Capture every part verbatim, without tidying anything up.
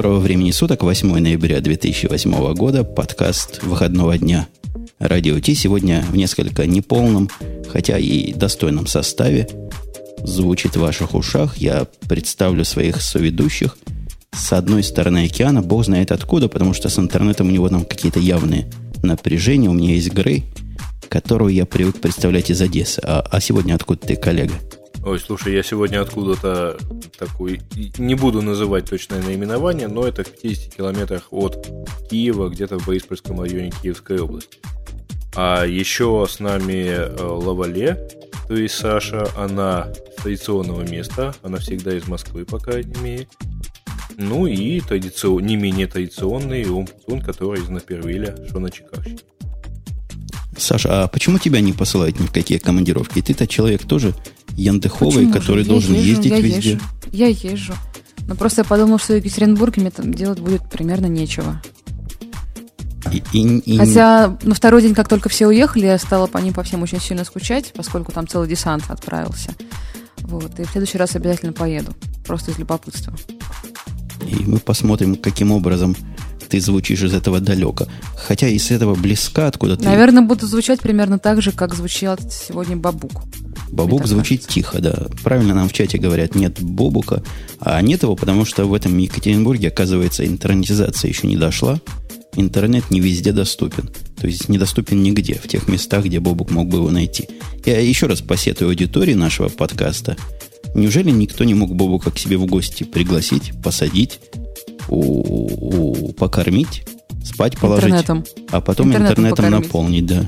Доброго времени суток, восьмое ноября две тысячи восьмого года, подкаст выходного дня Радио Ти. Сегодня в несколько неполном, хотя и достойном составе звучит в ваших ушах. Я представлю своих соведущих с одной стороны океана, бог знает откуда, потому что с интернетом у него там какие-то явные напряжения. У меня есть Грей, которую я привык представлять из Одессы. А, а сегодня откуда ты, коллега? Ой, слушай, я сегодня откуда-то такой, не буду называть точное наименование, но это в пятидесяти километрах от Киева, где-то в Бориспольском районе Киевской области. А еще с нами Лавале, то есть Саша, она с традиционного места, она всегда из Москвы, по крайней мере. Ну и традицион, не менее традиционный Умпутун, который из Напервиля, что на Чикагщине. Саша, а почему тебя не посылают ни в какие командировки? Ты-то человек тоже яндеховый, почему который же? должен я езжу, ездить я везде. Езжу. Я езжу. Но просто я подумал, что в Екатеринбурге мне там делать будет примерно нечего. И, и, и... Хотя на второй день, как только все уехали, я стала по ним по всем очень сильно скучать, поскольку там целый десант отправился. Вот. И в следующий раз обязательно поеду. Просто из любопытства. И мы посмотрим, каким образом ты звучишь из этого далека. Хотя из этого близка, откуда ты... Наверное, буду звучать примерно так же, как звучал сегодня Бабук. Бабук звучит кажется. Тихо, да. Правильно нам в чате говорят, нет Бобука. А нет его, потому что в этом Екатеринбурге, оказывается, интернетизация еще не дошла. Интернет не везде доступен. То есть недоступен нигде, в тех местах, где Бобук мог бы его найти. Я еще раз посетую аудитории нашего подкаста. Неужели никто не мог Бобука к себе в гости пригласить, посадить, у, у, покормить, спать положить, интернетом. А потом интернетом, интернетом наполнить, да.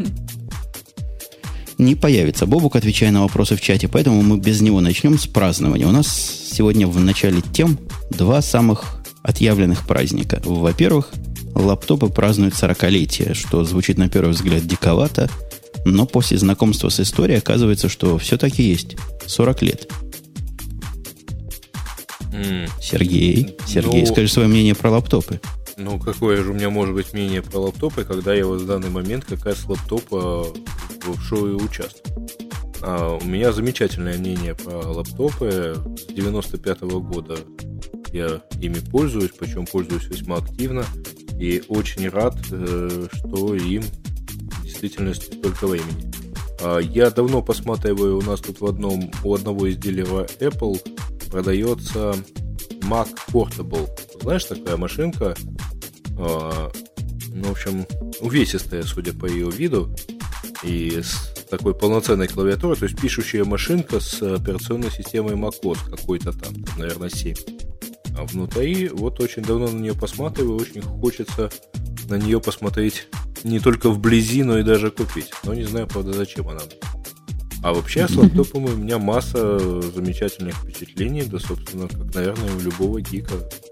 Не появится Бобук, отвечая на вопросы в чате, поэтому мы без него начнем с празднования. У нас сегодня в начале тем два самых отъявленных праздника. Во-первых, лаптопы празднуют сорокалетие, что звучит на первый взгляд диковато, но после знакомства с историей оказывается, что все-таки есть сорок лет. Mm. Сергей, Сергей, ну, скажи свое мнение про лаптопы. Ну, какое же у меня может быть мнение про лаптопы, когда я вот в данный момент как раз лаптопа в шоу участвую. А у меня замечательное мнение про лаптопы. С девяносто пятого года я ими пользуюсь, причем пользуюсь весьма активно. И очень рад, что им в действительности столько времени. Я давно посматриваю, у нас тут в одном, у одного из дилеров Apple продается Mac Portable. Знаешь, такая машинка, э, ну, в общем, увесистая, судя по ее виду, и с такой полноценной клавиатурой, то есть пишущая машинка с операционной системой macOS какой-то там, наверное, семь. А внутри, вот очень давно на нее посматриваю, очень хочется на нее посмотреть не только вблизи, но и даже купить. Но не знаю, правда, зачем она. А вообще с лаптопом у меня масса замечательных впечатлений, да, собственно, как, наверное, у любого гика.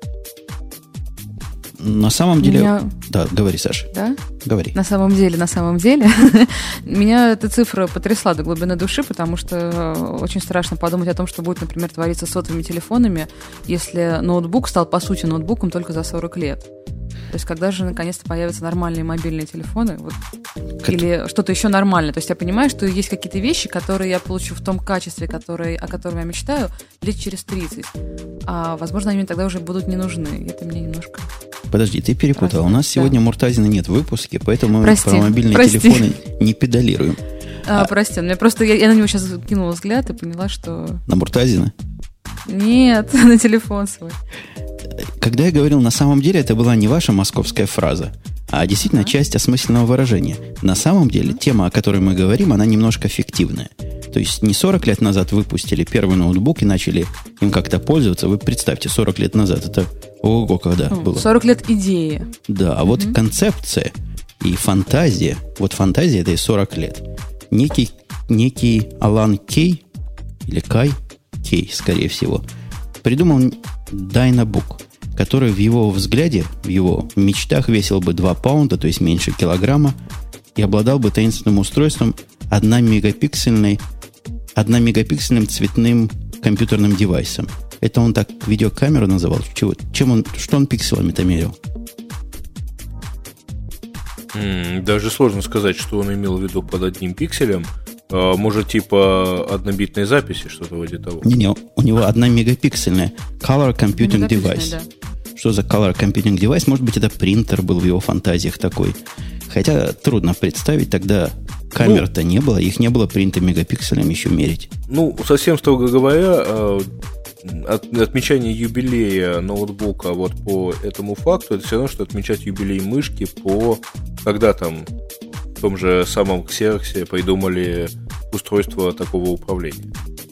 На самом деле... Меня... Да, говори, Саша. Да? Говори. На самом деле, на самом деле, меня эта цифра потрясла до глубины души, потому что очень страшно подумать о том, что будет, например, твориться с сотовыми телефонами, если ноутбук стал, по сути, ноутбуком только за сорок лет. То есть, когда же наконец-то появятся нормальные мобильные телефоны, вот, или что-то еще нормальное. То есть, я понимаю, что есть какие-то вещи, которые я получу в том качестве, который, о котором я мечтаю, лет через тридцать. А, возможно, они мне тогда уже будут не нужны. Это мне немножко... Подожди, ты перепутала. Прости, У нас да. сегодня Муртазина нет в выпуске, поэтому прости, мы про мобильные прости. телефоны не педалируем. А, а... Прости, мне просто я, я на него сейчас кинула взгляд и поняла, что... На Муртазина? Нет, на телефон свой. Когда я говорил «на самом деле», это была не ваша московская фраза, а действительно а? часть осмысленного выражения. На самом деле, а? тема, о которой мы говорим, она немножко фиктивная. То есть не сорок лет назад выпустили первый ноутбук и начали им как-то пользоваться. Вы представьте, сорок лет назад, это ого, когда ну, было. сорок лет идеи. Да, а угу. вот концепция и фантазия, вот фантазия это и сорок лет. Некий, некий Алан Кей, или Кай, Кей, скорее всего, придумал Дайнабук, который в его взгляде, в его мечтах весил бы два паунда, то есть меньше килограмма, и обладал бы таинственным устройством одномегапиксельной, одномегапиксельным цветным компьютерным девайсом. Это он так видеокамеру называл? Чего? Чем он, что он пикселами-то мерил? Даже сложно сказать, что он имел в виду под одним пикселем. А, может, типа однобитной записи, что-то вроде того. Не-не, у него одна мегапиксельная Color Computing Device. Да. что за color computing девайс? Может быть, это принтер был в его фантазиях такой. Хотя трудно представить, тогда камер-то ну, не было, их не было принято мегапикселями еще мерить. Ну, совсем строго говоря, от, отмечание юбилея ноутбука вот по этому факту, это все равно, что отмечать юбилей мышки по, когда там в том же самом Xerox придумали устройство такого управления.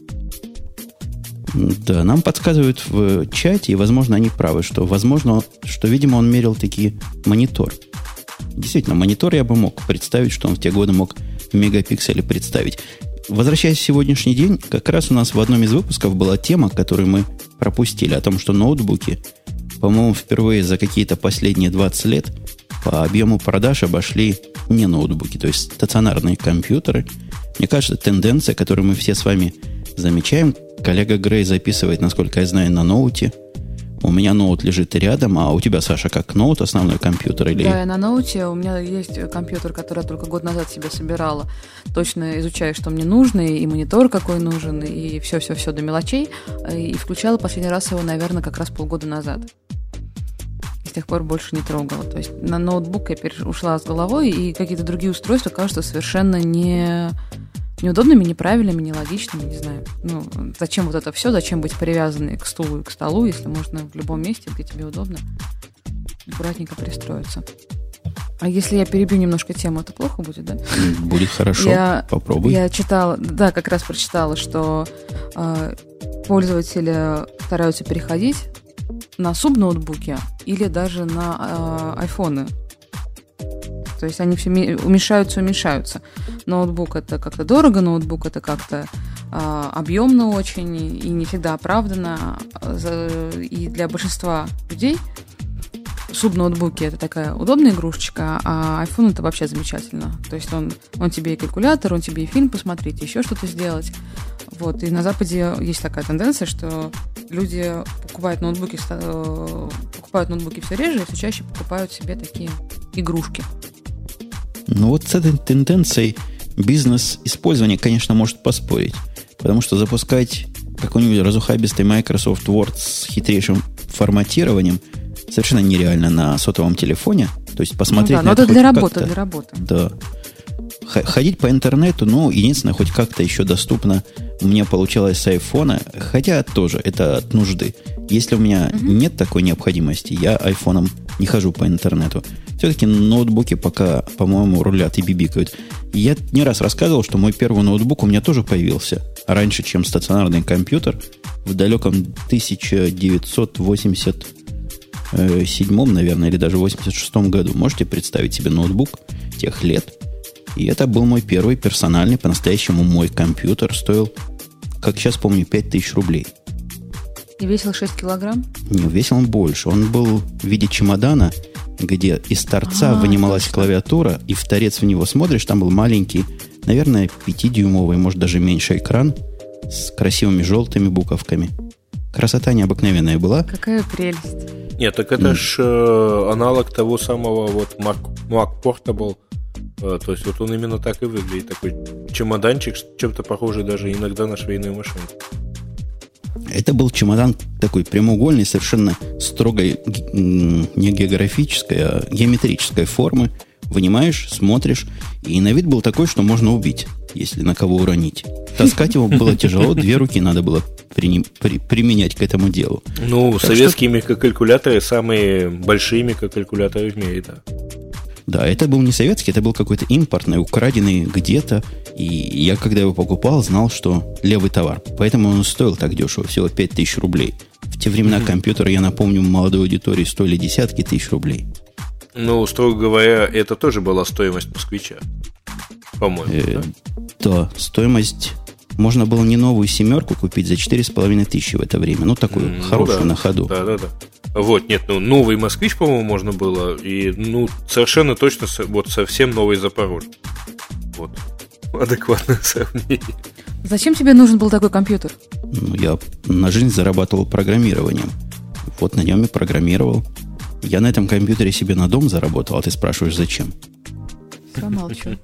Да, нам подсказывают в чате, и, возможно, они правы, что, возможно, что, видимо, он мерил таки монитор. Действительно, монитор я бы мог представить, что он в те годы мог в мегапикселе представить. Возвращаясь в сегодняшний день, как раз у нас в одном из выпусков была тема, которую мы пропустили, о том, что ноутбуки, по-моему, впервые за какие-то последние двадцать лет по объему продаж обошли не ноутбуки, то есть стационарные компьютеры. Мне кажется, тенденция, которую мы все с вами замечаем, коллега Грей записывает, насколько я знаю, на ноуте. У меня ноут лежит рядом, а у тебя, Саша, как ноут, основной компьютер? Или... Да, я на ноуте. У меня есть компьютер, который я только год назад себе собирала. Точно изучаю, что мне нужно, и монитор какой нужен, и все-все-все до мелочей. И включала последний раз его, наверное, как раз полгода назад. И с тех пор больше не трогала. То есть на ноутбук я переш... ушла с головой, и какие-то другие устройства кажутся совершенно не... неудобными, неправильными, нелогичными, не знаю. Ну, зачем вот это все, зачем быть привязанной к стулу и к столу, если можно в любом месте, где тебе удобно, аккуратненько пристроиться. А если я перебью немножко тему, это плохо будет, да? Будет хорошо, я, попробуй. Я читала, да, как раз прочитала, что э, пользователи стараются переходить на субноутбуки или даже на э, айфоны. То есть они все уменьшаются, уменьшаются. Ноутбук это как-то дорого, ноутбук это как-то э, объемно очень и не всегда оправданно. И для большинства людей субноутбуки это такая удобная игрушечка, а iPhone это вообще замечательно. То есть он, он тебе и калькулятор, он тебе и фильм посмотреть, и еще что-то сделать. Вот. И на Западе есть такая тенденция, что люди покупают ноутбуки, э, покупают ноутбуки все реже и все чаще покупают себе такие игрушки. Ну вот с этой тенденцией бизнес-использование, конечно, может поспорить. Потому что запускать какой-нибудь разухабистый Microsoft Word с хитрейшим форматированием совершенно нереально на сотовом телефоне. То есть посмотреть ну да, на но это это для хоть работы, как-то. для работы. Да. Ходить по интернету, ну, единственное, хоть как-то еще доступно у меня получалось с айфона, хотя тоже это от нужды. Если у меня угу. нет такой необходимости, я айфоном не хожу по интернету. Все-таки ноутбуки пока, по-моему, рулят и бибикают. Я не раз рассказывал, что мой первый ноутбук у меня тоже появился раньше, чем стационарный компьютер, в далеком тысяча девятьсот восемьдесят седьмом, наверное, или даже восемьдесят шестом году. Можете представить себе ноутбук тех лет? И это был мой первый персональный, по-настоящему мой компьютер. Стоил, как сейчас помню, пять тысяч рублей. И весил шесть килограмм? Не, весил он больше. Он был в виде чемодана, где из торца а, вынималась точно. клавиатура, и в торец в него смотришь, там был маленький, наверное, пятидюймовый, может, даже меньше экран с красивыми желтыми буковками. Красота необыкновенная была. Какая прелесть. Нет, так это mm. ж э, аналог того самого вот Mac, Mac Portable. Э, то есть вот он именно так и выглядит. Такой чемоданчик, чем-то похожий даже иногда на швейную машинку. Это был чемодан такой прямоугольный, совершенно строгой, не географической, а геометрической формы. Вынимаешь, смотришь, и на вид был такой, что можно убить, если на кого уронить. Таскать его было тяжело, две руки надо было при, при, применять к этому делу. Ну, так советские что... микрокалькуляторы самые большие микрокалькуляторы в мире, да. Да, это был не советский, это был какой-то импортный, украденный где-то. И я, когда его покупал, знал, что левый товар. Поэтому он стоил так дешево, всего пять тысяч рублей. В те времена mm-hmm. компьютеры, я напомню, молодой аудитории стоили десятки тысяч рублей. Ну, строго говоря, это тоже была стоимость москвича, по-моему. Э, да? да, стоимость... Можно было не новую семерку купить за четыре с половиной тысячи в это время. Ну, такую mm, хорошую ну, да. на ходу. Да, да, да. Вот, нет, ну, новый москвич, по-моему, можно было. И, ну, совершенно точно, вот совсем новый Запорожец. Вот. Адекватное сравнение. Зачем тебе нужен был такой компьютер? Ну, я на жизнь зарабатывал программированием. Вот на нем и программировал. Я на этом компьютере себе на дом заработал, а ты спрашиваешь, зачем? Промолчу.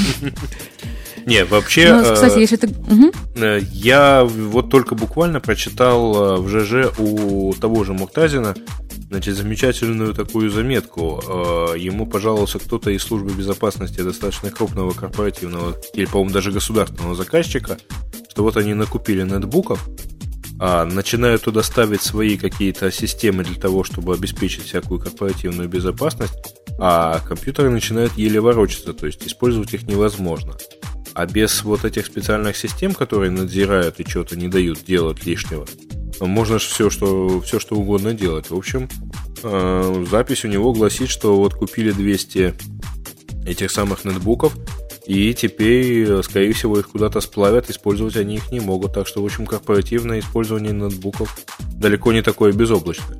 Не, вообще... Ну, кстати, если ты... Угу. Я вот только буквально прочитал в ЖЖ у того же Муртазина Значит, замечательную такую заметку. Ему пожаловался кто-то из службы безопасности достаточно крупного корпоративного или, по-моему, даже государственного заказчика, что вот они накупили нетбуков, а начинают туда ставить свои какие-то системы для того, чтобы обеспечить всякую корпоративную безопасность, а компьютеры начинают еле ворочаться, то есть использовать их невозможно. А без вот этих специальных систем, которые надзирают и что-то не дают делать лишнего, можно же все что, все, что угодно делать. В общем, запись у него гласит, что вот купили двести этих самых нетбуков, и теперь, скорее всего, их куда-то сплавят, использовать они их не могут. Так что, в общем, корпоративное использование нетбуков далеко не такое безоблачное.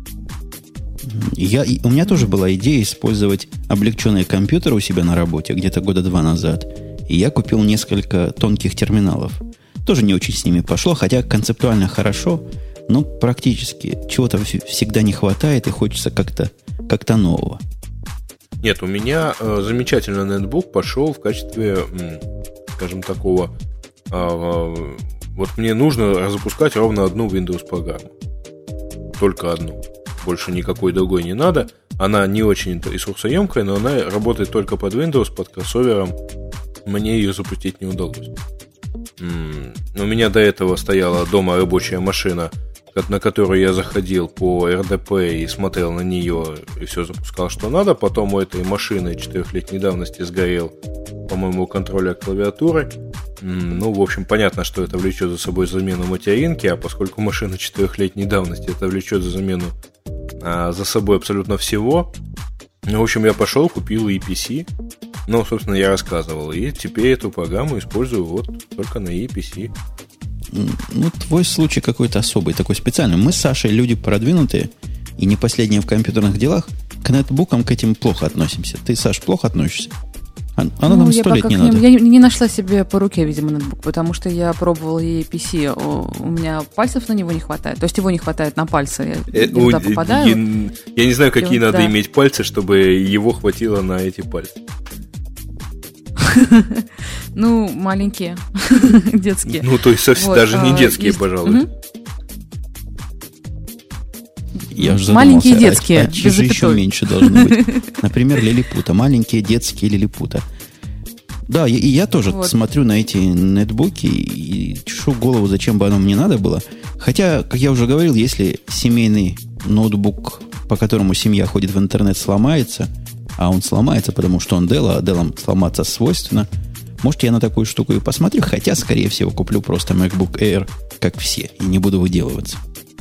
Я, у меня тоже была идея использовать облегченные компьютеры у себя на работе где-то года два назад. И я купил несколько тонких терминалов. Тоже не очень с ними пошло, хотя концептуально хорошо, но практически чего-то всегда не хватает и хочется как-то, как-то нового. Нет, у меня э, замечательный нетбук пошел в качестве, м, скажем, такого... Э, э, вот мне нужно запускать ровно одну Windows-программу. Только одну. Больше никакой другой не надо. Она не очень ресурсоемкая, но она работает только под Windows, под кроссовером. Мне ее запустить не удалось. У меня до этого стояла дома рабочая машина, на которую я заходил по эр дэ пэ и смотрел на нее и все запускал, что надо. Потом у этой машины четырехлетней давности сгорел, по-моему, контроллер клавиатуры. Ну, в общем, понятно, что это влечет за собой замену материнки, а поскольку машина четырехлетней давности, это влечет за замену а, за собой абсолютно всего. Ну, в общем, я пошел, купил и пи си. Ну, собственно, я рассказывал. И теперь эту программу использую вот только на и пи си. Ну, твой случай какой-то особый, такой специальный. Мы с Сашей люди продвинутые и не последние в компьютерных делах. К нетбукам к этим плохо относимся. Ты, Саш, плохо относишься? Оно ну, нам сто лет не ним, надо. Я не нашла себе по руке, видимо, нетбук, потому что я пробовала и пи си, у, у меня пальцев на него не хватает. То есть его не хватает на пальцы. Я э, туда попадаю. Я, я не знаю, какие вот, надо да. иметь пальцы, чтобы его хватило на эти пальцы. Ну, маленькие, детские. Ну, то есть совсем вот, даже а, не детские, есть... пожалуй. Угу. Я уже маленькие задумался, детские, а, а чьи же еще меньше должны быть? Например, лилипута. Маленькие детские лилипута. Да, и, и я тоже вот. смотрю на эти нетбуки и чешу голову, зачем бы оно мне надо было. Хотя, как я уже говорил, если семейный ноутбук, по которому семья ходит в интернет, сломается, а он сломается, потому что он Dell, а Dell сломаться свойственно, может, я на такую штуку и посмотрю, хотя, скорее всего, куплю просто MacBook Air, как все, и не буду выделываться.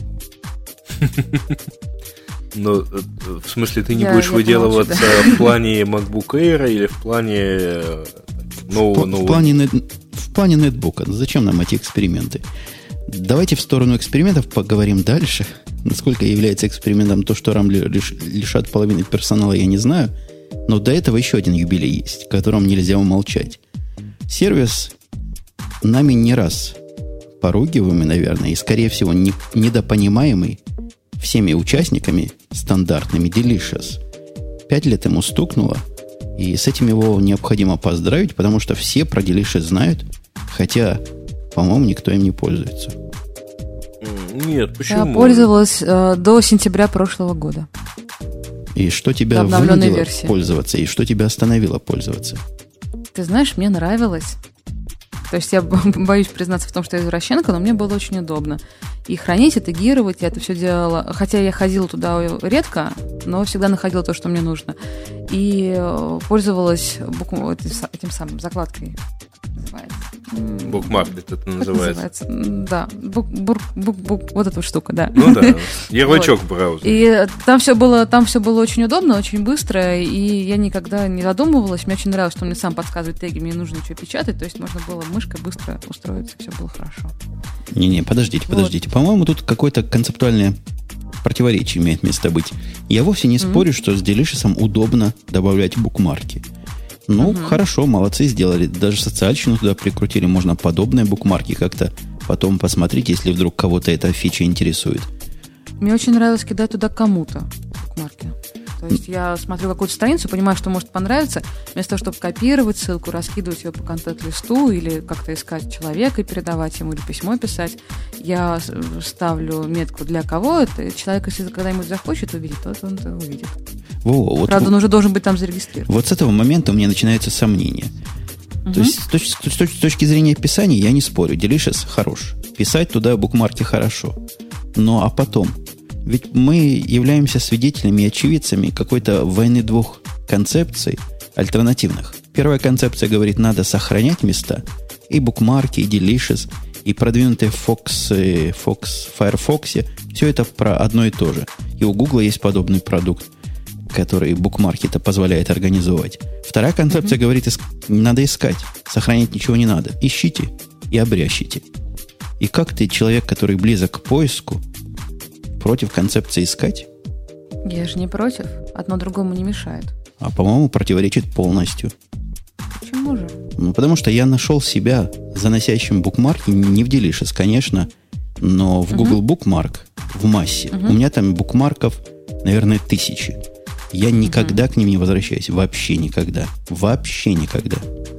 Но, в смысле, ты не я, будешь я выделываться молчу, да. в плане MacBook Air или в плане нового... В, нового... в, плане, нет, в плане нетбука. Зачем нам эти эксперименты? Давайте в сторону экспериментов поговорим дальше. Насколько является экспериментом то, что RAM лиш, лишат половины персонала, я не знаю. Но до этого еще один юбилей есть, о котором нельзя умолчать. Сервис нами не раз поругиваемый, наверное, и, скорее всего, не, недопонимаемый всеми участниками стандартными Delicious. Пять лет ему стукнуло, и с этим его необходимо поздравить, потому что все про Delicious знают, хотя, по-моему, никто им не пользуется. Нет, почему? Я пользовалась э, до сентября прошлого года. И что тебя вынудило версии. пользоваться, и что тебя остановило пользоваться? Ты знаешь, мне нравилось. То есть я боюсь признаться в том, что я извращенка, но мне было очень удобно. И хранить, и тегировать, я это все делала. Хотя я ходила туда редко, но всегда находила то, что мне нужно. И пользовалась букв... этим самым закладкой. Называется. Bookmark это называется. называется. Да, бук, бук, бук, бук, вот эта штука, да. Ну да, ярлычок вот. Браузера. И там все было, там все было очень удобно, очень быстро, и я никогда не задумывалась. Мне очень нравилось, что он мне сам подсказывает теги, мне нужно что печатать, то есть можно было мышкой быстро устроиться, все было хорошо. Не-не, подождите, вот. подождите. По-моему, тут какое-то концептуальное противоречие имеет место быть. Я вовсе не mm-hmm. спорю, что с Delicious удобно добавлять букмарки. Ну, угу. хорошо, молодцы, сделали. Даже социальщину туда прикрутили. Можно подобные букмарки как-то потом посмотреть, если вдруг кого-то эта фича интересует. Мне очень нравилось кидать туда кому-то букмарки. То есть я смотрю какую-то страницу, понимаю, что может понравиться, вместо того, чтобы копировать ссылку, раскидывать ее по контент-листу или как-то искать человека и передавать ему, или письмо писать, я ставлю метку для кого это. Человек, если когда-нибудь захочет увидеть, то он это увидит. Во, вот, Правда, он уже должен быть там зарегистрирован. Вот с этого момента у меня начинаются сомнения. Uh-huh. То есть с точки, с, точки, с точки зрения описания я не спорю. Delicious хорош. Писать туда букмарки хорошо. Ну а потом... Ведь мы являемся свидетелями и очевидцами какой-то войны двух концепций альтернативных. Первая концепция говорит, надо сохранять места. И букмарки, и Delicious, и продвинутые Fox, Fox, Firefox. Все это про одно и то же. И у Google есть подобный продукт, который букмарки-то позволяет организовать. Вторая концепция mm-hmm. говорит, надо искать. Сохранять ничего не надо. Ищите и обрящите. И как ты, человек, который близок к поиску, против концепции искать? Я же не против. Одно другому не мешает. А, по-моему, противоречит полностью. Почему же? Ну, потому что я нашел себя заносящим букмарки не в Delicious, конечно, но в Google uh-huh. Bookmark в массе. Uh-huh. У меня там букмарков, наверное, тысячи. Я никогда uh-huh. к ним не возвращаюсь. Вообще никогда. Вообще никогда.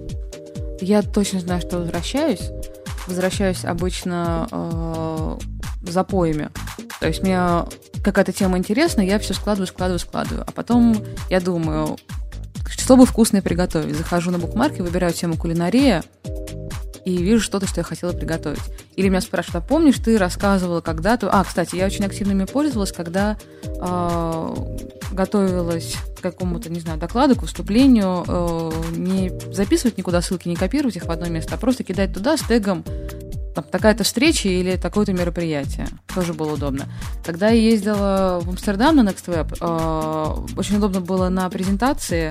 Я точно знаю, что возвращаюсь. Возвращаюсь обычно э, запоями. То есть мне какая-то тема интересна, я все складываю, складываю, складываю. А потом я думаю, что бы вкусное приготовить. Захожу на букмарки, выбираю тему кулинария и вижу что-то, что я хотела приготовить. Или меня спрашивают, а помнишь, ты рассказывала когда-то... А, кстати, я очень активно ими пользовалась, когда э, готовилась к какому-то, не знаю, докладу, к выступлению. Э, не записывать никуда ссылки, не копировать их в одно место, а просто кидать туда с тегом там, такая-то встреча или такое-то мероприятие. Тоже было удобно. Когда я ездила в Амстердам на NextWeb, э, очень удобно было на презентации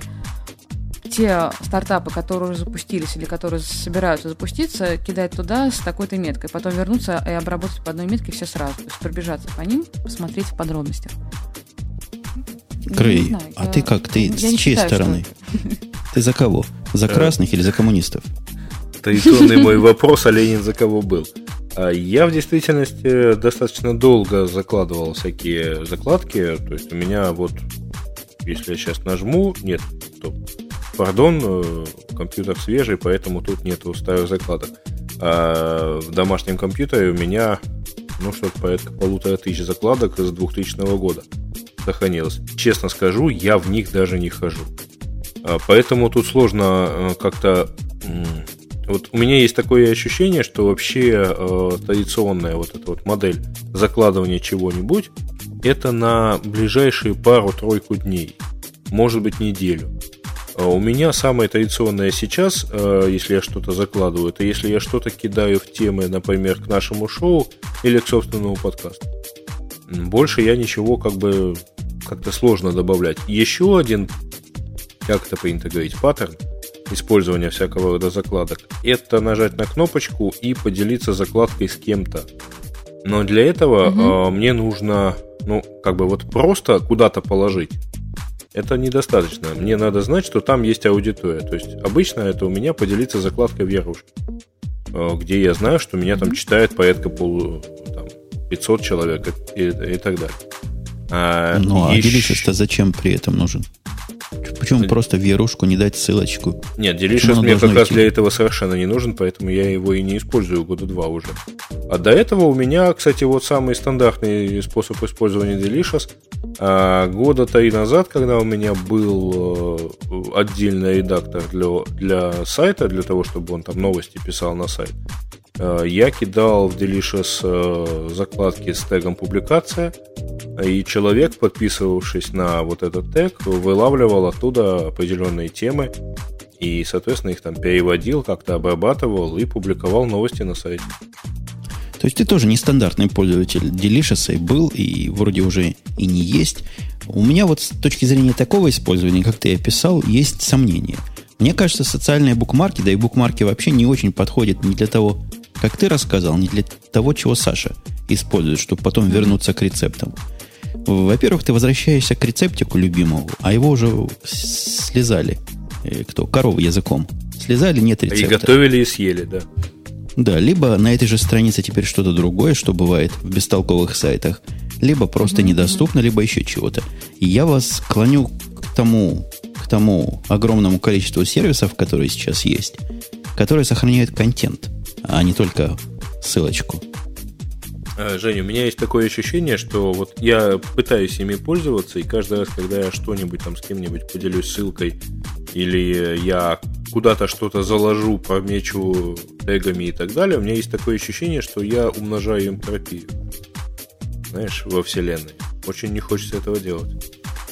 те стартапы, которые уже запустились или которые собираются запуститься, кидать туда с такой-то меткой. Потом вернуться и обработать по одной метке все сразу. То есть пробежаться по ним, посмотреть в подробностях. Крей, знаю, а я, ты как? Ты с чьей считаю, стороны? Ты за кого? За красных или за коммунистов? Традиционный мой вопрос, а Ленин за кого был? Я в действительности достаточно долго закладывал всякие закладки. То есть у меня вот, если я сейчас нажму, нет, стоп, пардон, компьютер свежий, поэтому тут нету старых закладок. А в домашнем компьютере у меня, ну, что-то порядка полутора тысяч закладок с двухтысячного года сохранилось. Честно скажу, я в них даже не хожу. Поэтому тут сложно как-то... Вот у меня есть такое ощущение, что вообще э, традиционная вот эта вот модель закладывания чего-нибудь это на ближайшие пару-тройку дней, может быть неделю. А у меня самое традиционное сейчас, э, если я что-то закладываю, это если я что-то кидаю в темы, например, к нашему шоу или к собственному подкасту. Больше я ничего как бы как-то сложно добавлять. Еще один, как это принято говорить, паттерн использования всякого рода закладок — это нажать на кнопочку и поделиться закладкой с кем-то. Но для этого угу. э, мне нужно, ну, как бы вот просто куда-то положить. Это недостаточно. Мне надо знать, что там есть аудитория. То есть обычно это у меня поделиться закладкой в Ярушке, э, где я знаю, что меня там читает порядка полу, там, пятьсот человек и, и так далее. А, ну, а еще... Delicious-то зачем при этом нужен? Почему Д... просто в Ярушку не дать ссылочку? Нет, Delicious мне как раз идти? Для этого совершенно не нужен, поэтому я его и не использую года два уже. А до этого у меня, кстати, вот самый стандартный способ использования Delicious. А, года три назад, когда у меня был отдельный редактор для, для сайта, для того, чтобы он там новости писал на сайт, я кидал в Delicious закладки с тегом «Публикация», и человек, подписывавшись на вот этот тег, вылавливал оттуда определенные темы и, соответственно, их там переводил, как-то обрабатывал и публиковал новости на сайте. То есть ты тоже нестандартный пользователь Delicious и был, и вроде уже и не есть. У меня вот с точки зрения такого использования, как ты описал, есть сомнения. Мне кажется, социальные букмарки, да и букмарки вообще не очень подходят не для того, как ты рассказал, не для того, чего Саша использует, чтобы потом вернуться к рецептам. Во-первых, ты возвращаешься к рецептику любимому, а его уже слезали. Кто? Коровы языком. Слезали, нет рецепта. И готовили, и съели, да. Да, либо на этой же странице теперь что-то другое, что бывает в бестолковых сайтах. либо просто mm-hmm. недоступно, либо еще чего-то. И я вас склоню к тому, к тому огромному количеству сервисов, которые сейчас есть, которые сохраняют контент, а не только ссылочку. Женя, у меня есть такое ощущение, что вот я пытаюсь ими пользоваться, и каждый раз, когда я что-нибудь там с кем-нибудь поделюсь ссылкой, или я куда-то что-то заложу, помечу тегами и так далее, у меня есть такое ощущение, что я умножаю энтропию, знаешь, во вселенной. Очень не хочется этого делать.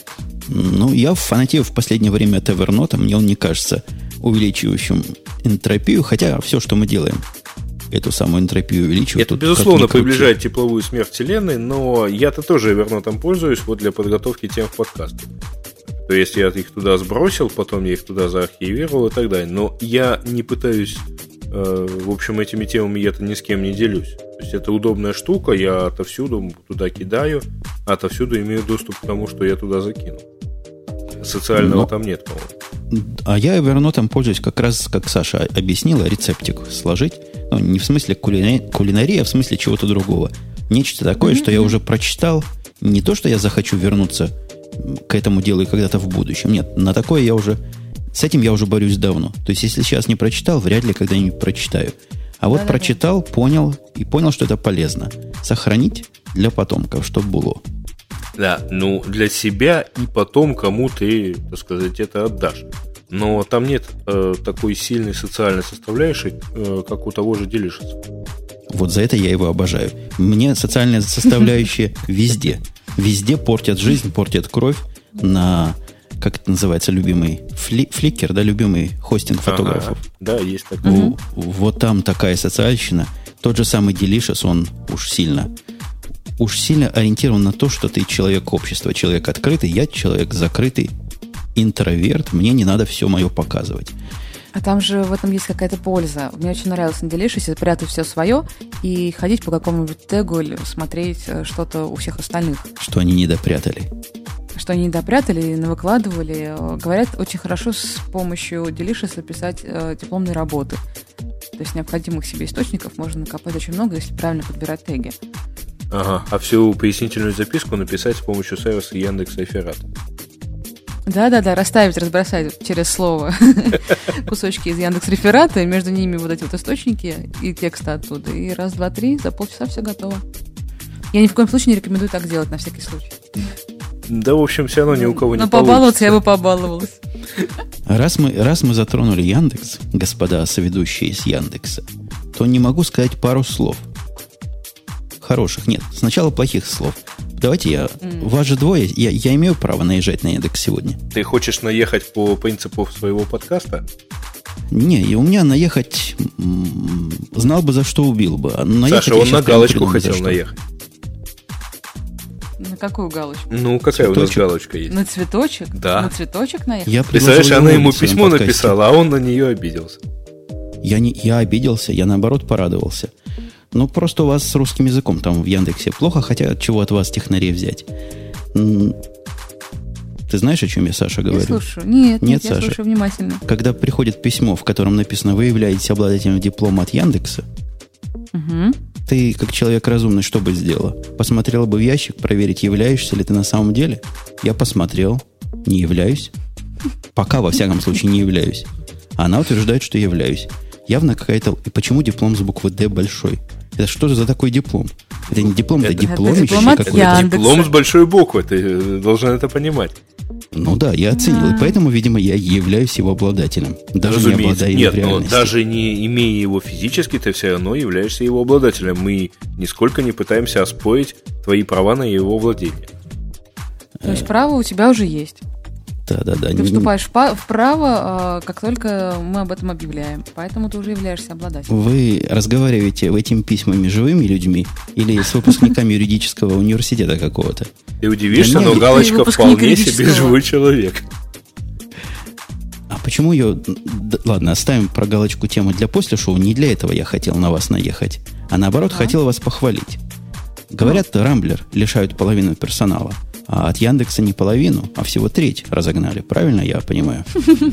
Ну, я фанатею в последнее время от Evernote, мне он не кажется увеличивающим энтропию, хотя все, что мы делаем, эту самую энтропию увеличивает. Это, безусловно, приближает тепловую смерть вселенной, но я-то тоже Evernote пользуюсь вот для подготовки тем в подкасты. То есть я их туда сбросил, потом я их туда заархивировал и так далее. Но я не пытаюсь, э, в общем, этими темами я-то ни с кем не делюсь. То есть это удобная штука, я отовсюду туда кидаю, отовсюду имею доступ к тому, что я туда закинул. Социального но... там нет, по-моему. А я Evernote пользуюсь как раз, как Саша объяснила, рецептик сложить. Ну, не в смысле кулинарии, кулинарии, а в смысле чего-то другого. Нечто такое, mm-hmm. что я уже прочитал. Не то, что я захочу вернуться к этому делу и когда-то в будущем. Нет, на такое я уже... С этим я уже борюсь давно. То есть, если сейчас не прочитал, вряд ли когда-нибудь прочитаю. А вот Да-да-да. прочитал, понял, и понял, что это полезно. Сохранить для потомков, чтобы было. Да, ну, для себя и потом кому ты, так сказать, это отдашь. Но там нет э, такой сильной социальной составляющей, э, как у того же Delicious. Вот за это я его обожаю. Мне социальная составляющая везде. Везде портят жизнь, портят кровь на, как это называется, любимый фли, фликер, да, любимый хостинг фотографов. Ага, да, есть такой. У, вот там такая социальщина. Тот же самый Delicious, он уж сильно, уж сильно ориентирован на то, что ты человек общества, человек открытый, я человек закрытый, интроверт, мне не надо все мое показывать. А там же в этом есть какая-то польза. Мне очень нравилось на Delicious прятать все свое и ходить по какому-нибудь тегу или смотреть что-то у всех остальных. Что они не допрятали. Что они не допрятали и навыкладывали. Говорят, очень хорошо с помощью Delicious писать э, дипломные работы. То есть необходимых себе источников можно накопать очень много, если правильно подбирать теги. Ага, а всю пояснительную записку написать с помощью сервиса Яндекс.Реферат. Да-да-да, расставить, разбросать через слово кусочки из Яндекс.Реферата, и между ними вот эти вот источники и тексты оттуда. И раз, два, три, за полчаса все готово. Я ни в коем случае не рекомендую так делать, на всякий случай. Да, в общем, все равно ни у кого не получится. Но побаловаться я бы побаловалась. Раз мы, раз мы затронули Яндекс, господа соведущие из Яндекса, то не могу сказать пару слов. Хороших, нет, сначала плохих слов. Давайте я... Mm. Вас же двое, я, я имею право наезжать на Яндекс сегодня. Ты хочешь наехать по принципу своего подкаста? Не, и у меня наехать... М- знал бы, за что убил бы. Наехать Саша, он на галочку хотел наехать. На какую галочку? Ну, какая цветочек. У нас галочка есть? На цветочек? Да. На цветочек наехать? Я Представляешь, она ему письмо написала, а он на нее обиделся. Я, не, я обиделся, я наоборот порадовался. Ну, просто у вас с русским языком там в Яндексе плохо, хотя чего от вас технарей взять? Ты знаешь, о чем я, Саша, говорю? Я слушаю. Нет, нет, нет я Саша. слушаю внимательно. Когда приходит письмо, в котором написано «Вы являетесь обладателем диплома от Яндекса», угу. ты, как человек разумный, что бы сделала? Посмотрела бы в ящик, проверить, являешься ли ты на самом деле? Я посмотрел, не являюсь. Пока, во всяком случае, не являюсь. А она утверждает, что являюсь. Явно какая-то... И почему диплом с буквы «Д» большой? Это что же за такой диплом? Это не диплом, это, это дипломище какой-то. Это диплом с большой буквы, ты должен это понимать. Ну да, я оценил, да. И поэтому, видимо, я являюсь его обладателем. Даже Разумеется. не обладая Нет, в реальности. Но даже не имея его физически, ты все равно являешься его обладателем. Мы нисколько не пытаемся оспорить твои права на его владение. То есть право у тебя уже есть. Да-да-да. Ты вступаешь в право, как только мы об этом объявляем. Поэтому ты уже являешься обладателем. Вы разговариваете этими письмами живыми людьми или с выпускниками юридического университета какого-то? Ты удивишься, но галочка вполне себе живой человек. А почему ее... Ладно, оставим про галочку тему для после шоу. Не для этого я хотел на вас наехать, а наоборот а? хотел вас похвалить. Говорят, ну. Рамблер лишают половину персонала. А от Яндекса не половину, а всего треть разогнали. Правильно я понимаю?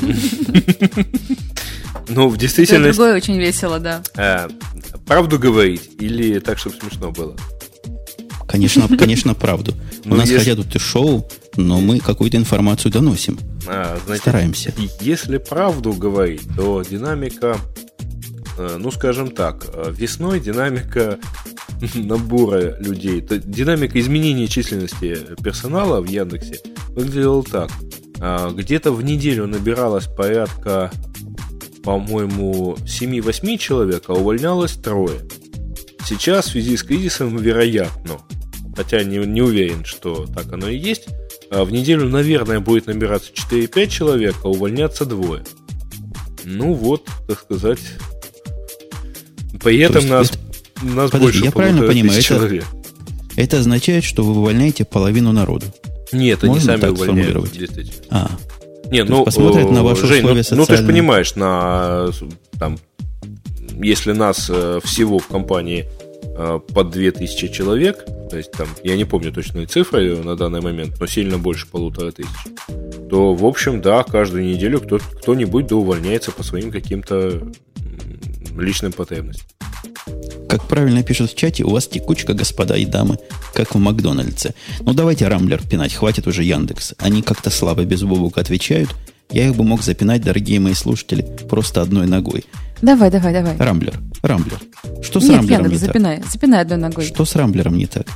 Ну, в действительности... Другое очень весело, да. Правду говорить или так, чтобы смешно было? Конечно, конечно, правду. У нас хотят тут и шоу, но мы какую-то информацию доносим. А, значит, стараемся. Если правду говорить, то динамика, ну, скажем так, весной динамика набора людей, динамика изменения численности персонала в Яндексе выглядела так. Где-то в неделю набиралось порядка, по-моему, семь-восемь человек, а увольнялось трое. Сейчас в связи с кризисом, вероятно, хотя не, не уверен, что так оно и есть, в неделю, наверное, будет набираться четыре-пять человек, а увольняться двое. Ну вот, так сказать, при этом нас, это... нас Подожди, больше я правильно понимаю, человек. Это, это означает, что вы увольняете половину народу? Нет, они Можно сами увольняют, действительно. А, Не, ну, посмотрят на ваши Жень, условия ну, ну ты же социальные. понимаешь, на, там, если нас всего в компании под две тысячи человек, то есть там, я не помню точные цифры на данный момент, но сильно больше полутора тысяч, то, в общем, да, каждую неделю кто, кто-нибудь да увольняется по своим каким-то личным потребностям. Как правильно пишут в чате, у вас текучка, господа и дамы, как в Макдональдсе. Ну, давайте Рамблер пинать, хватит уже Яндекс. Они как-то слабо без бубука отвечают. Я их бы мог запинать, дорогие мои слушатели, просто одной ногой. Давай, давай, давай. Рамблер, Рамблер. Что с Нет, Рамблером Яндекс, не запинай, так? запинай одной ногой. Что с Рамблером не так?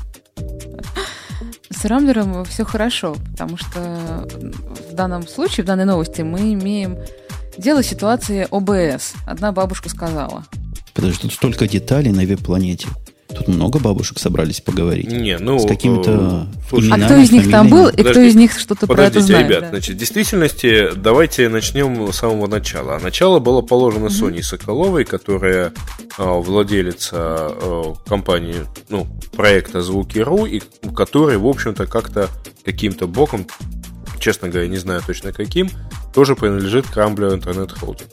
С Рамблером все хорошо, потому что в данном случае, в данной новости мы имеем дело ситуации о бэ эс. Одна бабушка сказала. Подожди, тут столько деталей на веб-планете. Тут много бабушек собрались поговорить. Не, ну, с какими-то слушай, именами, а кто из них там был, и Подождите, кто из них что-то про это знает? ребят, да. значит, в действительности давайте начнем с самого начала. Начало было положено mm-hmm. Соней Соколовой, которая э, владелица э, компании, ну, проекта Звуки.ру, и который, в общем-то, как-то каким-то боком, честно говоря, не знаю точно каким, тоже принадлежит к Rambler Internet Holding.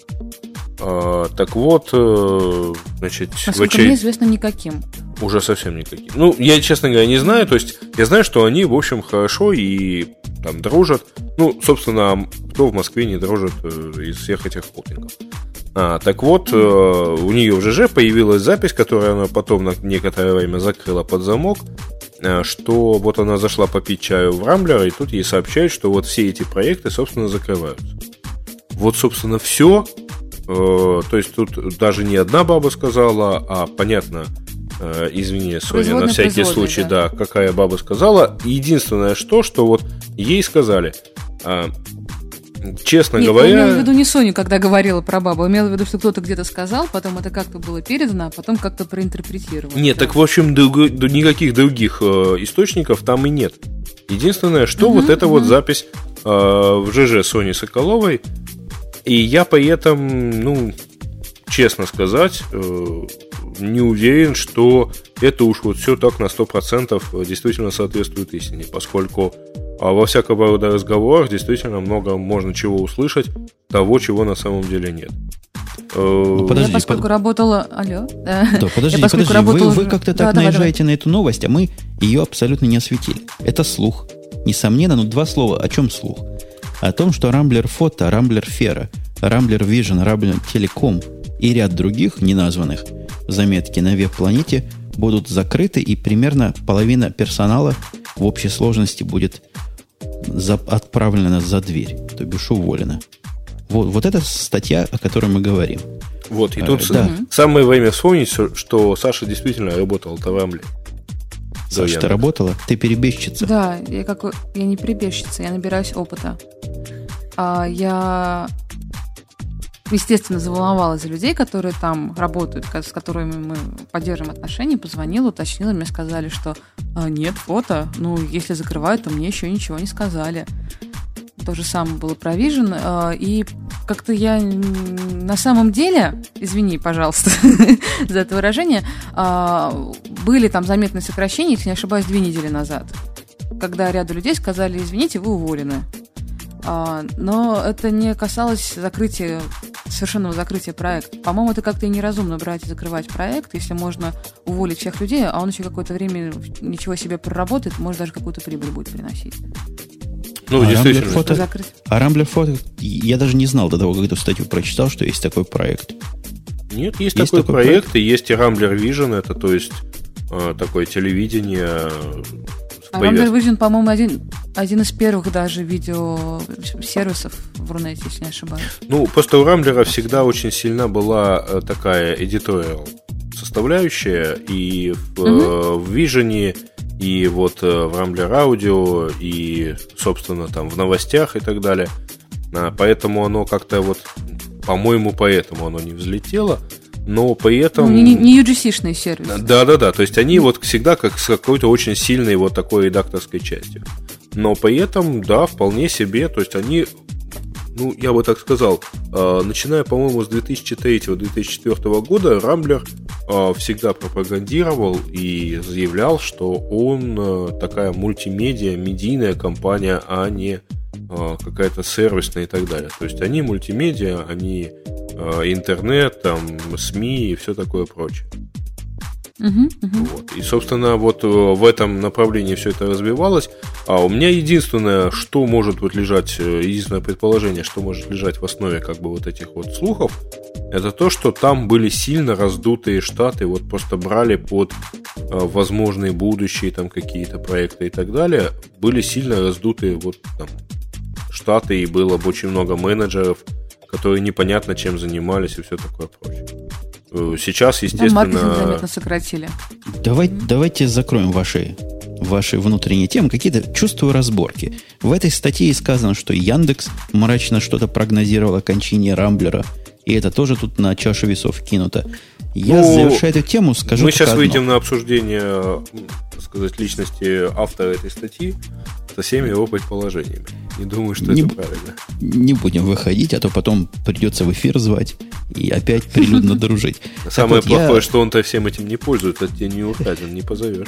Э, так вот, э, значит, насколько очер... мне известно, никаким. Уже совсем никаким. Ну, я, честно говоря, не знаю. То есть, я знаю, что они, в общем, хорошо и там дружат. Ну, собственно, кто в Москве не дружит э, из всех этих холдингов. А, так вот, э, у нее в ЖЖ появилась запись, которую она потом на некоторое время закрыла под замок, э, что вот она зашла попить чаю в Рамблер, и тут ей сообщают, что вот все эти проекты, собственно, закрываются. Вот, собственно, все. Э, то есть, тут даже не одна баба сказала, а, понятно, извини, Соня, на всякий случай, да. да, какая баба сказала. Единственное, что, что вот ей сказали, а, честно Нет, говоря... я имела в виду не Соню, когда говорила про бабу, я имела в виду, что кто-то где-то сказал, потом это как-то было передано, а потом как-то проинтерпретировано. Нет, да. Так, в общем, друг, никаких других э, источников там и нет. Единственное, что uh-huh, вот эта uh-huh. вот запись э, в ЖЖ Сони Соколовой, и я при этом, ну... честно сказать, не уверен, что это уж вот все так на сто процентов действительно соответствует истине, поскольку во всякого рода разговорах действительно много можно чего услышать, того, чего на самом деле нет. Ну, подожди, я поскольку под... работала... Алло? Да, подожди, я подожди. Работала... Вы, вы как-то да, так давай, наезжаете давай. на эту новость, а мы ее абсолютно не осветили. Это слух. Несомненно, но два слова. О чем слух? О том, что Рамблер Фото, Рамблер Фера, Рамблер Vision, Рамблер Телеком и ряд других неназванных заметки на веб-планете будут закрыты, и примерно половина персонала в общей сложности будет за, отправлена за дверь, то бишь уволена. Вот, вот это статья, о которой мы говорим. Вот, и тут а, да. самое время вспомнить, что Саша действительно работал в Рамблере. Саша, ты работала? Ты перебежчица? Да, я, как, я не перебежчица, я набираюсь опыта. А, я... естественно, заволновалась за людей, которые там работают, с которыми мы поддерживаем отношения, позвонила, уточнила, мне сказали, что а, нет, фото, ну, если закрывают, то мне еще ничего не сказали. То же самое было про Vision, а, и как-то я на самом деле, извини, пожалуйста, за это выражение, а, были там заметные сокращения, если не ошибаюсь, две недели назад, когда ряду людей сказали, извините, вы уволены. А, но это не касалось закрытия, совершенного закрытия проекта. По-моему, это как-то и неразумно брать и закрывать проект, если можно уволить всех людей, а он еще какое-то время ничего себе проработает, может, даже какую-то прибыль будет приносить. Ну, а действительно. Рамблер фото, а Рамблер Фото, я даже не знал до того, как эту статью прочитал, что есть такой проект. Нет, есть, есть такой, такой проект, проект, и есть и Rambler Vision, это, то есть, э, такое телевидение. А Rambler Vision, по-моему, один, один из первых даже видеосервисов в Рунете, если не ошибаюсь. Ну, просто у Рамблера всегда очень сильна была такая editorial составляющая, и в, uh-huh. в Vision, и вот в Rambler Audio, и, собственно, там в новостях и так далее. Поэтому оно как-то вот, по-моему, поэтому оно не взлетело. Но при этом... Ну, не, не ю джи си-шные сервисы. Да-да-да, то есть они вот всегда как с какой-то очень сильной вот такой редакторской частью. Но при этом, да, вполне себе, то есть они, ну, я бы так сказал, э, начиная, по-моему, с две тысячи третьего - две тысячи четвёртого года, Rambler э, всегда пропагандировал и заявлял, что он э, такая мультимедиа, медийная компания, а не э, какая-то сервисная и так далее. То есть они мультимедиа, они... интернет, там, СМИ и все такое прочее. Uh-huh, uh-huh. Вот. И, собственно, вот в этом направлении все это развивалось. А у меня единственное, что может вот лежать, единственное предположение, что может лежать в основе как бы вот этих вот слухов, это то, что там были сильно раздутые штаты, вот просто брали под возможные будущие там какие-то проекты и так далее, были сильно раздутые вот там штаты, и было бы очень много менеджеров, которые непонятно чем занимались и все такое прочее. Сейчас, естественно... Да, маркетинг заметно сократили. Давай, давайте закроем ваши, ваши внутренние темы. Какие-то чувствую разборки. В этой статье сказано, что Яндекс мрачно что-то прогнозировал о кончине Рамблера, и это тоже тут на чашу весов кинуто. Я, ну, завершая эту тему, скажу мы сейчас одно. выйдем на обсуждение, так сказать, личности автора этой статьи со всеми его предположениями. Не думаю, что не, это правильно. Не будем выходить, а то потом придется в эфир звать и опять прилюдно дружить. Самое плохое, что он-то всем этим не пользуется, тебе не указан, не позовешь.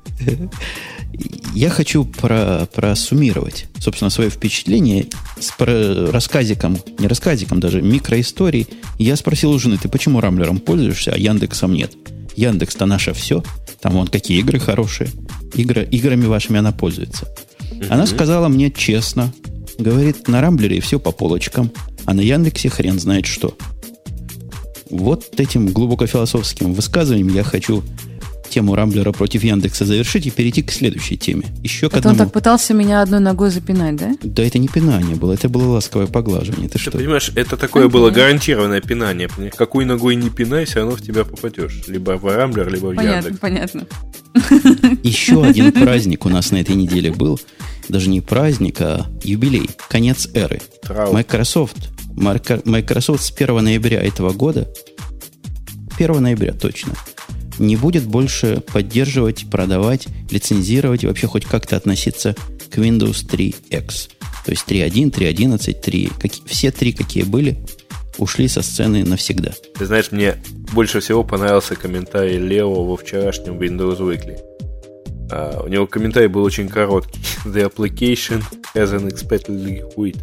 Я хочу про, просуммировать, собственно, свое впечатление с про, рассказиком, не рассказиком, даже микроисторией. Я спросил у жены, ты почему Рамблером пользуешься, а Яндексом нет? Яндекс-то наше все. Там вон какие игры хорошие. Игры, играми вашими она пользуется. Uh-huh. Она сказала мне честно, говорит, на Рамблере все по полочкам, а на Яндексе хрен знает что. Вот этим глубоко философским высказыванием я хочу тему Рамблера против Яндекса завершить и перейти к следующей теме. Еще к это одному... он так пытался меня одной ногой запинать, да? Да, это не пинание было, это было ласковое поглаживание. Ты, Ты что? понимаешь, это такое okay. было гарантированное пинание. Какой ногой не пинай, все равно в тебя попадешь. Либо в Рамблер, либо в понятно, Яндекс. Понятно, Еще один праздник у нас на этой неделе был. Даже не праздник, а юбилей. Конец эры. Траур. Microsoft, Microsoft с первого ноября этого года, первого ноября точно, не будет больше поддерживать, продавать, лицензировать и вообще хоть как-то относиться к Windows три икс. То есть три один, три одиннадцать, три, как, все три, какие были, ушли со сцены навсегда. Ты знаешь, мне больше всего понравился комментарий Лео во вчерашнем Windows Weekly. Uh, у него комментарий был очень короткий. The application has unexpectedly quit.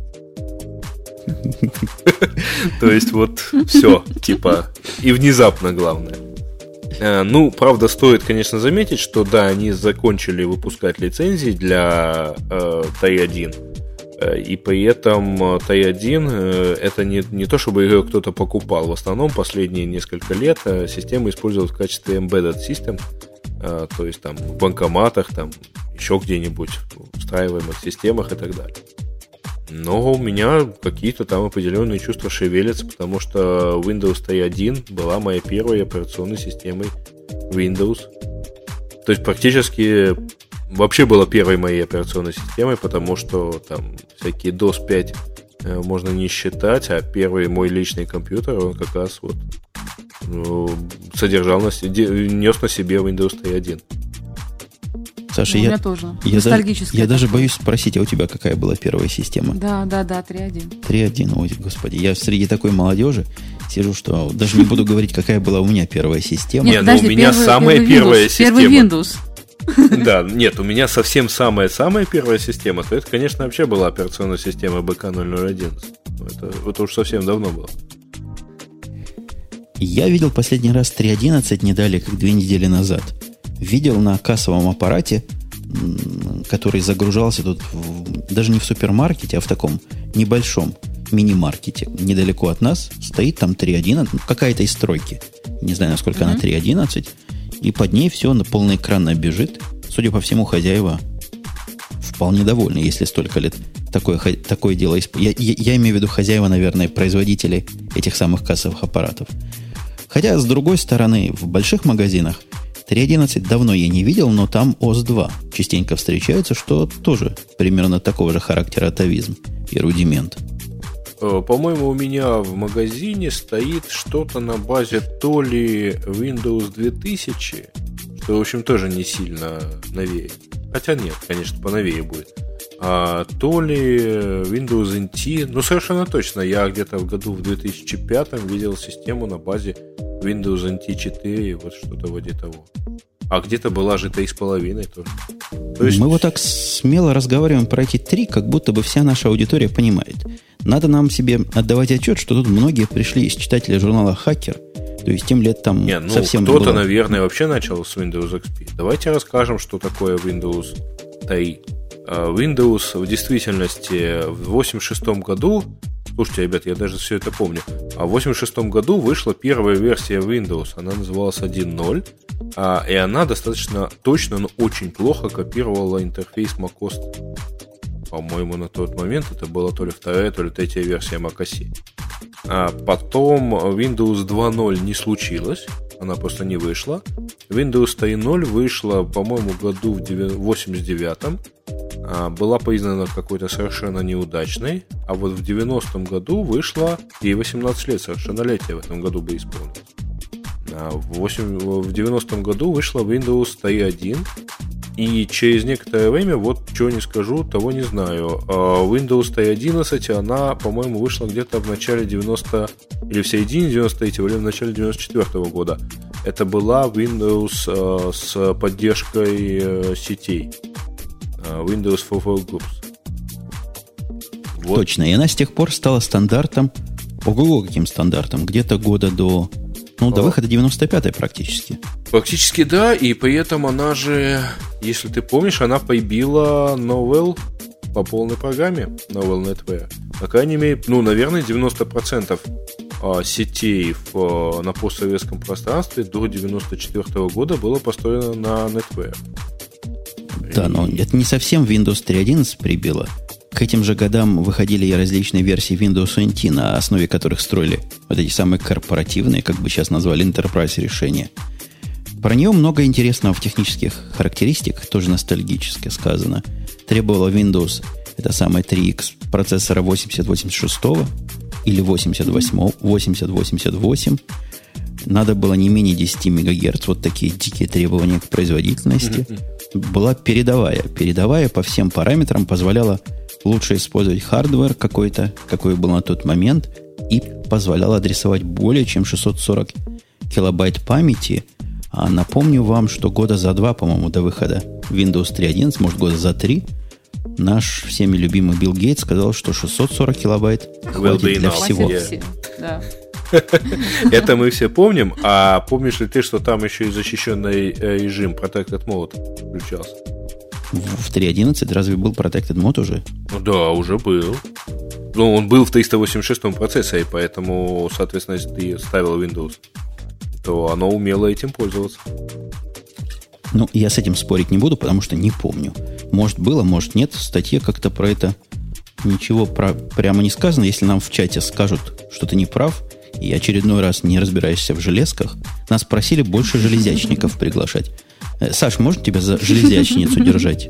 То есть вот все, типа, и внезапно главное. Ну, правда, стоит, конечно, заметить, что да, они закончили выпускать лицензии для э, Тай один. И при этом Тай один э, это не, не то, чтобы ее кто-то покупал. В основном последние несколько лет э, систему используют в качестве embedded system, э, то есть там в банкоматах, там еще где-нибудь, в встраиваемых системах и так далее. Но у меня какие-то там определенные чувства шевелятся, потому что Windows Тай один была моей первой операционной системой Windows. То есть практически вообще была первой моей операционной системой, потому что там всякие дос пять можно не считать, а первый мой личный компьютер, он как раз вот содержал, нес на себе Windows Тай один. Саша, ну, я, у меня тоже. я, даже, я даже боюсь спросить, а у тебя какая была первая система? Да, да, да, три один. три один, ой, господи. Я среди такой молодежи сижу, что даже не буду говорить, какая была у меня первая система. Нет, ну у меня самая первая система. Первый Windows. Да, нет, у меня совсем самая-самая первая система, то это, конечно, вообще была операционная система бэ ка ноль ноль один. Это, это уж совсем давно было. Я видел последний раз три одиннадцать не далее, как две недели назад. Видел на кассовом аппарате, который загружался тут в, даже не в супермаркете, а в таком небольшом мини-маркете недалеко от нас. Стоит там три одиннадцать, ну, какая-то из стройки. Не знаю, насколько mm-hmm. она три одиннадцать. и под ней все на полный экран бежит. Судя по всему, хозяева вполне довольны, если столько лет такое, такое дело. Я, я, я имею в виду хозяева, наверное, производителей этих самых кассовых аппаратов. Хотя, с другой стороны, в больших магазинах три одиннадцать давно я не видел, но там о эс два частенько встречается, что тоже примерно такого же характера атовизм и рудимент. По-моему, у меня в магазине стоит что-то на базе то ли Windows две тысячи, что, в общем, тоже не сильно новее. Хотя нет, конечно, поновее будет. А, то ли Windows эн ти, ну, совершенно точно. Я где-то в году в две тысячи пятом видел систему на базе Windows эн ти четыре, вот что-то вроде того. А где-то была же три с половиной тоже. То есть... Мы вот так смело разговариваем про эти три, как будто бы вся наша аудитория понимает. Надо нам себе отдавать отчет, что тут многие пришли из читателя журнала «Хакер». То есть тем лет там Не, ну, совсем кто-то, было... наверное, вообще начал с Windows икс пи. Давайте расскажем, что такое Windows три. Windows в действительности в восемьдесят шестом году, слушайте, ребят, я даже все это помню, а в восемьдесят шестом году вышла первая версия Windows, она называлась один ноль, и она достаточно точно, но очень плохо копировала интерфейс macOS. По-моему, на тот момент это была то ли вторая, то ли третья версия macOS. А потом Windows два ноль не случилось, она просто не вышла. Windows три ноль вышла, по-моему, году в восемьдесят девятом, была признана какой-то совершенно неудачной, а вот в девяностом году вышла, ей восемнадцать лет, совершеннолетие в этом году бы исполнилось. А в девяностом году вышла Windows три один, и через некоторое время, вот чего не скажу, того не знаю, Windows три одиннадцать, она, по-моему, вышла где-то в начале девяностого, или в середине девяносто третьего, или в начале девяносто четвёртого года. Это была Windows с поддержкой сетей. Windows for All Groups. Вот. Точно, и она с тех пор стала стандартом. Ого-го, каким стандартом? Где-то года до... Ну, до выхода девяносто пятой практически. Практически, да, и при этом она же, если ты помнишь, она прибила Novell по полной программе, Novell NetWare. По крайней мере, ну, наверное, девяносто процентов сетей в, на постсоветском пространстве до девяносто четвёртого года было построено на NetWare. Да, но это не совсем Windows три одиннадцать прибило. К этим же годам выходили и различные версии Windows эн ти, на основе которых строили вот эти самые корпоративные, как бы сейчас назвали, Enterprise решения. Про нее много интересного в технических характеристиках, тоже ностальгически сказано. Требовала Windows, это самое три икс, процессора восемьдесят восемьдесят шесть или восемьдесят восемь, восемьдесят восемьдесят восемь. Надо было не менее десять мегагерц, вот такие дикие требования к производительности. Была передовая. Передовая по всем параметрам позволяла лучше использовать хардвер какой-то, какой был на тот момент, и позволяла адресовать более чем шестьсот сорок килобайт памяти. А напомню вам, что года за два, по-моему, до выхода Windows три одиннадцать, может, года за три, наш всеми любимый Билл Гейтс сказал, что шестьсот сорок килобайт хватит для всего. Да. Это мы все помним. А помнишь ли ты, что там еще и защищенный режим Protected Mode включался? В три одиннадцать разве был Protected Mode уже? Ну да, уже был. Ну, он был в триста восемьдесят шестом процессоре, поэтому, соответственно, если ты ставил Windows, то оно умело этим пользоваться. Ну, я с этим спорить не буду, потому что не помню. Может, было, может, нет. В статье как-то про это ничего про, прямо не сказано. Если нам в чате скажут, что ты не прав, и очередной раз не разбираешься в железках, нас просили больше железячников приглашать. Саш, можно тебя за железячницу держать?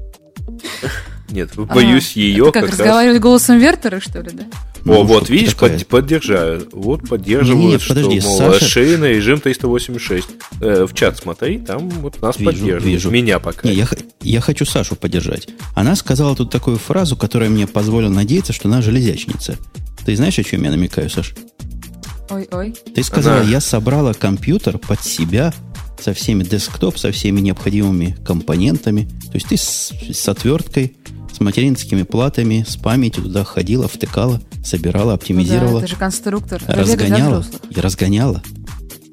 Нет, боюсь а, ее как, как раз... разговаривать голосом Вертера, что ли, да? Ну, О, вот, видишь, под, поддержаю. Вот поддерживают, Нет, что, подожди, мол, Саша... шейный режим триста восемьдесят шесть. Э, в чат смотри, там вот нас вижу, поддерживают. Вижу. Меня пока. Не, я, я хочу Сашу поддержать. Она сказала тут такую фразу, которая мне позволила надеяться, что она железячница. Ты знаешь, о чем я намекаю, Саш? Ой-ой. Ты сказала, она... я собрала компьютер под себя со всеми десктоп, со всеми необходимыми компонентами. То есть ты с, с отверткой, с материнскими платами, с памятью туда ходила, втыкала, собирала, оптимизировала. Ну да, это же конструктор. Разгоняла и разгоняла.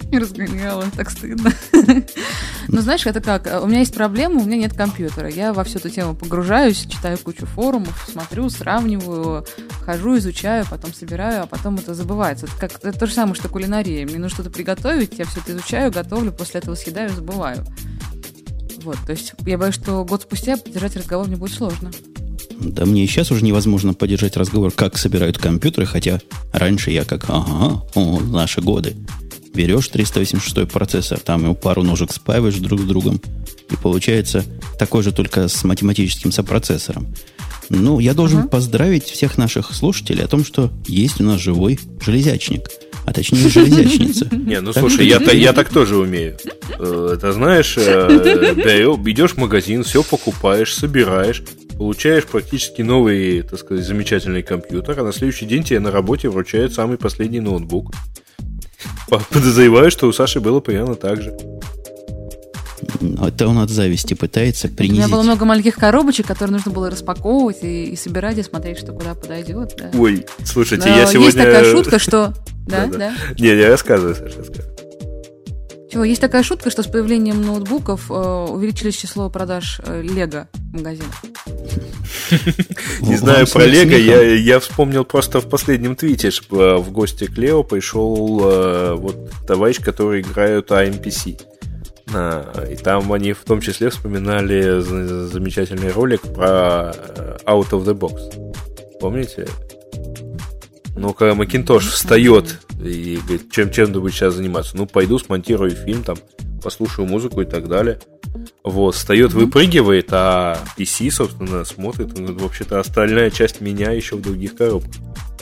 Не разгоняла, так стыдно. Ну, знаешь, это как? У меня есть проблема, у меня нет компьютера. Я во всю эту тему погружаюсь, читаю кучу форумов, смотрю, сравниваю, хожу, изучаю, потом собираю, а потом это забывается. Это, как, это то же самое, что кулинария. Мне нужно что-то приготовить, я все это изучаю, готовлю, после этого съедаю, забываю. Вот, то есть я боюсь, что год спустя поддержать разговор мне будет сложно. Да мне и сейчас уже невозможно поддержать разговор, как собирают компьютеры, хотя раньше я как, ага, о, наши годы. Берешь триста восемьдесят шестой процессор, там его пару ножек спаиваешь друг с другом, и получается такой же, только с математическим сопроцессором. Ну, я должен uh-huh. поздравить всех наших слушателей о том, что есть у нас живой железячник. А точнее, железячница. Не, ну слушай, я так тоже умею. Это знаешь, идешь в магазин, все покупаешь, собираешь, получаешь практически новый, так сказать, замечательный компьютер, а на следующий день тебе на работе вручают самый последний ноутбук. Подозреваю, что у Саши было примерно так же. Это он от зависти пытается принизить. У меня было много маленьких коробочек, которые нужно было распаковывать и, и собирать, и смотреть, что куда подойдет. Да. Ой, слушайте, но я сегодня... Есть такая шутка, что... Да, да. да. Не, не рассказывай, Саша, рассказывай. Чего, есть такая шутка, что с появлением ноутбуков э, увеличилось число продаж э, Лего в магазинах. Не знаю про Лего, я вспомнил просто в последнем твите, что в гости к Лео пришел вот товарищ, который играет эй эм пи си. И там они в том числе вспоминали замечательный ролик про Out of the Box. Помните? Ну, когда Макинтош встает и говорит, чем, чем ты будешь сейчас заниматься? Ну, пойду смонтирую фильм, там, послушаю музыку и так далее. Вот, встает, выпрыгивает, а пи си, собственно, смотрит. Ну, вообще-то остальная часть меня еще в других коробках.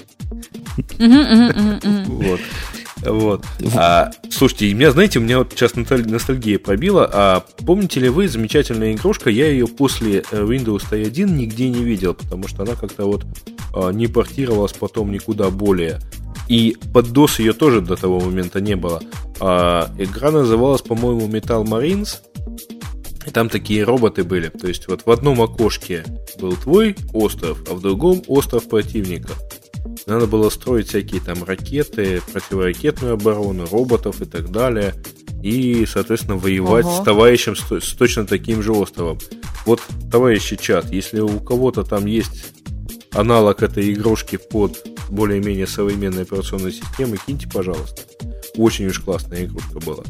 Вот. Вот. А, слушайте, и меня, знаете, у меня вот сейчас ностальгия пробила. А помните ли вы, замечательная игрушка, я ее после Windows ти один нигде не видел, потому что она как-то вот а, не портировалась потом никуда более. И под DOS ее тоже до того момента не было. А, игра называлась, по-моему, Metal Marines. И там такие роботы были. То есть вот в одном окошке был твой остров, а в другом остров противника. Надо было строить всякие там ракеты, противоракетную оборону, роботов и так далее. И, соответственно, воевать Ого. с товарищем с, с точно таким же островом. Вот, товарищи чат, если у кого-то там есть аналог этой игрушки под более-менее современной операционной системой, киньте, пожалуйста. Очень уж классная игрушка была.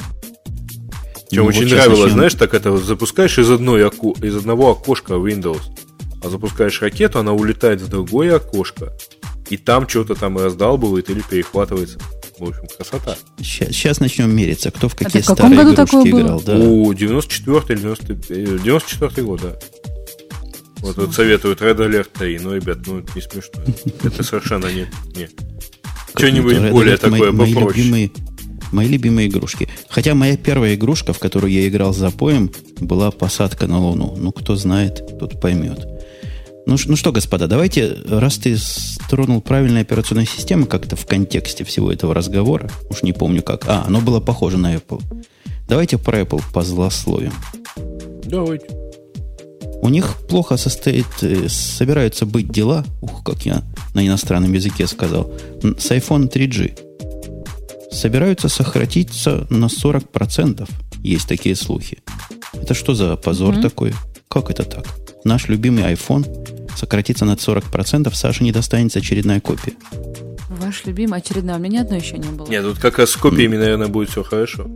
Чем ну, очень вот нравилось, начнем... знаешь, так это вот запускаешь из, одной око... из одного окошка Windows, а запускаешь ракету, она улетает в другое окошко, и там что-то там раздалбывает или перехватывается. В общем, красота. Сейчас, сейчас начнем мериться, кто в какие а старые в игрушки играл. Да. О, девяносто четвёртый или девяносто четвёртый год, да. Вот, вот советуют Red Alert три. Ну, ребят, ну это не смешно. Это совершенно не... не. Что-нибудь более такое попроще. Мои любимые игрушки. Хотя моя первая игрушка, в которую я играл с запоем, была «Посадка на Луну». Ну, кто знает, тот поймет. Ну, ну что, господа, давайте, раз ты стронул правильную операционную систему как-то в контексте всего этого разговора, уж не помню как. А, оно было похоже на Apple. Давайте про Apple позлословим. Давайте. У них плохо состоит, собираются быть дела, ух, как я на иностранном языке сказал, с iPhone три джи. Собираются сократиться на сорок процентов. Есть такие слухи. Это что за позор mm-hmm. такой? Как это так? Наш любимый iPhone сократится на сорок процентов, Саше не достанется очередная копия. Ваш любимый очередная? У меня ни одной еще не было. Нет, тут как раз с копиями, mm. наверное, будет все хорошо.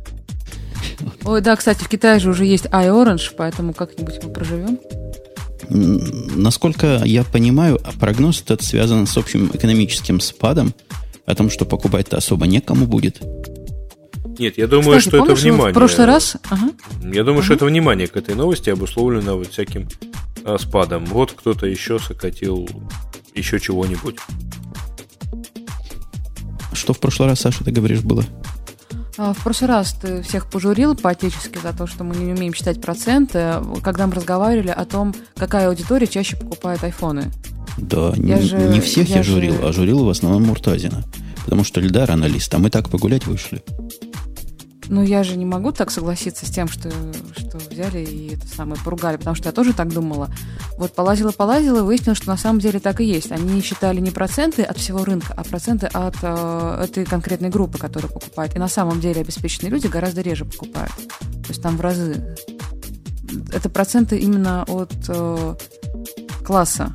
Ой, да, кстати, в Китае же уже есть iOrange, поэтому как-нибудь мы проживем. Насколько я понимаю, прогноз этот связан с общим экономическим спадом, о том, что покупать-то особо некому будет. Нет, я думаю, Кстати, что помнишь, это внимание. В прошлый раз. Ага. Я думаю, ага. что это внимание к этой новости обусловлено вот всяким а, спадом. Вот кто-то еще сократил еще чего-нибудь. Что в прошлый раз, Саша, ты говоришь, было? В прошлый раз ты всех пожурил по-отечески за то, что мы не умеем считать проценты, когда мы разговаривали о том, какая аудитория чаще покупает айфоны. Да, не, же, не всех я, я журил, же... а журил в основном Муртазина. Потому что Эльдар аналист, а мы так погулять вышли. Ну, я же не могу так согласиться с тем, что, что взяли и это самое поругали, потому что я тоже так думала. Вот полазила-полазила, выяснилось, что на самом деле так и есть. Они считали не проценты от всего рынка, а проценты от э, этой конкретной группы, которая покупает. И на самом деле обеспеченные люди гораздо реже покупают. То есть там в разы. Это проценты именно от э, класса,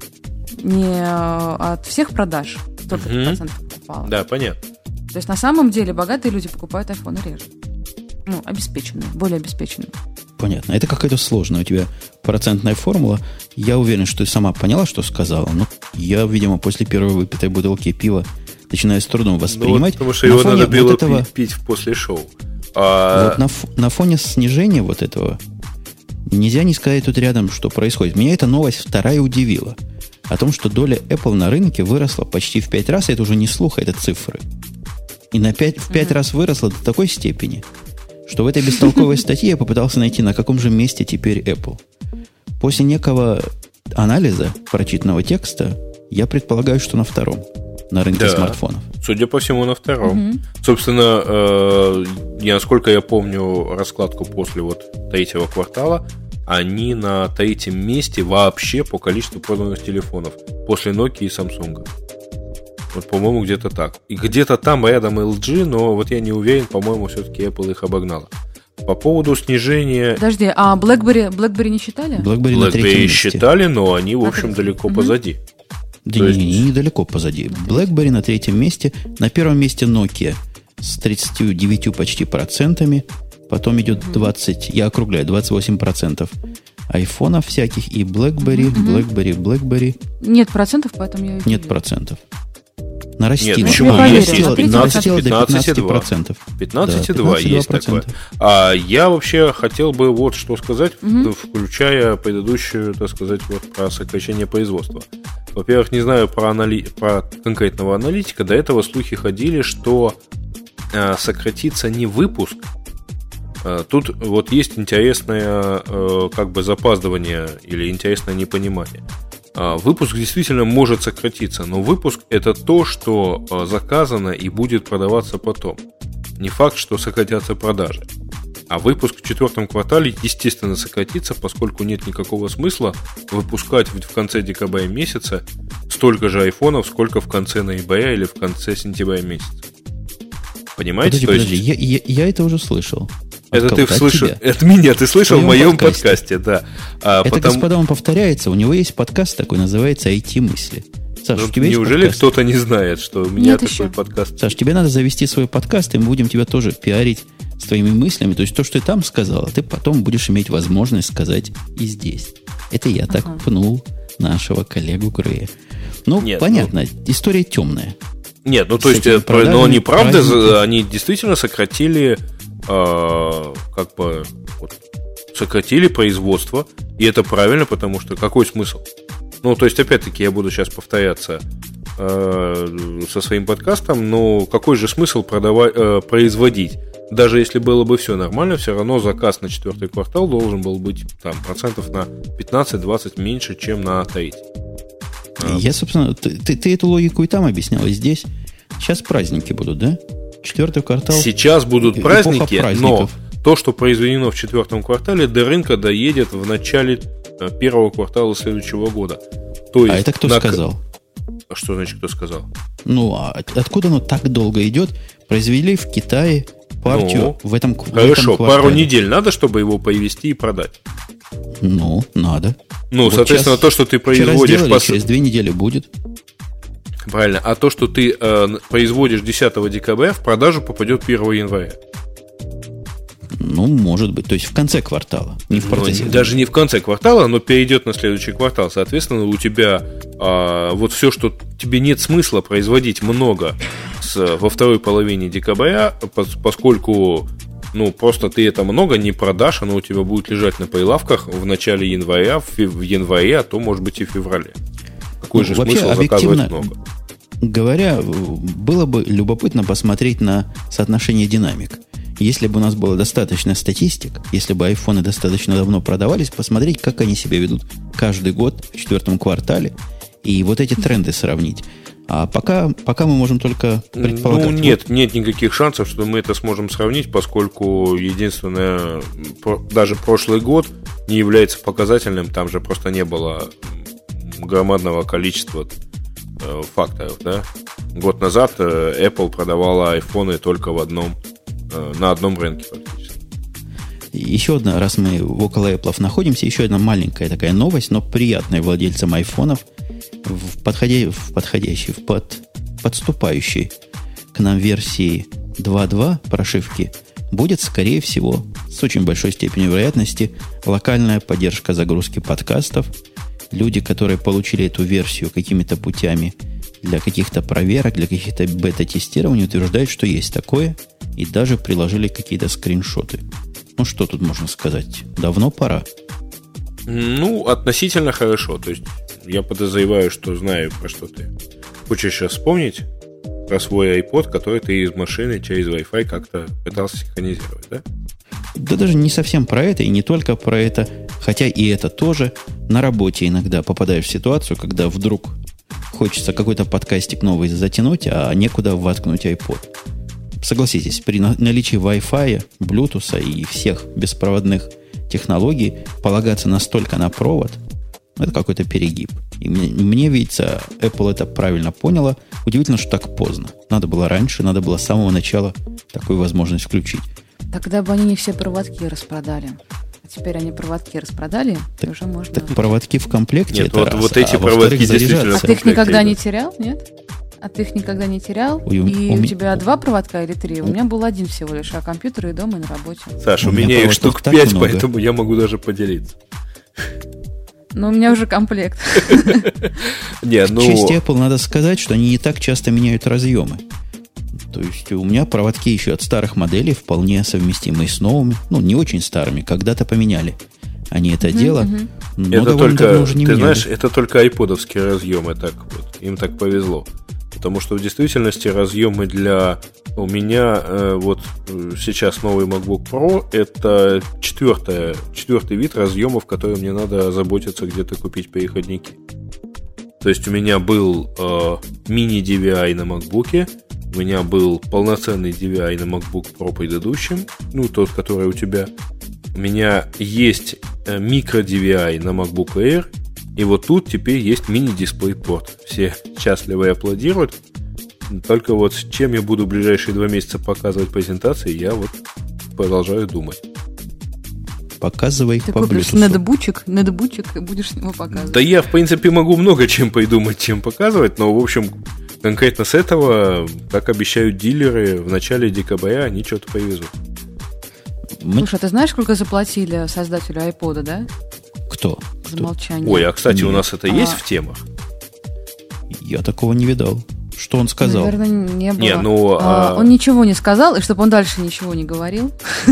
не от всех продаж. Столько угу. процентов покупало. Да, понятно. То есть на самом деле богатые люди покупают айфоны реже. Ну, обеспеченные, более обеспеченные. Понятно. Это какая-то сложная у тебя процентная формула. Я уверен, что ты сама поняла, что сказала. Но я, видимо, после первой выпитой бутылки пива начинаю с трудом воспринимать. Ну, потому что его надо было вот этого... пить после шоу. А... Вот на, ф... на фоне снижения вот этого нельзя не сказать тут рядом, что происходит. Меня эта новость вторая удивила. О том, что доля Apple на рынке выросла почти в пять раз. Это уже не слух, это цифры. И на пять, в пять mm-hmm. раз выросла до такой степени, что в этой бестолковой статье я попытался найти, на каком же месте теперь Apple. После некого анализа прочитанного текста, я предполагаю, что на втором, на рынке да, смартфонов. Судя по всему, на втором. Mm-hmm. Собственно, э, я, насколько я помню раскладку после вот третьего квартала, они на третьем месте вообще по количеству проданных телефонов, после Nokia и Samsung. Вот, по-моему, где-то так. И где-то там рядом эл джи, но вот я не уверен, по-моему, все-таки Apple их обогнала. По поводу снижения... Подожди, а BlackBerry, BlackBerry не считали? BlackBerry, BlackBerry считали, но они, в общем, далеко угу. позади. Да не, есть... не, недалеко позади. BlackBerry на третьем месте. На первом месте Nokia с тридцатью девятью почти процентами. Потом идет двадцать, я округляю, двадцать восемь процентов айфонов всяких. И BlackBerry, угу. BlackBerry, BlackBerry. Нет процентов, поэтому я... Нет процентов. Нарастила. Нет, почему? А, Есть нарастила, пятнадцать, нарастила пятнадцать, до пятнадцать процентов. пятнадцать и два да, есть такое. А я вообще хотел бы вот что сказать, угу. включая предыдущую, так сказать, вот про сокращение производства. Во-первых, не знаю про, анали... про конкретного аналитика. До этого слухи ходили, что э, сократится не выпуск. Э, тут вот есть интересное э, как бы запаздывание или интересное непонимание. Выпуск действительно может сократиться, но выпуск – это то, что заказано и будет продаваться потом. Не факт, что сократятся продажи. А выпуск в четвертом квартале, естественно, сократится, поскольку нет никакого смысла выпускать в конце декабря месяца столько же айфонов, сколько в конце ноября или в конце сентября месяца. Понимаете? Подожди, то подожди, есть... я, я, я это уже слышал. Это ты слышал, от меня ты слышал в, в моем подкасте, подкасте да. А, это, потом... господа, он повторяется. У него есть подкаст такой, называется ай ти-мысли. Саш, ну, у тебя неужели есть кто-то не знает, что у меня Нет такой еще. подкаст? Саш, тебе надо завести свой подкаст, и мы будем тебя тоже пиарить с твоими мыслями. То есть то, что ты там сказала, ты потом будешь иметь возможность сказать и здесь. Это я так ага. пнул нашего коллегу Грея. Ну, Нет, понятно, ну... история темная. Нет, ну то есть, но они правда, праздники. Они действительно сократили... Uh, как бы вот, сократили производство, и это правильно, потому что какой смысл? Ну, то есть, опять-таки, я буду сейчас повторяться uh, со своим подкастом, но какой же смысл продавать, uh, производить? Даже если было бы все нормально, все равно заказ на четвертый квартал должен был быть там, процентов на пятнадцать-двадцать меньше, чем на третий. Uh. Я, собственно, ты, ты, ты эту логику и там объяснял, и здесь. Сейчас праздники будут, да? Четвертый квартал. Сейчас будут праздники, но то, что произведено в четвертом квартале, до рынка доедет в начале первого квартала следующего года. То есть а это кто на... сказал? А что значит, кто сказал? Ну, а откуда оно так долго идет? Произвели в Китае партию ну, в этом, хорошо, в этом квартале. Пару недель надо, чтобы его привезти и продать? Ну, надо. Ну, вот соответственно, сейчас, то, что ты производишь... Сделали, пос... через две недели будет. Правильно. А то, что ты э, производишь десятого декабря, в продажу попадет первого января. Ну, может быть. То есть в конце квартала. Не в процессе. Ну, даже не в конце квартала, но перейдет на следующий квартал. Соответственно, у тебя э, вот все, что тебе нет смысла производить много с, во второй половине декабря, поскольку ну, просто ты это много не продашь, оно у тебя будет лежать на прилавках в начале января, в, в январе, а то, может быть, и в феврале. Какой ну, же вообще, смысл заказывать много? Говоря, было бы любопытно посмотреть на соотношение динамик. Если бы у нас было достаточно статистик, если бы айфоны достаточно давно продавались, посмотреть, как они себя ведут каждый год в четвертом квартале, и вот эти тренды сравнить. А пока, пока мы можем только предполагать. Ну, нет, нет никаких шансов, что мы это сможем сравнить, поскольку единственное, даже прошлый год не является показательным, там же просто не было громадного количества э, факторов, да. Год назад э, Apple продавала айфоны только в одном, э, на одном рынке фактически. Еще одна, раз мы около Apple находимся, еще одна маленькая такая новость, но приятная владельцам айфонов, в, подходя, в подходящей, в под, подступающей к нам версии два точка два прошивки будет, скорее всего, с очень большой степенью вероятности, локальная поддержка загрузки подкастов. Люди, которые получили эту версию какими-то путями для каких-то проверок, для каких-то бета-тестирований, утверждают, что есть такое, и даже приложили какие-то скриншоты. Ну, что тут можно сказать? Давно пора. Ну, относительно хорошо. То есть, я подозреваю, что знаю, про что ты хочешь сейчас вспомнить, про свой iPod, который ты из машины через Wi-Fi как-то пытался синхронизировать, да? Да даже не совсем про это, и не только про это, хотя и это тоже. На работе иногда попадаешь в ситуацию, когда вдруг хочется какой-то подкастик новый затянуть, а некуда воткнуть iPod. Согласитесь, при наличии Wi-Fi, Bluetooth и всех беспроводных технологий полагаться настолько на провод, это какой-то перегиб. И мне, мне видится, Apple это правильно поняла. Удивительно, что так поздно. Надо было раньше, надо было с самого начала такую возможность включить. Тогда бы они не все проводки распродали. А теперь они проводки распродали, так, и уже можно... Так проводки в комплекте, нет, это вот, раз. вот эти а проводки действительно... А ты их никогда не терял, нет? А ты их никогда не терял? Ой, и у, у у тебя меня... два проводка или три? У меня был один всего лишь, а компьютер и дома, и на работе. Саша, у, у меня, меня их штук пять, много. Поэтому я могу даже поделиться. Ну, у меня уже комплект. Не, ну... В честь Apple надо сказать, что они не так часто меняют разъемы. То есть у меня проводки еще от старых моделей вполне совместимые с новыми. Ну, не очень старыми, когда-то поменяли они это uh-huh, дело. Uh-huh. Но это только, уже не ты меняли. знаешь, это только айподовские разъемы, так вот, им так повезло. Потому что в действительности разъемы для... У меня э, вот сейчас новый MacBook Pro это четвертая, четвертый вид разъемов, которые мне надо заботиться где-то купить переходники. То есть у меня был э, мини-ди ви ай на MacBook, у меня был полноценный ди ви ай на MacBook Pro предыдущем, ну тот, который у тебя. У меня есть э, микро-ди ви ай на MacBook Air, и вот тут теперь есть мини-дисплей-порт. Все счастливо аплодируют. Только вот чем я буду в ближайшие два месяца показывать презентации, я вот продолжаю думать. Показывай их ты по Bluetooth. Ты купишь ноутбучик, ноутбучик и будешь его показывать. Да я, в принципе, могу много чем придумать, чем показывать, но, в общем, конкретно с этого, как обещают дилеры, в начале декабря они что-то привезут. Мы... Слушай, а ты знаешь, сколько заплатили создателю iPod, да? Кто? За Кто? молчание. Ой, а, кстати, Нет. у нас это а... есть в темах? Я такого не видал. Что он сказал? Наверное, не было. Не, ну, а, а... Он ничего не сказал, и чтобы он дальше ничего не говорил.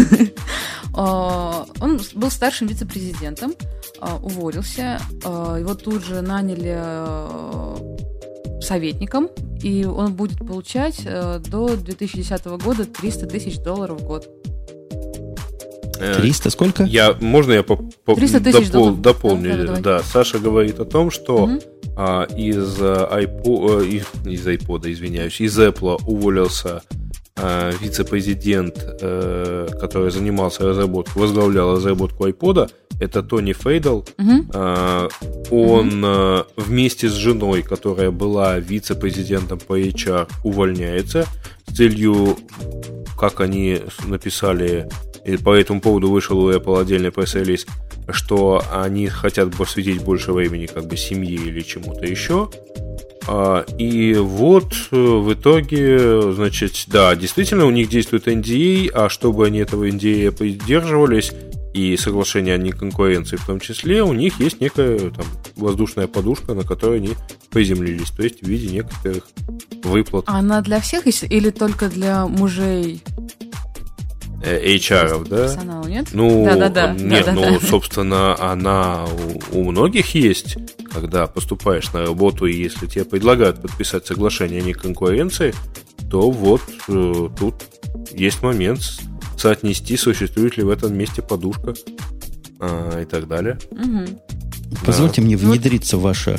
Он был старшим вице-президентом, уволился, его тут же наняли советником, и он будет получать до две тысячи десятого года триста тысяч долларов в год. триста сколько? Я, можно я по, по, допол, дополню? Да, да, Саша говорит о том, что угу. а, из, iPod, из, из iPod, извиняюсь, из Apple уволился а, вице-президент, а, который занимался разработкой, возглавлял разработку iPod. Это Тони Фейдл. Угу. А, он угу. а, вместе с женой, которая была вице-президентом по эйч ар, увольняется с целью, как они написали, и по этому поводу вышел у Apple отдельный пресс-релиз, что они хотят посвятить больше времени как бы семье или чему-то еще. И вот в итоге, значит, да, действительно у них действует эн ди эй, а чтобы они этого эн ди эй придерживались и соглашение о неконкуренции в том числе, у них есть некая там воздушная подушка, на которой они приземлились, то есть в виде некоторых выплат. А она для всех или только для мужей? эйч ар, да? Персонал, нет? Ну, да, да, да. Нет, да, да, ну, да. собственно, она у, у многих есть, когда поступаешь на работу, и если тебе предлагают подписать соглашение о неконкуренции, то вот э, тут есть момент соотнести, существует ли в этом месте подушка э, и так далее. Угу. Позвольте да. мне внедриться в ваше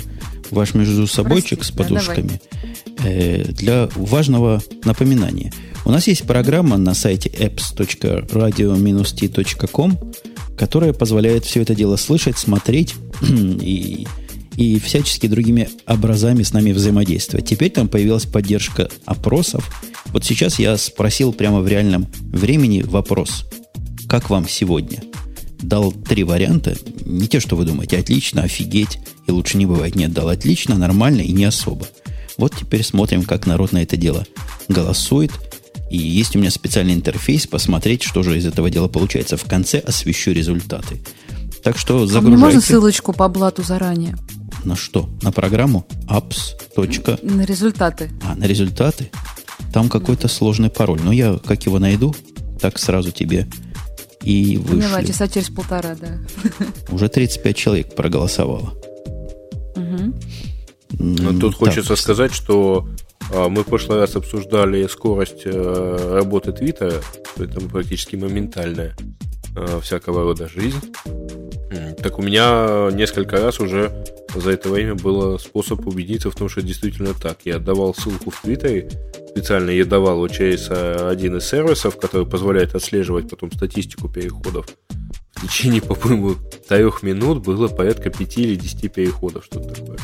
ваш между собойчик с подушками да, э, для важного напоминания. У нас есть программа на сайте apps точка radio dash t точка com, которая позволяет все это дело слышать, смотреть и, и всячески другими образами с нами взаимодействовать. Теперь там появилась поддержка опросов. Вот сейчас я спросил прямо в реальном времени вопрос. Как вам сегодня? Дал три варианта. Не те, что вы думаете. Отлично, офигеть. И лучше не бывает. Нет, дал отлично, нормально и не особо. Вот теперь смотрим, как народ на это дело голосует. И есть у меня специальный интерфейс, посмотреть, что же из этого дела получается. В конце освещу результаты. Так что загружайте. А мне можно ссылочку по блату заранее? На что? На программу apps. На результаты. А, на результаты? Там какой-то сложный пароль. Но я как его найду, так сразу тебе и вышлю. Поняла, часа через полтора, да. Уже тридцать пять человек проголосовало. Угу. Но тут так. Хочется сказать, что а, мы в прошлый раз обсуждали скорость а, работы Твиттера, что это практически моментальная а, всякого рода жизнь. Так у меня несколько раз уже за это время было способ убедиться в том, что действительно так. Я давал ссылку в Твиттере, специально я давал его через один из сервисов, который позволяет отслеживать потом статистику переходов. В течение, по-моему, трех минут было порядка пяти или десяти переходов, что-то такое.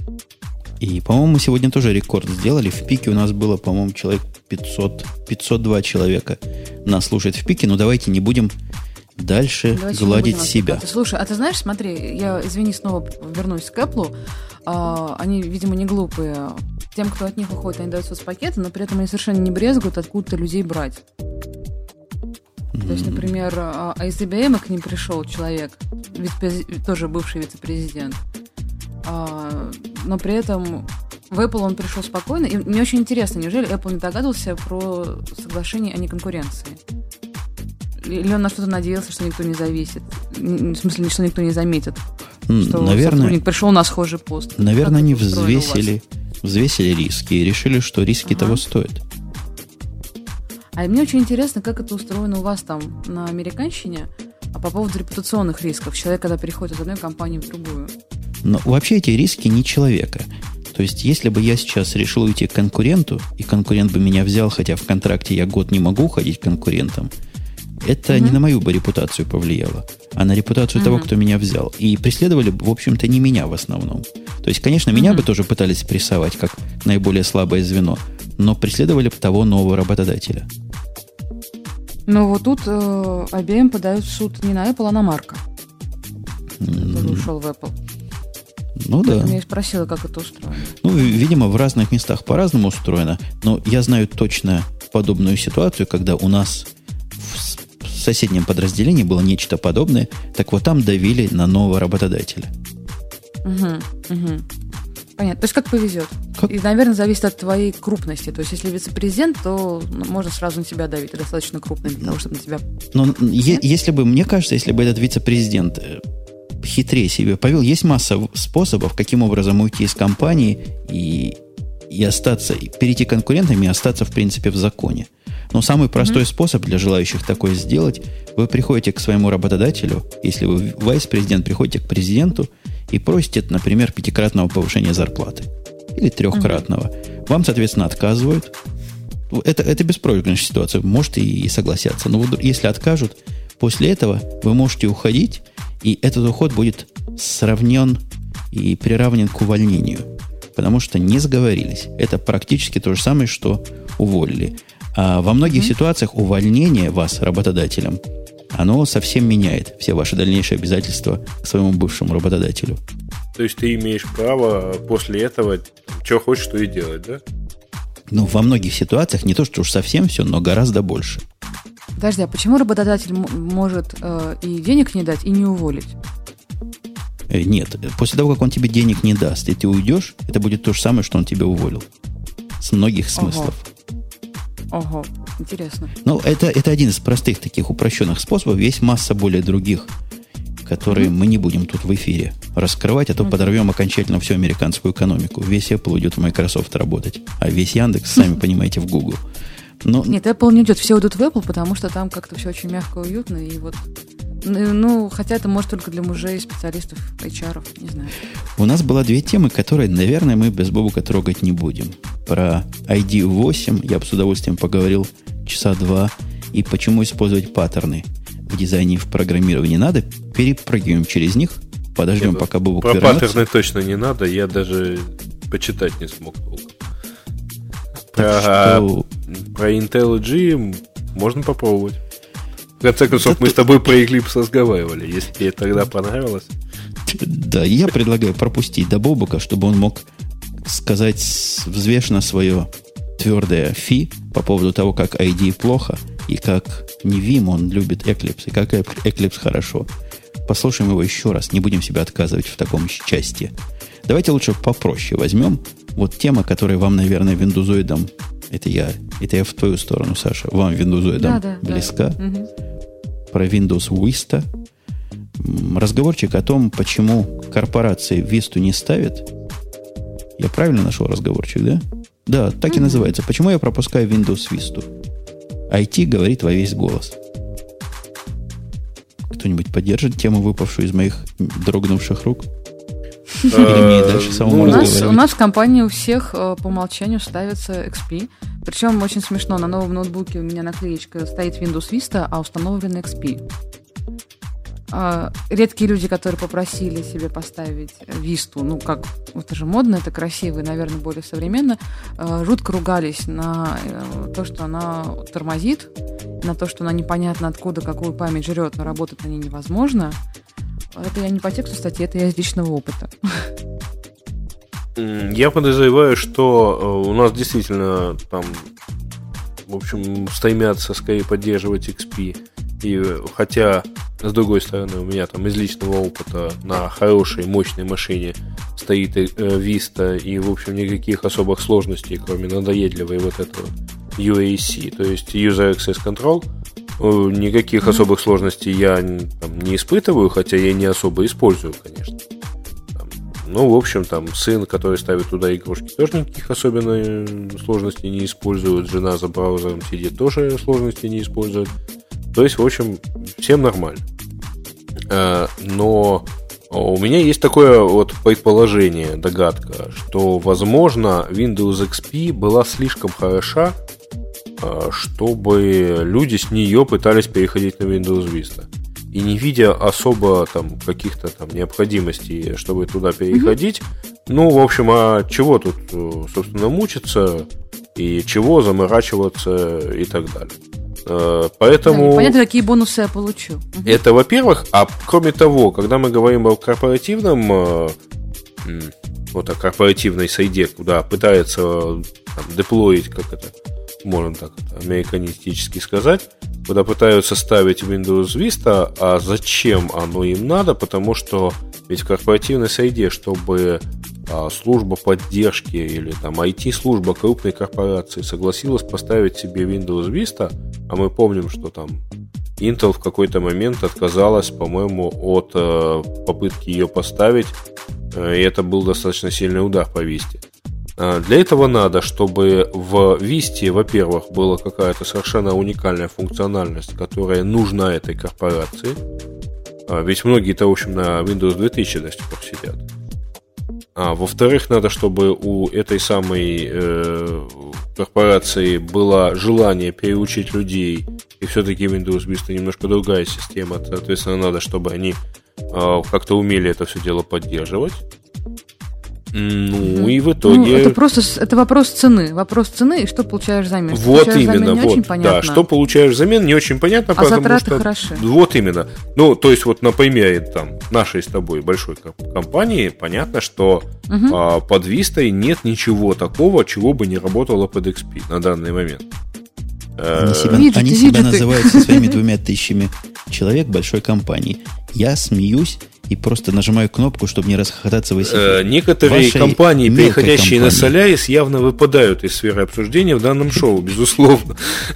И, по-моему, мы сегодня тоже рекорд сделали. В пике у нас было, по-моему, человек пятьсот, пятьсот два человека нас слушает в пике. Но давайте не будем дальше давайте гладить себя. Слушай, а ты знаешь, смотри, я, извини, снова вернусь к Apple. А, они, видимо, не глупые. Тем, кто от них уходит, они дают соцпакеты, но при этом они совершенно не брезгуют откуда-то людей брать. Mm-hmm. То есть, например, а из ай би эм к ним пришел человек, вице- тоже бывший вице-президент, а, но при этом в Apple он пришел спокойно. И мне очень интересно, неужели Apple не догадывался про соглашение о неконкуренции? Или он на что-то надеялся, что никто не зависит? В смысле, что никто не заметит, что наверное, сотрудник пришел на схожий пост. Наверное, они взвесили, взвесили риски и решили, что риски ага. того стоят. А мне очень интересно, как это устроено у вас там на американщине, а по поводу репутационных рисков. Человек, когда переходит из одной компании в другую. Но вообще эти риски не человека. То есть, если бы я сейчас решил уйти к конкуренту, и конкурент бы меня взял, хотя в контракте я год не могу ходить к конкурентам, это mm-hmm. не на мою бы репутацию повлияло, а на репутацию mm-hmm. того, кто меня взял. И преследовали бы, в общем-то, не меня в основном. То есть, конечно, меня mm-hmm. бы тоже пытались прессовать как наиболее слабое звено, но преследовали бы того нового работодателя. Ну, вот тут э, ай би эм подает в суд не на Apple, а на Марка, mm-hmm. который ушел в Apple. Ну да. Я спросила, как это устроено. Ну, видимо, в разных местах по-разному устроено, но я знаю точно подобную ситуацию, когда у нас в соседнем подразделении было нечто подобное, так вот там давили на нового работодателя. Угу, угу. Понятно. То есть как повезет. Как? И, наверное, зависит от твоей крупности. То есть если вице-президент, то можно сразу на тебя давить. Ты достаточно крупный для того, чтобы на тебя... Но е- если бы, мне кажется, если бы этот вице-президент хитрее себя повел, есть масса способов, каким образом уйти из компании и, и остаться, и перейти к конкурентам и остаться, в принципе, в законе. Но самый простой mm-hmm. способ для желающих такое сделать, вы приходите к своему работодателю, если вы вайс-президент, приходите к президенту и просите, например, пятикратного повышения зарплаты. Или трехкратного. Mm-hmm. Вам, соответственно, отказывают. Это, это беспроигрышная ситуация. Может и, и согласятся. Но вот если откажут, после этого вы можете уходить, и этот уход будет сравнен и приравнен к увольнению. Потому что не сговорились. Это практически то же самое, что уволили. А во многих mm-hmm. ситуациях увольнение вас работодателем, оно совсем меняет все ваши дальнейшие обязательства к своему бывшему работодателю. То есть ты имеешь право после этого что хочешь, то и делать, да? Ну, во многих ситуациях не то, что уж совсем все, но гораздо больше. Подожди, а почему работодатель м- может э, и денег не дать, и не уволить? Э, нет, после того, как он тебе денег не даст, и ты уйдешь, это будет то же самое, что он тебя уволил. С многих смыслов. Ого, интересно. Ну, это, это один из простых таких упрощенных способов. Есть масса более других, которые mm-hmm. мы не будем тут в эфире раскрывать, а то mm-hmm. подорвем окончательно всю американскую экономику. Весь Apple уйдет в Microsoft работать, а весь Яндекс, сами понимаете, в Google. Но... Нет, Apple не уйдет, все уйдут в Apple, потому что там как-то все очень мягко и уютно, и вот Ну, хотя это может только для мужей, специалистов, эйч ар, не знаю. У нас было две темы, которые, наверное, мы без Бобука трогать не будем. Про ай ди восемь я бы с удовольствием поговорил часа два. И почему использовать паттерны в дизайне и в программировании надо. Перепрыгиваем через них. Подождем, Нет, пока Бобук вернется. Про паттерны точно не надо. Я даже почитать не смог толком. Про, что... про IntelliJ можно попробовать. В конце концов, да мы ты... с тобой про Eclipse разговаривали. Если тебе тогда понравилось. Да, я предлагаю пропустить до Бобука, чтобы он мог сказать взвешенно свое твердое фи по поводу того, как ай ди плохо, и как не Vim он любит Eclipse, и как Eclipse хорошо. Послушаем его еще раз, не будем себя отказывать в таком счастье. Давайте лучше попроще возьмем. Вот тема, которая вам, наверное, виндузоидом, это я, это я в твою сторону, Саша, вам виндузоидом да, да, близка. Да. Угу. Про Windows Vista. Разговорчик о том, почему корпорации Vista не ставят. Я правильно нашел разговорчик, да? Да, так mm-hmm. и называется. Почему я пропускаю Windows Vista? ай ти говорит во весь голос. Кто-нибудь поддержит тему, выпавшую из моих дрогнувших рук? Или мне дальше самому разговаривать? У нас в компании у всех по умолчанию ставится икс пи. Причем очень смешно. На новом ноутбуке у меня наклеечка стоит Windows Vista, а установлен икс пи. Редкие люди, которые попросили себе поставить Висту, ну, как, это же модно, это красиво и, наверное, более современно, жутко ругались на то, что она тормозит, на то, что она непонятно откуда, какую память жрет, но работать на ней невозможно. Это я не по тексту статьи, это я из личного опыта. Я подозреваю, что у нас действительно там, в общем, стремятся скорее поддерживать икс пи. И хотя, с другой стороны, у меня там из личного опыта на хорошей, мощной машине стоит Vista, и, в общем, никаких особых сложностей, кроме надоедливой вот этого ю эй си, то есть User Access Control, никаких mm-hmm. особых сложностей я там не испытываю, хотя я не особо использую, конечно. Там, ну, в общем, там сын, который ставит туда игрушки, тоже никаких особенных сложностей не использует, жена за браузером сидит, тоже сложностей не использует. То есть, в общем, всем нормально. Но у меня есть такое вот предположение, догадка, что, возможно, Windows икс пи была слишком хороша, чтобы люди с нее пытались переходить на Windows Vista. И не видя особо там каких-то там необходимостей, чтобы туда переходить, mm-hmm. ну, в общем, а чего тут, собственно, мучиться, и чего заморачиваться и так далее. Поэтому... Да, понятно, какие бонусы я получу. Это, во-первых, а кроме того, когда мы говорим о корпоративном, вот о корпоративной среде, куда пытается там, деплоить, как это, можно так это, американистически сказать, куда пытаются ставить Windows Vista, а зачем оно им надо? Потому что ведь в корпоративной среде, чтобы а, служба поддержки или там ай ти-служба крупной корпорации согласилась поставить себе Windows Vista, а мы помним, что там Intel в какой-то момент отказалась, по-моему, от э, попытки ее поставить, э, и это был достаточно сильный удар по Vista. Э, для этого надо, чтобы в Vista, во-первых, была какая-то совершенно уникальная функциональность, которая нужна этой корпорации. Э, ведь многие-то, в общем, на Windows две тысячи до сих пор сидят. А во-вторых, надо, чтобы у этой самой э, корпорации было желание переучить людей, и все-таки Windows Vista немножко другая система, соответственно, надо, чтобы они э, как-то умели это все дело поддерживать. Ну, и в итоге... Ну, это просто это вопрос цены. Вопрос цены и что получаешь взамен. Что вот получаешь именно, взамен, вот, да, что получаешь взамен, не очень понятно, а потому затраты что... хороши. Вот именно. Ну, то есть, вот на примере там, нашей с тобой большой компании, понятно, что угу. а, под Vista нет ничего такого, чего бы не работало под икс пи на данный момент. Они себя, виджеты, они себя называют со своими двумя тысячами человек большой компании. Я смеюсь и просто нажимаю кнопку, чтобы не расхохотаться в эфире. Некоторые компании, переходящие на Solaris, явно выпадают из сферы обсуждения в данном шоу, безусловно.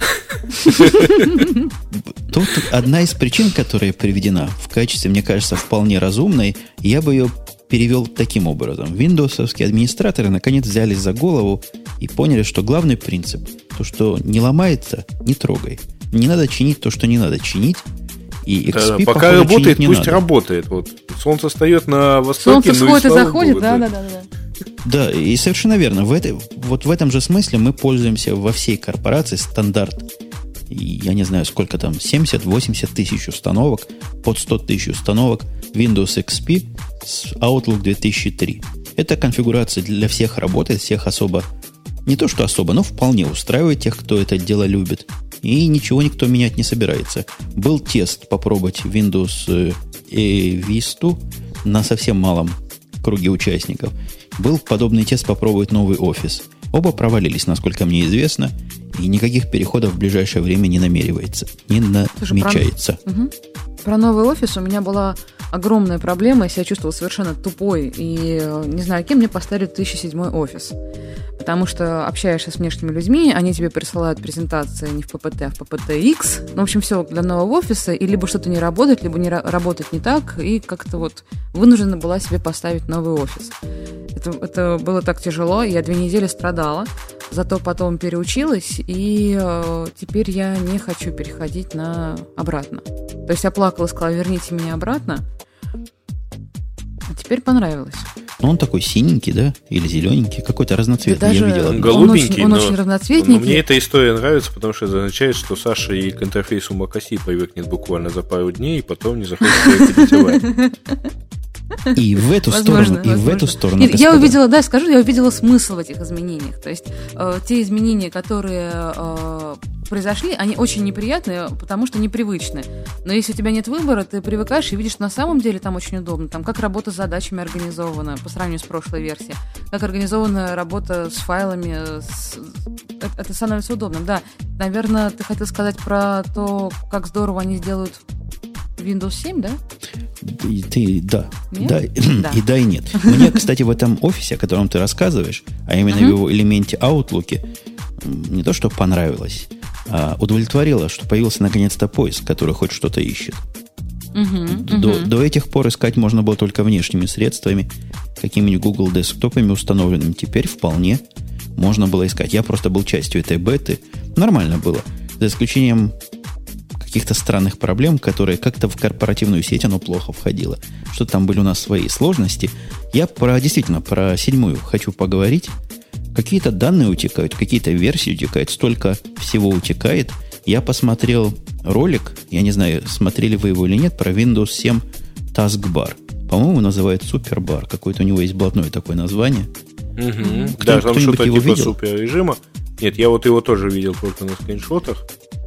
Тут одна из причин, которая приведена в качестве, мне кажется, вполне разумной, я бы ее перевел таким образом. Виндовсовские администраторы наконец взялись за голову и поняли, что главный принцип, то, что не ломается, не трогай. Не надо чинить то, что не надо чинить. И икс пи, да, пока похоже, работает, не пусть надо. работает. Вот солнце встает на востоке, Солнце ну всходит и, и слава заходит, Богу, да, да. да, да, да. Да, и совершенно верно. В этой, вот в этом же смысле мы пользуемся во всей корпорации стандарт. И я не знаю, сколько там, семьдесят-восемьдесят тысяч установок, под сто тысяч установок Windows икс пи с Outlook две тысячи три. Эта конфигурация для всех работает, всех особо, не то что особо, но вполне устраивает тех, кто это дело любит. И ничего никто менять не собирается. Был тест попробовать Windows Vista на совсем малом круге участников. Был подобный тест попробовать новый офис. Оба провалились, насколько мне известно, и никаких переходов в ближайшее время не намеревается, не намечается. Про... Угу. Про новый офис у меня была огромная проблема, я себя чувствовала совершенно тупой, и не знаю, кем мне поставили две тысячи седьмой офис. Потому что общаешься с внешними людьми, они тебе присылают презентации не в пи пи ти, а в пи пи ти икс. Ну, в общем, все для нового офиса, и либо что-то не работает, либо не ра- работает не так, и как-то вот вынуждена была себе поставить новый офис. Это, это было так тяжело, я две недели страдала, зато потом переучилась, и э, теперь я не хочу переходить на обратно. То есть я плакала, сказала, верните меня обратно, а теперь понравилось. Ну, он такой синенький, да? Или зелененький, какой-то разноцветный. Да, я даже видел. Он голубенький, он но, очень, он очень разноцветненький. но мне эта история нравится, потому что это означает, что Саша и к интерфейсу macOS привыкнет буквально за пару дней, и потом не захочет перепетировать. И в эту возможно, сторону, возможно. и в эту сторону. Нет, я господа. увидела, да, скажу, я увидела смысл в этих изменениях. То есть э, те изменения, которые э, произошли, они очень неприятные, потому что непривычны. Но если у тебя нет выбора, ты привыкаешь и видишь, что на самом деле там очень удобно. Там как работа с задачами организована по сравнению с прошлой версией, как организована работа с файлами. С... Это, это становится удобным. Да, наверное, ты хотел сказать про то, как здорово они сделают Windows семь, да? И ты, да. Нет? Да, Да. И да, и нет. Мне, кстати, в этом офисе, о котором ты рассказываешь, а именно Мгм. в его элементе Outlook, м, не то, что понравилось, а удовлетворило, что появился наконец-то поиск, который хоть что-то ищет. Мгм, До, мгм. до этих пор искать можно было только внешними средствами, какими-нибудь Google десктопами установленными. Теперь вполне можно было искать. Я просто был частью этой беты. Нормально было. За исключением каких-то странных проблем, которые как-то в корпоративную сеть оно плохо входило. Что там были у нас свои сложности. Я про, действительно, про седьмую хочу поговорить. Какие-то данные утекают, какие-то версии утекают, столько всего утекает. Я посмотрел ролик, я не знаю, смотрели вы его или нет, про Windows семь Taskbar. По-моему, называют Супербар. Какое-то у него есть блатное такое название. Угу. Кто- Да, там кто-нибудь что-то его типа видел? суперрежима. Нет, я вот его тоже видел только на скриншотах.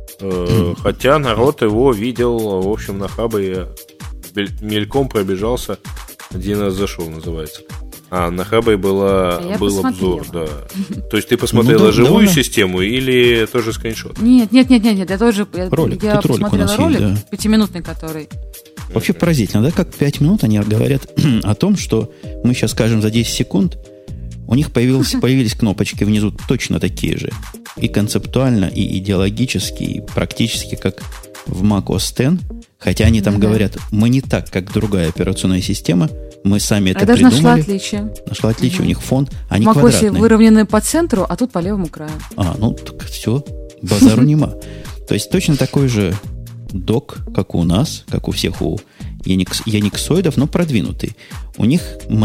Э, Хотя народ его видел, в общем, на хабе. Я бель- мельком пробежался. Один раз зашел, называется. А на хабе была, А я был посмотрела. обзор, да. То есть ты посмотрела Ну да, живую довольно. систему или тоже скриншот? Нет, нет, нет, нет, нет, я тоже я, Ролик, я тут ролик у посмотрела нас ролик, есть, да. пятиминутный который. Вообще поразительно, да, как пять минут они говорят о том, что мы сейчас скажем за десять секунд, у них появились, появились кнопочки внизу точно такие же. И концептуально, и идеологически, и практически, как в macOS X. Хотя они там Мгм. говорят, мы не так, как другая операционная система, мы сами это Я даже нашла придумали. отличие. Нашла отличие, Мгм. у них фон, В они macOS квадратные. выровнены по центру, а тут по левому краю. А, ну, так все, базару нема. То есть точно такой же док, как у нас, как у всех у яникс, яниксоидов, но продвинутый. У них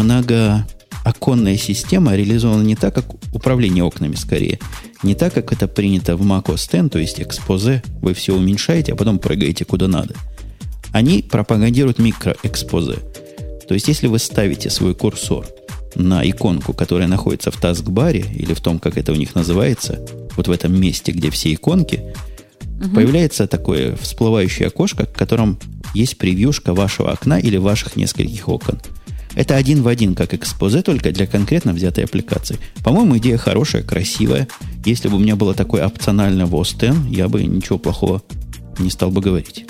многооконная система реализована не так, как управление окнами скорее. Не так, как это принято в macOS X, то есть экспозе, вы все уменьшаете, а потом прыгаете куда надо. Они пропагандируют микроэкспозе. То есть, если вы ставите свой курсор на иконку, которая находится в таскбаре, или в том, как это у них называется, вот в этом месте, где все иконки, Мгм. появляется такое всплывающее окошко, в котором есть превьюшка вашего окна или ваших нескольких окон. Это один в один, как экспозе, только для конкретно взятой аппликации. По-моему, идея хорошая, красивая. Если бы у меня было такое опциональное в о эс X, я бы ничего плохого не стал бы говорить.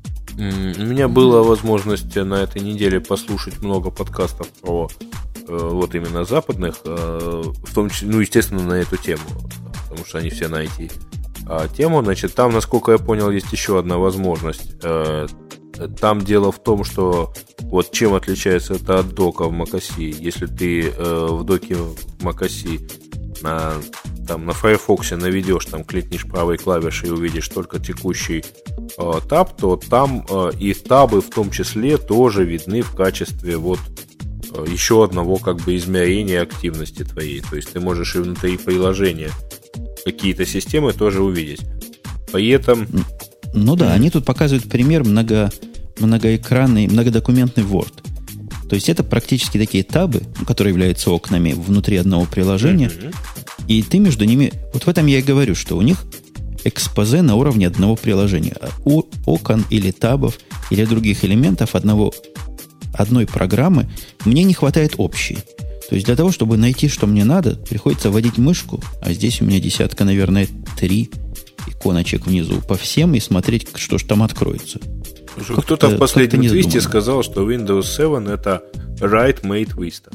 М, У меня была возможность на этой неделе послушать много подкастов про э, вот именно западных, э, в том числе, ну, естественно, на эту тему, потому что они все на ай ти. А тему, значит, там, насколько я понял, есть еще одна возможность. Э, Там дело в том, что вот чем отличается это от дока в macOS. Если ты э, в доке в macOS на, там, на Firefox наведешь, там кликнешь правой клавишей и увидишь только текущий э, таб, то там э, и табы в том числе тоже видны в качестве вот э, еще одного как бы измерения активности твоей. То есть ты можешь и внутри приложения какие-то системы тоже увидеть. Поэтому... Ну да, они тут показывают пример много, многоэкранный, многодокументный Word. То есть это практически такие табы, которые являются окнами внутри одного приложения. Mm-hmm. И ты между ними... Вот в этом я и говорю, что у них экспозе на уровне одного приложения. У окон или табов, или других элементов одного, одной программы мне не хватает общей. То есть для того, чтобы найти, что мне надо, приходится вводить мышку, а здесь у меня десятка, наверное, три иконочек внизу по всем и смотреть, что ж там откроется. Как кто-то в последнем твисте сказал, что Windows семь это Write Made Vista.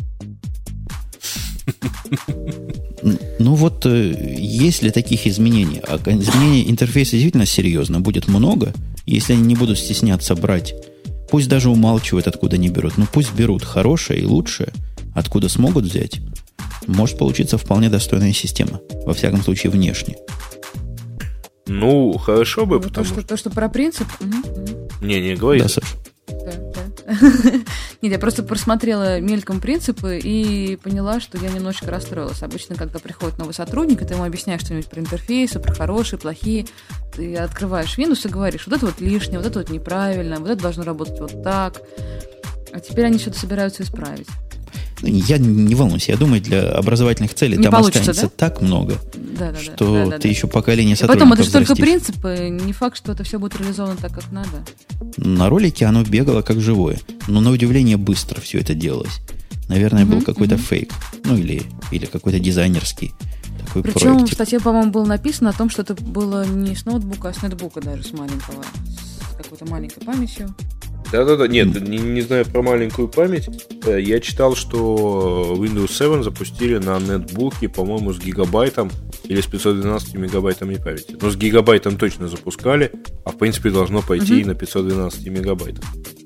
Ну вот, если таких изменений, а изменений интерфейса действительно серьезно будет много, если они не будут стесняться брать, пусть даже умалчивают, откуда они берут, но пусть берут хорошее и лучшее, откуда смогут взять, может получиться вполне достойная система, во всяком случае внешне. Ну, хорошо бы, ну, потому то, что... что... То, что про принцип... Угу. Не, не, говори. Да, Саш. Да, да. Нет, я просто просмотрела мельком принципы и поняла, что я немножечко расстроилась. Обычно, когда приходит новый сотрудник, и ты ему объясняешь что-нибудь про интерфейсы, про хорошие, плохие, ты открываешь Windows и говоришь, вот это вот лишнее, вот это вот неправильно, вот это должно работать вот так. А теперь они что-то собираются исправить. Я не волнуюсь, я думаю, для образовательных целей не там останется да? так много, да, да, что да, да, ты да. еще поколение и сотрудников потом, это же только взрастишь. принципы, не факт, что это все будет реализовано так, как надо. На ролике оно бегало как живое, но на удивление быстро все это делалось. Наверное, mm-hmm, был какой-то mm-hmm. фейк, ну или, или какой-то дизайнерский такой Причем проектик. в статье, по-моему, было написано о том, что это было не с ноутбука, а с нетбука даже, с маленького, с какой-то маленькой памятью. Да-да-да, нет, mm. не, не знаю про маленькую память. Я читал, что Windows семь запустили на нетбуке, по-моему, с гигабайтом или с пятьсот двенадцать мегабайтами памяти. Но с гигабайтом точно запускали, а в принципе должно пойти mm-hmm. и на пятьсот двенадцать мегабайтов.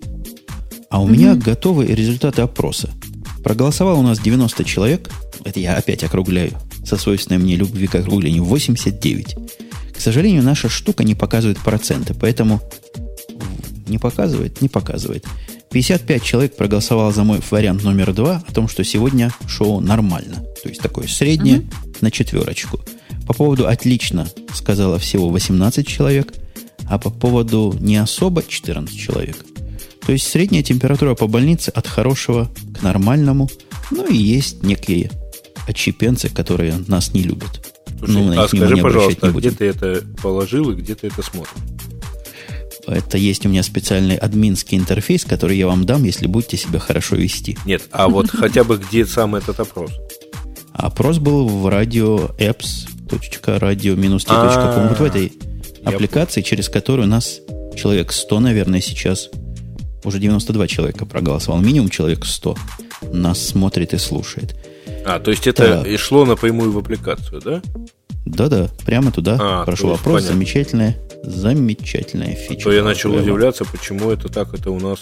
А у mm-hmm. меня готовы результаты опроса. Проголосовало у нас девяносто человек, это я опять округляю, со свойственной мне любви к округлению, восемьдесят девять. К сожалению, наша штука не показывает проценты, поэтому... Не показывает? Не показывает. пятьдесят пять человек проголосовало за мой вариант номер два о том, что сегодня шоу нормально. То есть такое среднее mm-hmm. на четверочку. По поводу «отлично» сказала всего восемнадцать человек, а по поводу «не особо» четырнадцать человек. То есть средняя температура по больнице от хорошего к нормальному. Ну и есть некие отщепенцы, которые нас не любят. Слушай, ну, а скажи, пожалуйста, где ты это положил и где ты это смотришь? Это есть у меня специальный админский интерфейс, который я вам дам, если будете себя хорошо вести. Нет, а вот хотя бы где сам этот опрос? Опрос был в radio apps точка radio dash t точка com. Вот в этой аппликации, через которую у нас человек сто, наверное, сейчас. Уже девяносто два человека проголосовал. Минимум человек сто нас смотрит и слушает. А, то есть это и шло напрямую в аппликацию, да? Да-да, прямо туда а, прошел опрос. Замечательная, замечательная фича. А то я начал удивляться, почему это так, это у нас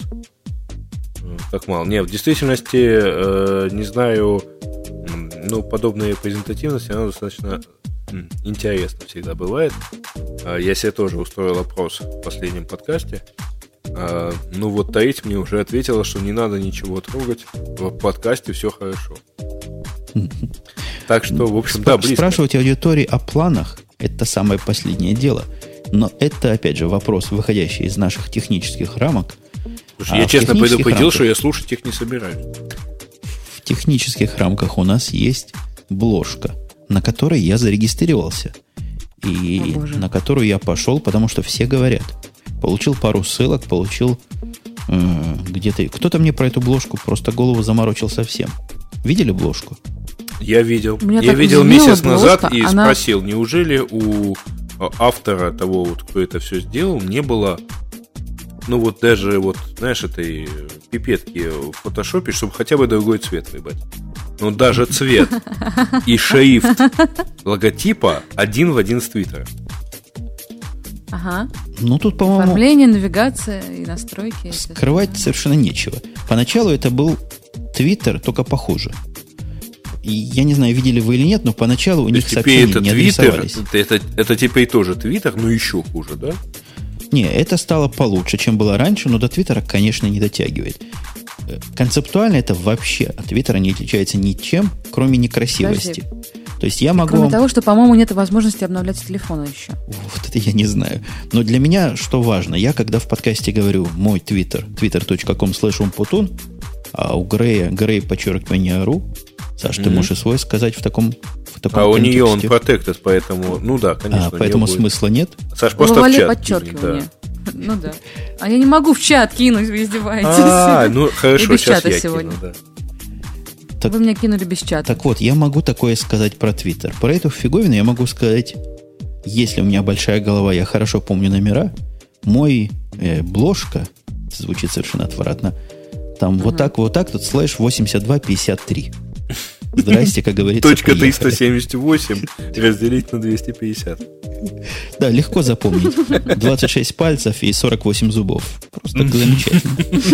так мало. Нет, в действительности, э, не знаю, ну, подобная презентативность, она достаточно интересна всегда бывает. Я себе тоже устроил опрос в последнем подкасте. Ну, вот Таить мне уже ответила, что не надо ничего трогать. В подкасте все хорошо. Так что, в общем, да, близко. Спрашивать аудитории о планах – это самое последнее дело. Но это, опять же, вопрос, выходящий из наших технических рамок. Слушай, а я честно предупредил, рамках, что я слушать их не собираюсь. В технических рамках у нас есть бложка, на которой я зарегистрировался. И на которую я пошел, потому что все говорят. Получил пару ссылок, получил э, где-то... Кто-то мне про эту бложку просто голову заморочил совсем. Видели бложку? Я видел. Меня я видел месяц назад бложка, и она... спросил, неужели у автора того, вот, кто это все сделал, не было, ну вот даже вот, знаешь, этой пипетки в фотошопе, чтобы хотя бы другой цвет выбрать. Ну даже цвет и шрифт логотипа один в один с Твиттера. Ага. Ну, тут, по-моему... Оформление, навигация и настройки. Скрывать совершенно нечего. Поначалу это был Твиттер, только похуже. И я не знаю, видели вы или нет, но поначалу у них сообщения не адресовались. Это, это, это теперь тоже Твиттер, но еще хуже, да? Не, это стало получше, чем было раньше, но до Твиттера, конечно, не дотягивает. Концептуально это вообще от Твиттера не отличается ничем, кроме некрасивости. Подожди. То есть я могу... Кроме того, что, по-моему, нет возможности обновлять телефон еще. Вот это я не знаю. Но для меня что важно? Я когда в подкасте говорю мой твиттер, твиттер точка ком слэш умпутун, а у Грея, Грей, подчеркивание, ру, Саш, mm-hmm. ты можешь и свой сказать в таком, в таком а контексте. У нее он protected, поэтому... Ну да, конечно. А, поэтому смысла нет? Саш, просто в чат. Подчеркивание. Да. Ну да. А я не могу в чат кинуть, вы издеваетесь. А, ну хорошо, сейчас я сегодня. кину, да. Так, вы меня кинули без чата. Так вот, я могу такое сказать про Твиттер. Про эту фиговину я могу сказать, если у меня большая голова, я хорошо помню номера, мой э, бложка, звучит совершенно отвратно, там uh-huh. вот так, вот так, тут слэш восемьдесят два пятьдесят три. Здрасте, как говорится, точка триста семьдесят восемь разделить на двести пятьдесят. Да, легко запомнить. двадцать шесть пальцев и сорок восемь зубов. Просто замечательно.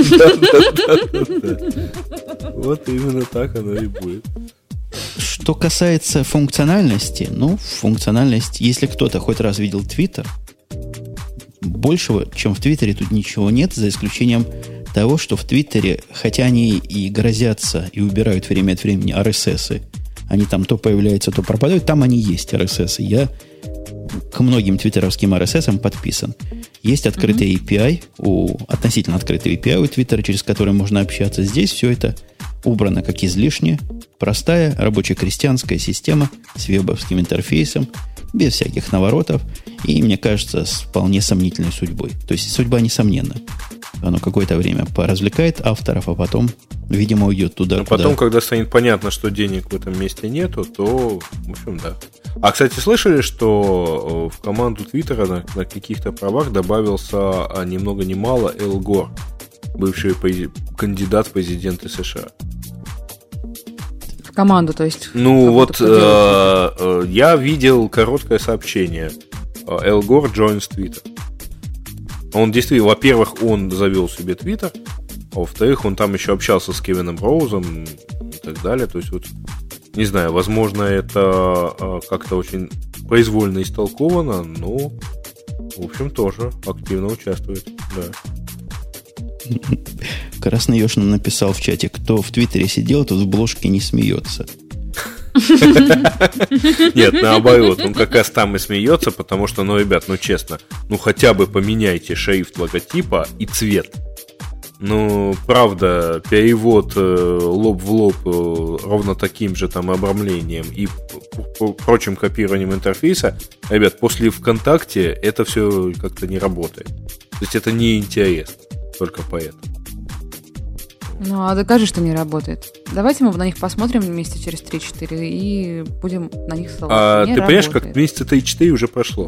Да-да-да. Вот именно так оно и будет. Что касается функциональности, ну, функциональность, если кто-то хоть раз видел Твиттер, большего, чем в Твиттере, тут ничего нет, за исключением того, что в Твиттере, хотя они и грозятся, и убирают время от времени ар эс эс, они там то появляются, то пропадают, там они есть, ар эс эс. Я к многим твиттеровским ар эс эс подписан. Есть открытый mm-hmm. эй пи ай, у, относительно открытый эй пи ай у Твиттера, через который можно общаться. Здесь все это убрано как излишне. Простая рабоче-крестьянская система с вебовским интерфейсом, без всяких наворотов, и, мне кажется, с вполне сомнительной судьбой. То есть судьба несомненна. Оно какое-то время поразвлекает авторов, а потом, видимо, уйдет туда, Но потом, куда... когда станет понятно, что денег в этом месте нету, то, в общем, да. А, кстати, слышали, что в команду Твиттера на, на каких-то правах добавился а, ни много ни мало Эл Гор, бывший пози... кандидат в президенты США? В команду, то есть? Ну, вот э, э, я видел короткое сообщение. Эл Гор joins Twitter. Он действительно, во-первых, он завел себе Твиттер, а во-вторых, он там еще общался с Кевином Роузом и так далее. То есть, вот, не знаю, возможно, это как-то очень произвольно истолковано, но, в общем, тоже активно участвует. Да. Красный Ёж нам написал в чате, кто в Твиттере сидел, тот в бложке не смеется. Нет, наоборот, он как раз там и смеется, потому что, ну, ребят, ну, честно, ну, хотя бы поменяйте шрифт логотипа и цвет. Ну, правда, перевод э, лоб в лоб э, ровно таким же там обрамлением и прочим копированием интерфейса, ребят, после ВКонтакте это все как-то не работает. То есть это не интересно, только поэтому. Ну, а докажи, что не работает. Давайте мы на них посмотрим вместе через три-четыре и будем на них ссылаться. А не ты работает. Понимаешь, как месяца три-четыре уже прошло.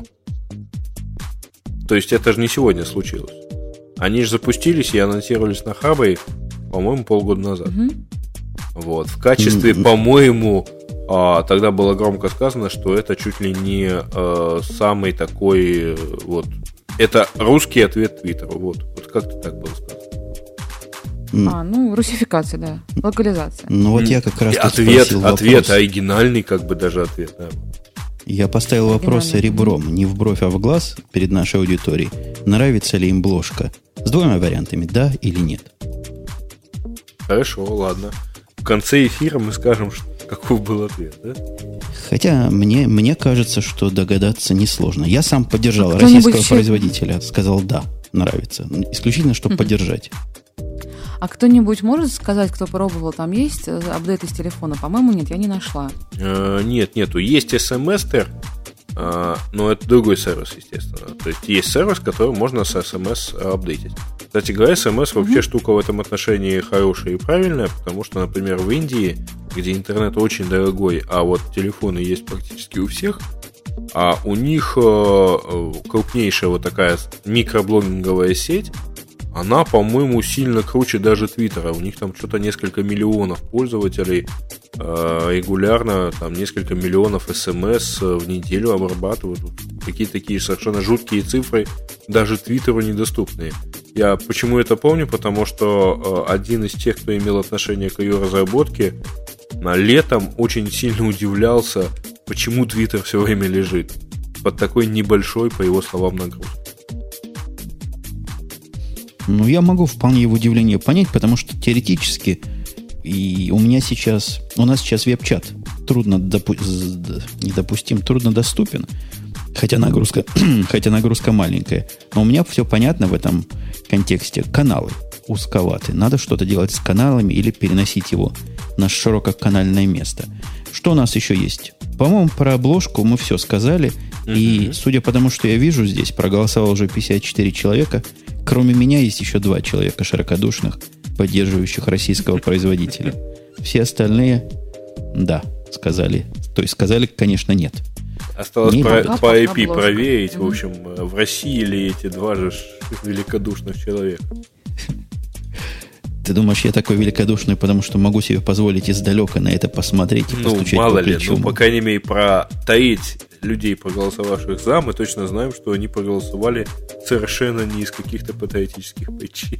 То есть это же не сегодня случилось. Они же запустились и анонсировались на Хабре, по-моему, полгода назад. Угу. Вот. В качестве, mm-hmm. по-моему, а, тогда было громко сказано, что это чуть ли не а, самый такой вот. Это русский ответ Твиттеру. Вот. Вот как-то так было сказано. А, ну, русификация, да. Локализация. Ну, вот я как раз ответ, ответ, оригинальный, как бы даже ответ, да. Я поставил вопрос ребром, не в бровь, а в глаз перед нашей аудиторией. Нравится ли им бложка? С двумя вариантами, да или нет. Хорошо, ладно. В конце эфира мы скажем, какой был ответ, да? Хотя мне, мне кажется, что догадаться несложно. Я сам поддержал а российского еще... производителя. Сказал, да, нравится. Исключительно, чтобы uh-huh. поддержать. А кто-нибудь может сказать, кто пробовал? Там есть апдейт из телефона? По-моему, нет, я не нашла. Э, нет, нету. Есть эс эм эс-тер, э, но это другой сервис, естественно. То есть есть сервис, который можно с эс эм эс апдейтить. Кстати говоря, эс эм эс mm-hmm. вообще штука в этом отношении хорошая и правильная, потому что, например, в Индии, где интернет очень дорогой, а вот телефоны есть практически у всех, а у них э, крупнейшая вот такая микроблогинговая сеть, она, по-моему, сильно круче даже Твиттера. У них там что-то несколько миллионов пользователей э, регулярно, там несколько миллионов эс эм эс в неделю обрабатывают. Какие-то такие совершенно жуткие цифры, даже Твиттеру недоступные. Я почему это помню? Потому что э, один из тех, кто имел отношение к ее разработке, на летом очень сильно удивлялся, почему Твиттер все время лежит под такой небольшой, по его словам, нагрузкой. Ну, я могу вполне его удивление понять, потому что теоретически и у меня сейчас, у нас сейчас веб-чат трудно допу- недопустим, трудно доступен, хотя нагрузка, хотя нагрузка маленькая. Но у меня все понятно в этом контексте. Каналы узковаты. Надо что-то делать с каналами или переносить его на ширококанальное место. Что у нас еще есть? По-моему, про обложку мы все сказали. Mm-hmm. И судя по тому, что я вижу здесь, проголосовало уже пятьдесят четыре человека. Кроме меня есть еще два человека широкодушных, поддерживающих российского производителя. Все остальные, да, сказали. То есть сказали, конечно, нет. Осталось не по, будет. по ай пи проверить. Mm-hmm. В общем, в России ли эти два же великодушных человека? Ты думаешь, я такой великодушный, потому что могу себе позволить издалека на это посмотреть и ну, постучать мало по ли, плечу? ну, по крайней мере, про треть людей, проголосовавших за, мы точно знаем, что они проголосовали совершенно не из каких-то патриотических причин.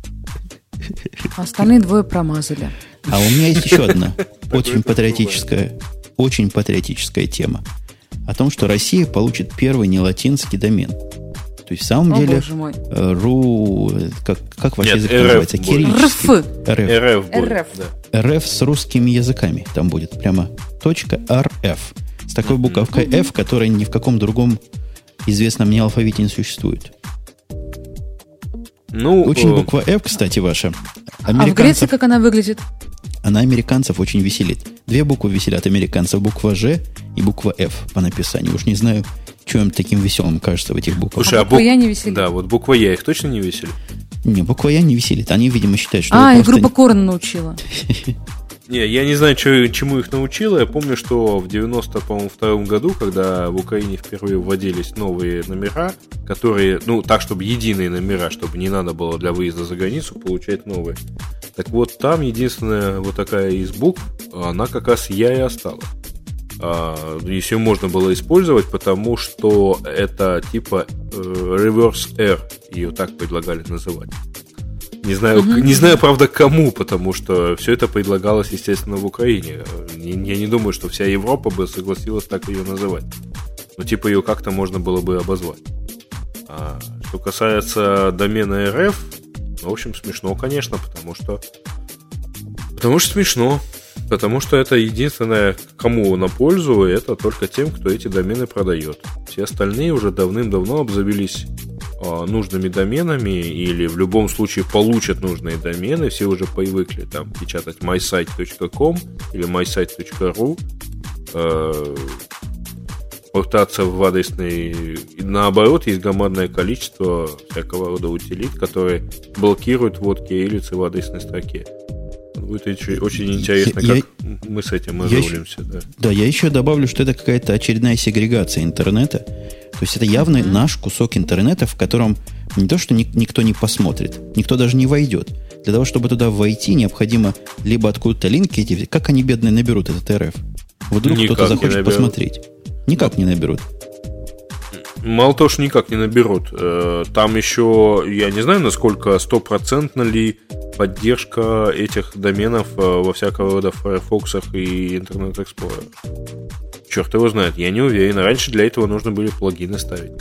А остальные двое промазали. А у меня есть еще одна очень патриотическая, очень патриотическая тема. О том, что Россия получит первый нелатинский домен. То есть, в самом О, деле, боже мой. ру... Как, как ваш Нет, язык эр эф называется? будет. Кириллический. РФ. РФ. эр эф будет, РФ. да. РФ с русскими языками. Там будет прямо точка РФ. С такой буковкой F, которая ни в каком другом известном мне алфавите не существует. Ну, Очень э, буква F, кстати, ваша. А в Греции как она выглядит? Она американцев очень веселит. Две буквы веселят американцев. Буква Ж и буква F по написанию. Уж не знаю, что им таким веселым кажется в этих буквах. Слушай, а а буква бук- Я не веселит? Да, вот буква Я их точно не веселит? Не, буква Я не веселит. Они, видимо, считают, что А, вы их просто... группа Корн научила. Не, я не знаю, чё- чему их научила. Я помню, что в девяносто втором году, когда в Украине впервые вводились новые номера, которые, ну, так, чтобы единые номера, чтобы не надо было для выезда за границу получать новые. Так вот, там единственная вот такая из букв, она как раз Я и осталась. А, если ее можно было использовать, потому что это типа э, reverse R, ее так предлагали называть. Не знаю, Мгм. не знаю, правда, кому, потому что все это предлагалось, естественно, в Украине. Я не думаю, что вся Европа бы согласилась так ее называть. Но типа ее как-то можно было бы обозвать. А что касается домена эр эф, ну, в общем, смешно, конечно, потому что... Потому что смешно. Потому что это единственное, кому на пользу, это только тем, кто эти домены продает. Все остальные уже давным-давно обзавелись а, нужными доменами или в любом случае получат нужные домены. Все уже привыкли там печатать май сайт точка ком или май сайт точка ру, э, портаться в адресный... И наоборот, есть громадное количество всякого рода утилит, которые блокируют ввод кириллицы в адресной строке. Будет очень интересно, Я- как мы с этим я разрулимся. Да. Да, я еще добавлю, что это какая-то очередная сегрегация интернета. То есть это явно Мгм. наш кусок интернета, в котором не то, что ни- никто не посмотрит, никто даже не войдет. Для того, чтобы туда войти, необходимо либо откуда-то линки эти взять. Как они, бедные, наберут этот эр эф? Вдруг Никак кто-то не захочет наберут. посмотреть. Никак не наберут. Мало того, что никак не наберут. э, Там еще, я не знаю, насколько стопроцентно ли поддержка этих доменов э, во всякого рода Firefox и Internet Explorer. Черт его знает, я не уверен. Раньше для этого нужно были плагины ставить.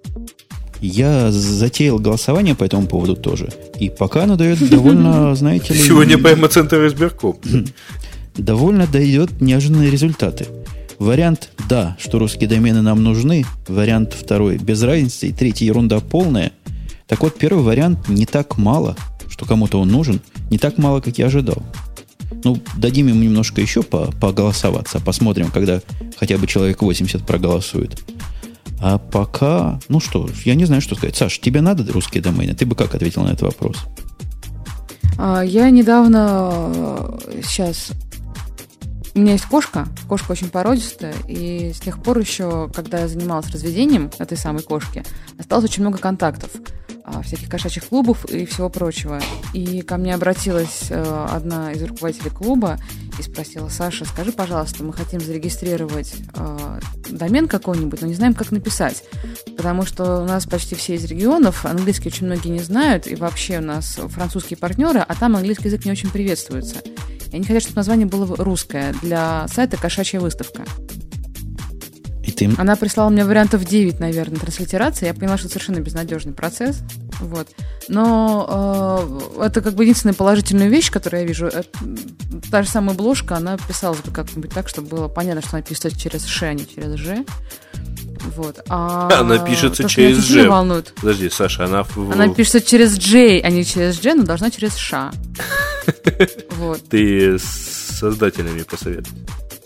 Я затеял голосование по этому поводу тоже. И пока оно дает довольно, знаете ли... Сегодня прямо центр избирком. довольно дает неожиданные результаты. Вариант «да», что русские домены нам нужны. Вариант второй «без разницы». И третий «ерунда полная». Так вот, первый вариант не так мало, что кому-то он нужен. Не так мало, как я ожидал. Ну, дадим ему немножко еще по- поголосоваться. Посмотрим, когда хотя бы человек восемьдесят проголосует. А пока... Ну что, я не знаю, что сказать. Саш, тебе надо русские домены? Ты бы как ответил на этот вопрос? А, Я недавно сейчас... У меня есть кошка, кошка очень породистая, и с тех пор еще, когда я занималась разведением этой самой кошки, осталось очень много контактов, а, всяких кошачьих клубов и всего прочего. И ко мне обратилась э, одна из руководителей клуба и спросила: Саша, скажи, пожалуйста, мы хотим зарегистрировать э, домен какой-нибудь, но не знаем, как написать, потому что у нас почти все из регионов, английский очень многие не знают, и вообще у нас французские партнеры, а там английский язык не очень приветствуется. И они хотят, чтобы название было русское, для сайта «Кошачья выставка». И ты... Она прислала мне вариантов девять, наверное, транслитерации. Я поняла, что это совершенно безнадежный процесс. Вот. Но э, это как бы единственная положительная вещь, которую я вижу. Это, та же самая бложка, она писалась бы как-нибудь так, чтобы было понятно, что она пишется через Ш, а не через Ж. Вот. А она пишется то, через Ж. Волнует. Подожди, Саша, она... Она пишется через J, а не через G, но должна через Ш. Вот. Ты с создателями посоветуй.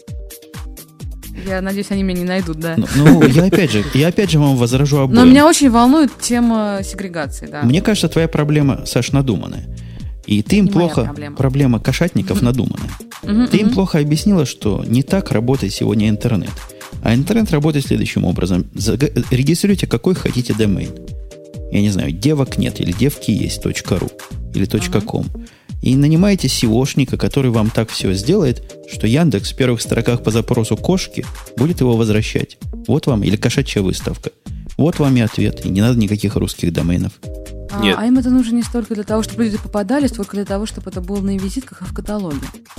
Я надеюсь, они меня не найдут, да. Ну, ну я опять же, я опять же вам возражу обоим. Но меня очень волнует тема сегрегации, да. Мне кажется, твоя проблема, Саш, надуманная. И ты им не плохо... Проблема. проблема кошатников mm-hmm. надуманная. Mm-hmm. Ты им mm-hmm. плохо объяснила, что не так работает сегодня интернет. А интернет работает следующим образом. Регистрируйте какой хотите домен. Я не знаю, девок нет, или девки есть, .ру, или .com. Uh-huh. И нанимаете сеошника, который вам так все сделает, что Яндекс в первых строках по запросу кошки будет его возвращать. Вот вам, или кошачья выставка. Вот вам и ответ. И не надо никаких русских доменов. А, Нет. а им это нужно не столько для того, чтобы люди попадали, столько для того, чтобы это было на визитках, а в каталоге.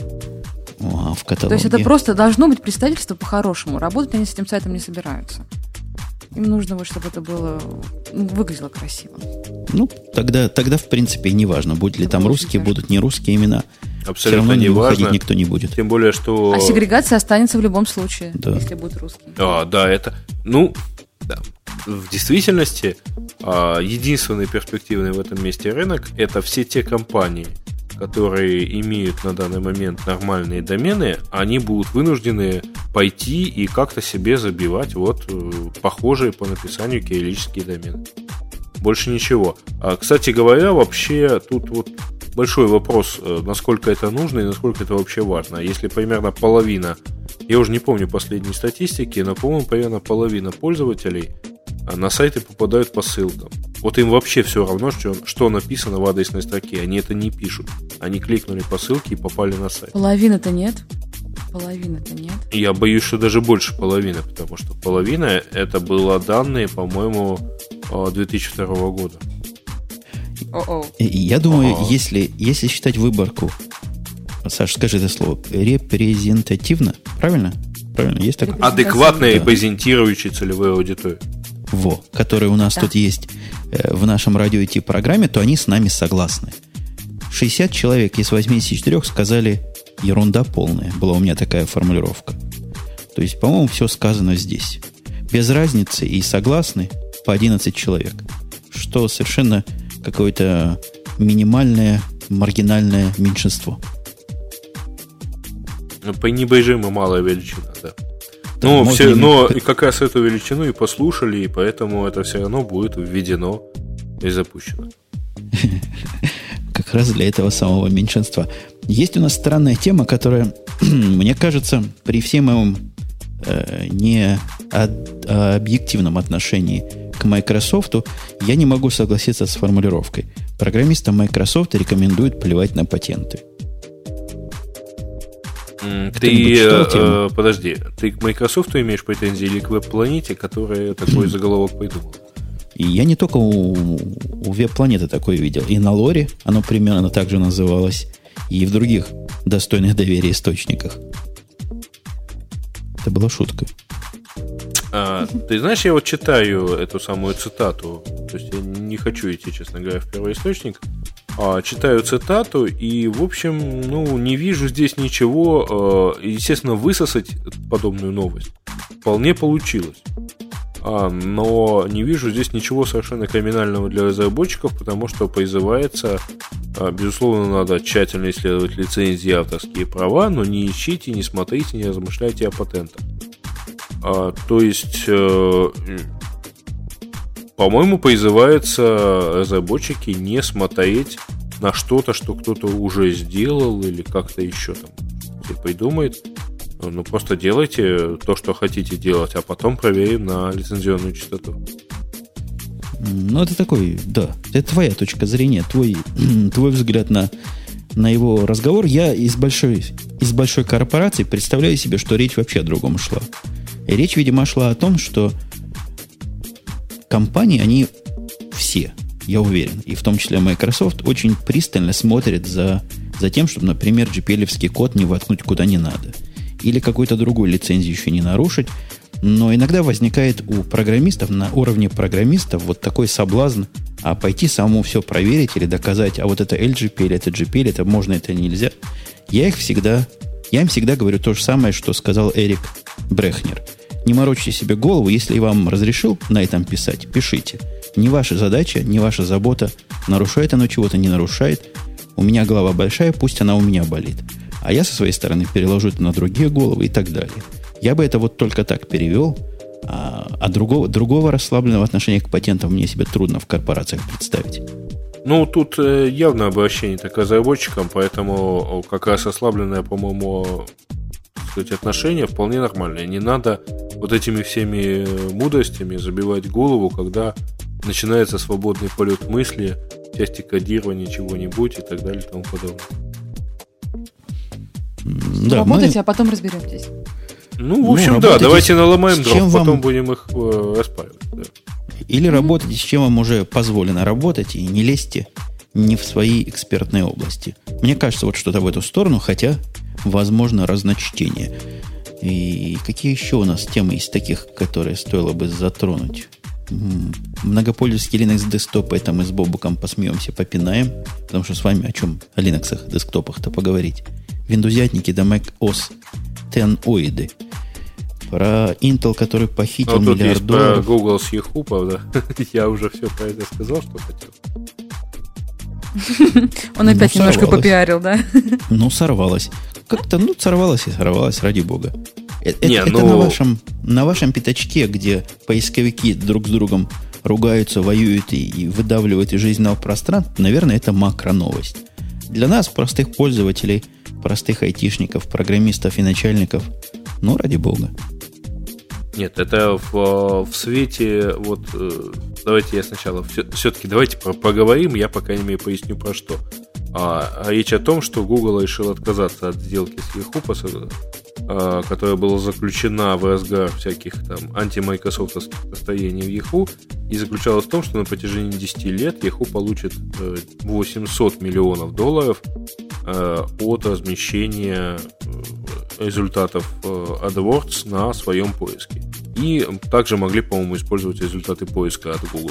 О, в каталоге. То есть это просто должно быть представительство по-хорошему. Работать они с этим сайтом не собираются. Им нужно, вот, чтобы это было, ну, выглядело красиво. Ну, тогда, тогда в принципе, не важно, будут ли это там русские, важно. Будут не русские имена. Абсолютно все равно не выходить важно. Никто не будет. Тем более, что... А сегрегация останется в любом случае, да. если будут русские. А, да, это... Ну, да. В действительности, единственный перспективный в этом месте рынок – это все те компании, которые имеют на данный момент нормальные домены, они будут вынуждены пойти и как-то себе забивать вот похожие по написанию кириллические домены. Больше ничего. А, кстати говоря, вообще тут вот большой вопрос, насколько это нужно и насколько это вообще важно. Если примерно половина, я уже не помню последней статистики, но, по-моему, примерно половина пользователей на сайты попадают по ссылкам. Вот им вообще все равно, что, что написано в адресной строке. Они это не пишут. Они кликнули по ссылке и попали на сайт. Половина-то нет. Половина-то нет. Я боюсь, что даже больше половины, потому что половина это было данные, по-моему, две тысячи второго года. О-о. Я думаю, если, если считать выборку, Саша, скажи это слово, репрезентативно, правильно? Правильно, есть такое? Адекватно репрезентирующей целевой аудитории. Во, которые у нас да. тут есть э, в нашем радио и ти-программе, то они с нами согласны. шестьдесят человек из восьмидесяти четырёх сказали ерунда полная. Была у меня такая формулировка. То есть, по-моему, все сказано здесь. Без разницы и согласны по одиннадцать человек. Что совершенно какое-то минимальное, маргинальное меньшинство. Пренебрежимо малая величина, да. Да, но все, иметь... но и как раз эту величину и послушали, и поэтому это все равно будет введено и запущено. Как раз для этого самого меньшинства. Есть у нас странная тема, которая, мне кажется, при всем моем э, не об, объективном отношении к Microsoft, я не могу согласиться с формулировкой. Программистам Microsoft рекомендуют плевать на патенты. Ты, э, подожди, ты к Microsoft имеешь претензии или к веб-планете, которая такой заголовок придумала? И я не только у, у веб-планеты такое видел. И на Лоре оно примерно так же называлось. И в других достойных доверия источниках. Это была шутка. А, ты знаешь, я вот читаю эту самую цитату. То есть я не хочу идти, честно говоря, в первоисточник. А, читаю цитату и, в общем, ну, не вижу здесь ничего. Естественно, высосать подобную новость вполне получилось. А, но не вижу здесь ничего совершенно криминального для разработчиков, потому что призывается, а, безусловно, надо тщательно исследовать лицензии, авторские права, но не ищите, не смотрите, не размышляйте о патентах. А, то есть... По-моему, призывается разработчики не смотреть на что-то, что кто-то уже сделал или как-то еще там придумает. Ну, просто делайте то, что хотите делать, а потом проверим на лицензионную чистоту. Ну, это такой, да, это твоя точка зрения, твой, твой взгляд на, на его разговор. Я из большой, из большой корпорации представляю себе, что речь вообще о другом шла. И речь, видимо, шла о том, что компании, они все, я уверен, и в том числе Microsoft, очень пристально смотрят за, за тем, чтобы, например, джи пи эл-евский код не воткнуть куда не надо. Или какую-то другую лицензию еще не нарушить. Но иногда возникает у программистов, на уровне программистов, вот такой соблазн А пойти самому все проверить или доказать, а вот это эл джи пи, или это джи пи, или это можно, это нельзя. Я их всегда, я им всегда говорю то же самое, что сказал Эрик Брехнер. Не морочьте себе голову, если я вам разрешил на этом писать, пишите. Не ваша задача, не ваша забота, нарушает оно чего-то, не нарушает. У меня голова большая, пусть она у меня болит. А я со своей стороны переложу это на другие головы и так далее. Я бы это вот только так перевел, а, а другого, другого расслабленного отношения к патентам мне себе трудно в корпорациях представить. Ну, тут э, явное обращение к разработчикам, поэтому как раз ослабленное, по-моему, так сказать, отношение вполне нормальное. Не надо вот этими всеми мудростями забивать голову, когда начинается свободный полет мысли в части кодирования чего-нибудь и так далее и тому подобное. Да, работайте, мы... а потом разберетесь. Ну, в общем, ну, да, давайте наломаем дров, потом вам... будем их э, распаривать. Да. Или mm-hmm. работайте, с чем вам уже позволено работать, и не лезьте не в свои экспертные области. Мне кажется, вот что-то в эту сторону, хотя, возможно, разночтение. И какие еще у нас темы из таких, которые стоило бы затронуть? Многопользовательский Linux десктоп, это мы с Бобуком посмеемся, попинаем, потому что с вами о чем? О Linux десктопах-то поговорить. Виндузятники да macOS Ten-оиды. Про Intel, который похитил ну, миллиард есть долларов. Про Google с Yahoo, правда? Я уже все про это сказал, что хотел. Он опять немножко попиарил, да? Ну, сорвалось. Как-то, ну, сорвалось и сорвалось, ради бога. Это, Не, это ну... на, вашем, на вашем пятачке, где поисковики друг с другом ругаются, воюют и, и выдавливают из жизненного пространства, наверное, это макро-новость. Для нас, простых пользователей, простых айтишников, программистов и начальников, ну, ради бога. Нет, это в, в свете, вот, давайте я сначала, все, все-таки давайте поговорим, я, по крайней мере, поясню про что. А, речь о том, что Google решил отказаться от сделки с Yahoo, а, которая была заключена в разгар всяких там анти-майкрософтовских настроений в Yahoo, и заключалась в том, что на протяжении десяти лет Yahoo получит восемьсот миллионов долларов а, от размещения результатов AdWords на своем поиске. И также могли, по-моему, использовать результаты поиска от Google.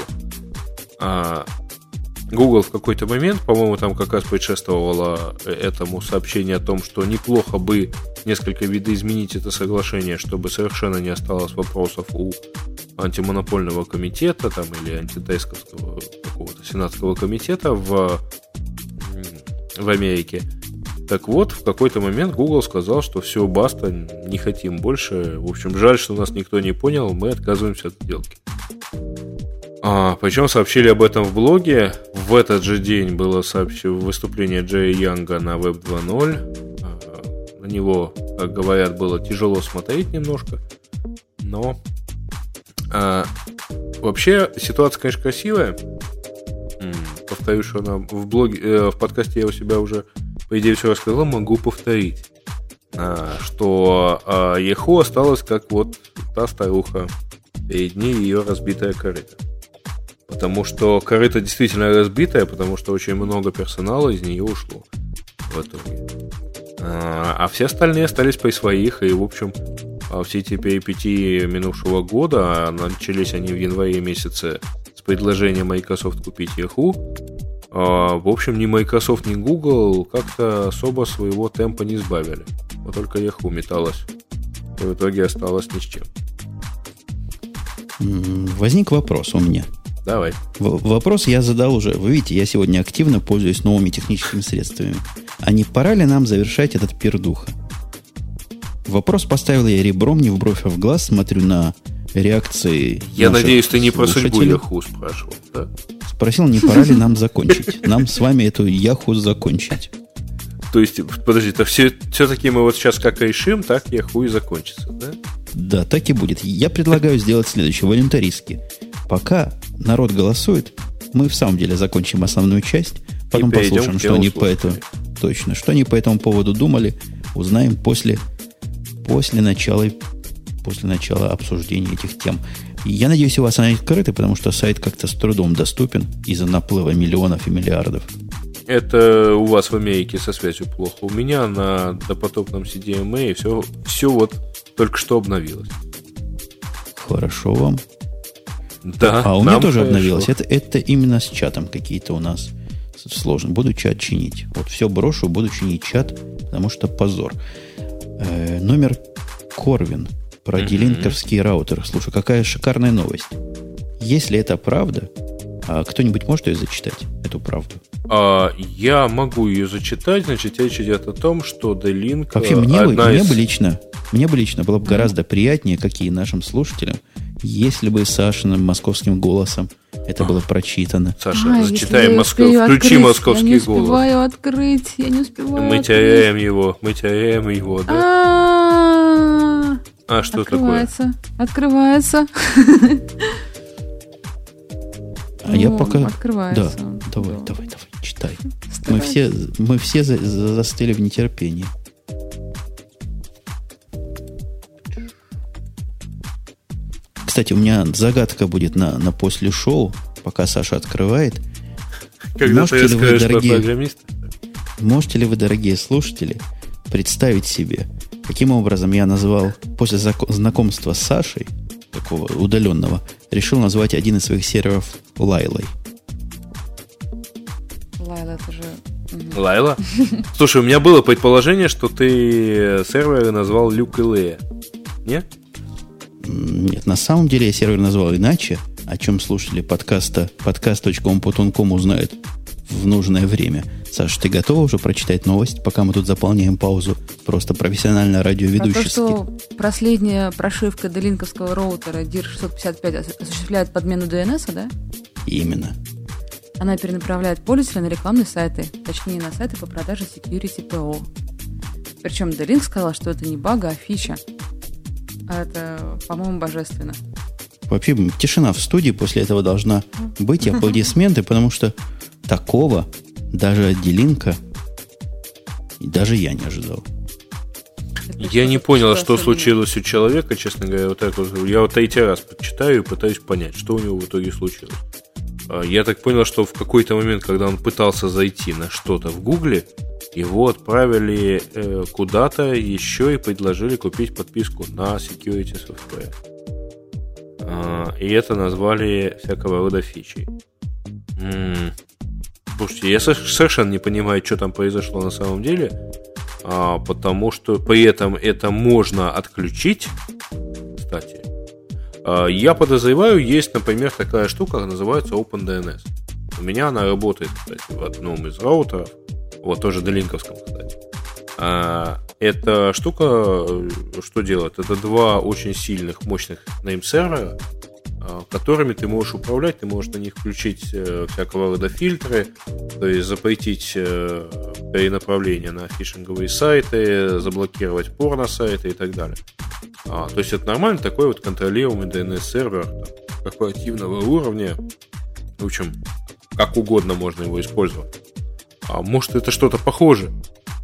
А Google в какой-то момент, по-моему, там как раз предшествовало этому сообщение о том, что неплохо бы несколько видоизменить это соглашение, чтобы совершенно не осталось вопросов у антимонопольного комитета там, или антитесковского какого-то сенатского комитета в, в Америке. Так вот, в какой-то момент Google сказал, что все, баста, не хотим больше. В общем, жаль, что нас никто не понял, мы отказываемся от сделки. А, причем сообщили об этом в блоге. В этот же день было сообщ... выступление Джерри Янга на веб два ноль. А, на него, как говорят, было тяжело смотреть немножко. Но а, вообще ситуация, конечно, красивая. М-м, повторюсь, что она в блоге, э, в подкасте я у себя уже, по идее, все рассказал, могу повторить. А, что а, Yahoo осталась как вот та старуха. Перед ней ее разбитая корыта. Потому что корыто действительно разбитая, потому что очень много персонала из нее ушло в итоге. А, а все остальные остались при своих, и, в общем, все эти перипетии минувшего года, начались они в январе месяце с предложением Microsoft купить Yahoo. А, в общем, ни Microsoft, ни Google как-то особо своего темпа не сбавили. Вот только Yahoo металась. И в итоге осталось ни с чем. Возник вопрос у меня. Давай. В- вопрос я задал уже. Вы видите, я сегодня активно пользуюсь новыми техническими средствами. А не пора ли нам завершать этот пердуха? Вопрос поставил я ребром, не в бровь, а в глаз. Смотрю на реакции. Я надеюсь, ты не про судьбу слушателей. Yahoo спрашивал, да? Спросил, не пора ли нам закончить. Нам с вами эту Yahoo закончить. То есть, подожди, то все, все-таки мы вот сейчас как решим, так Yahoo и закончится, да? Да, так и будет. Я предлагаю сделать следующее, волюнтаристски. Пока народ голосует, мы в самом деле закончим основную часть, потом послушаем, что они по этому, точно, что они по этому поводу думали, узнаем после, после начала, после начала обсуждения этих тем. И я надеюсь, у вас она открыта, потому что сайт как-то с трудом доступен из-за наплыва миллионов и миллиардов. Это у вас в Америке со связью плохо. У меня на допотопном си ди эм эй все, все вот только что обновилось. Хорошо вам. Да. А у меня тоже обновилось. Это, это именно с чатом какие-то у нас сложно. Буду чат чинить. Вот все брошу, буду чинить чат, потому что позор. Э, номер Корвин про mm-hmm. делинковский раутер. Слушай, какая шикарная новость. Если это правда, а кто-нибудь может ее зачитать, эту правду? А, я могу ее зачитать. Значит, речь идет о том, что D-Link... Вообще, мне, бы, из... мне, бы лично, мне бы лично было бы гораздо приятнее, как и нашим слушателям, если бы Сашиным московским голосом это было прочитано. Саша, а, зачитай, Москва, включи открыть, московский голос. Я не успеваю голос. открыть, я не успеваю Мы открыть. теряем его, мы теряем его, да? А, а что открывается, такое? Открывается. А я пока... Открывается. Да, давай, давай, давай, читай. Мы все, мы все за, за, застыли в нетерпении. Кстати, у меня загадка будет на, на после шоу, пока Саша открывает. Когда можете ты ли вы, дорогие, можете ли вы, дорогие слушатели, представить себе, каким образом я назвал после знакомства с Сашей, такого удаленного, решил назвать один из своих серверов Лайлой. Лайла, это же... Лайла? Слушай, у меня было предположение, что ты сервер назвал Люк и Лея. Нет? Нет, на самом деле я сервер назвал иначе, о чем слушатели подкаста подкаст точка ом путун точка ком узнают в нужное время. Саша, ты готова уже прочитать новость, пока мы тут заполняем паузу? Просто профессионально радиоведущий. А то, что последняя прошивка D-Link-овского роутера ди ар шестьсот пятьдесят пять осуществляет подмену ди эн эс, да? Именно. Она перенаправляет пользователя на рекламные сайты, точнее на сайты по продаже security пи о. Причем D-Link сказала, что это не баг, а фича. А это, по-моему, божественно. Вообще, тишина в студии после этого должна быть, и аплодисменты, потому что такого даже от D-Link даже я не ожидал. Я не понял, что случилось у человека, честно говоря. Вот это, я вот третий раз почитаю и пытаюсь понять, что у него в итоге случилось. Я так понял, что в какой-то момент, когда он пытался зайти на что-то в Гугле, его отправили э, куда-то еще и предложили купить подписку на security software. А, и это назвали всякого рода фичей. М-м. Слушайте, я совершенно не понимаю, что там произошло на самом деле, а, потому что при этом это можно отключить, кстати. А, я подозреваю, есть, например, такая штука, называется OpenDNS. У меня она работает, кстати, в одном из раутеров. Вот, тоже D-Link-овском, кстати. А, эта штука что делает? Это два очень сильных, мощных нейм-сервера, а, которыми ты можешь управлять. Ты можешь на них включить э, всякого рода фильтры, то есть запретить э, перенаправление на фишинговые сайты, заблокировать порно-сайты и так далее. А, то есть это нормально такой вот контролируемый ди эн эс-сервер там, корпоративного уровня. В общем, как угодно можно его использовать. А может, это что-то похоже?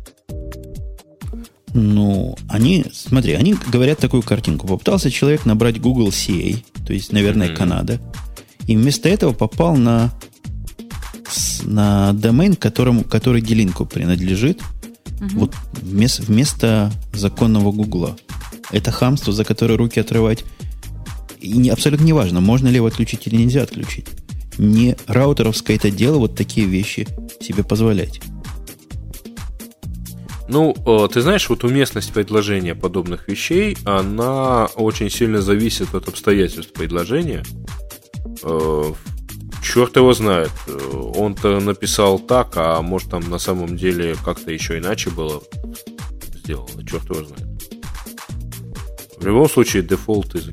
Ну, они, смотри, они говорят такую картинку. Попытался человек набрать Google си эй, то есть, наверное, mm-hmm. Канада, и вместо этого попал на, на домен, которому, который D-Link принадлежит, mm-hmm. вот вместо, вместо законного Гугла. Это хамство, за которое руки отрывать. И не, абсолютно не важно, можно ли его отключить или нельзя отключить. Не раутеровское это дело вот такие вещи себе позволять. Ну, ты знаешь, вот уместность предложения подобных вещей, она очень сильно зависит от обстоятельств предложения. Черт его знает. Он-то написал так, а может там на самом деле как-то еще иначе было сделано. Черт его знает. В любом случае, дефолт язык.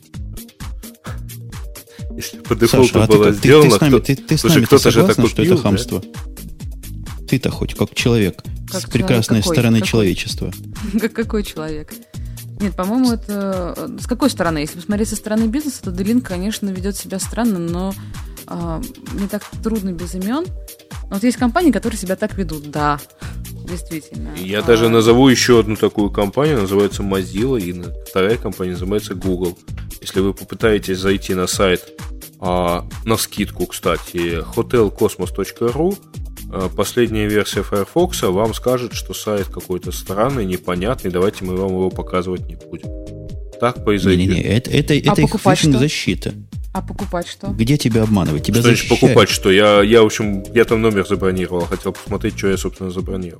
Если по дефолту Саша, а было ты, сделано, ты, ты с нами, кто, ты, ты с слушай, нами кто-то же это согласна, купил, что это хамство? Да? Ты-то хоть как человек как с прекрасной какой, стороны какой? человечества. Как какой человек? Нет, по-моему, это... С какой стороны? Если посмотреть со стороны бизнеса, то D-Link, конечно, ведет себя странно, но а, мне так трудно без имен. Но вот есть компании, которые себя так ведут, да, действительно. Я а... даже назову еще одну такую компанию, называется Mozilla, и вторая компания называется Google. Если вы попытаетесь зайти на сайт, а, навскидку, кстати, хотел космос точка ру, последняя версия Firefox вам скажет, что сайт какой-то странный, непонятный, давайте мы вам его показывать не будем. Так произойдет. Не-не-не, это, это, это а их фишинг-защита. А покупать что? Где тебя обманывать? Тебя что значит покупать что? Я, я, в общем, я там номер забронировал, хотел посмотреть, что я, собственно, забронировал.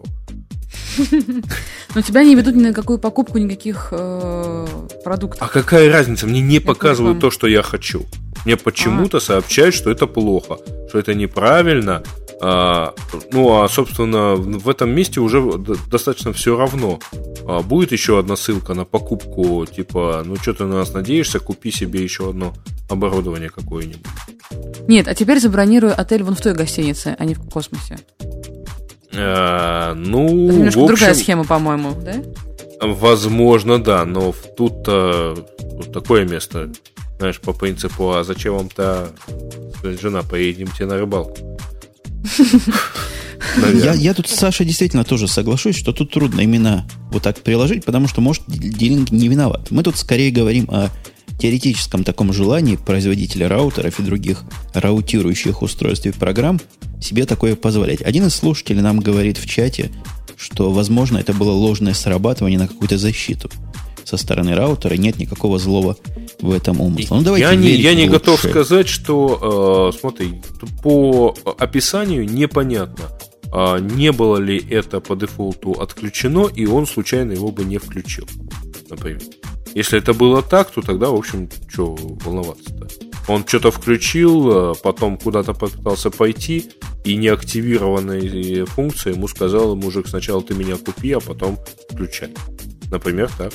Но тебя не ведут ни на какую покупку никаких э, продуктов. А какая разница? Мне не показывают то, что я хочу. Мне почему-то а. сообщают, что это плохо, что это неправильно. А, ну, а, собственно, в этом месте уже достаточно все равно. А, будет еще одна ссылка на покупку, типа, ну, что ты на нас надеешься, купи себе еще одно оборудование какое-нибудь. Нет, а теперь забронируй отель вон в той гостинице, а не в космосе. А, ну, это немножко в общем, другая схема, по-моему, да? Возможно, да, но тут-то вот такое место, знаешь, по принципу, а зачем вам-то, жена, поедемте на рыбалку? Я, я тут с Сашей действительно тоже соглашусь, что тут трудно именно вот так приложить, потому что, может, D-Link не виноват. Мы тут скорее говорим о теоретическом таком желании производителя раутеров и других раутирующих устройств и программ себе такое позволять. Один из слушателей нам говорит в чате, что, возможно, это было ложное срабатывание на какую-то защиту со стороны раутера, нет никакого злого в этом умысла. Ну, давайте я не, я не готов сказать, что, э, смотри, по описанию непонятно, э, не было ли это по дефолту отключено, и он случайно его бы не включил, например. Если это было так, то тогда, в общем, что волноваться-то? Он что-то включил, потом куда-то попытался пойти, и неактивированная функция ему сказала, мужик, сначала ты меня купи, а потом включай. Например, так.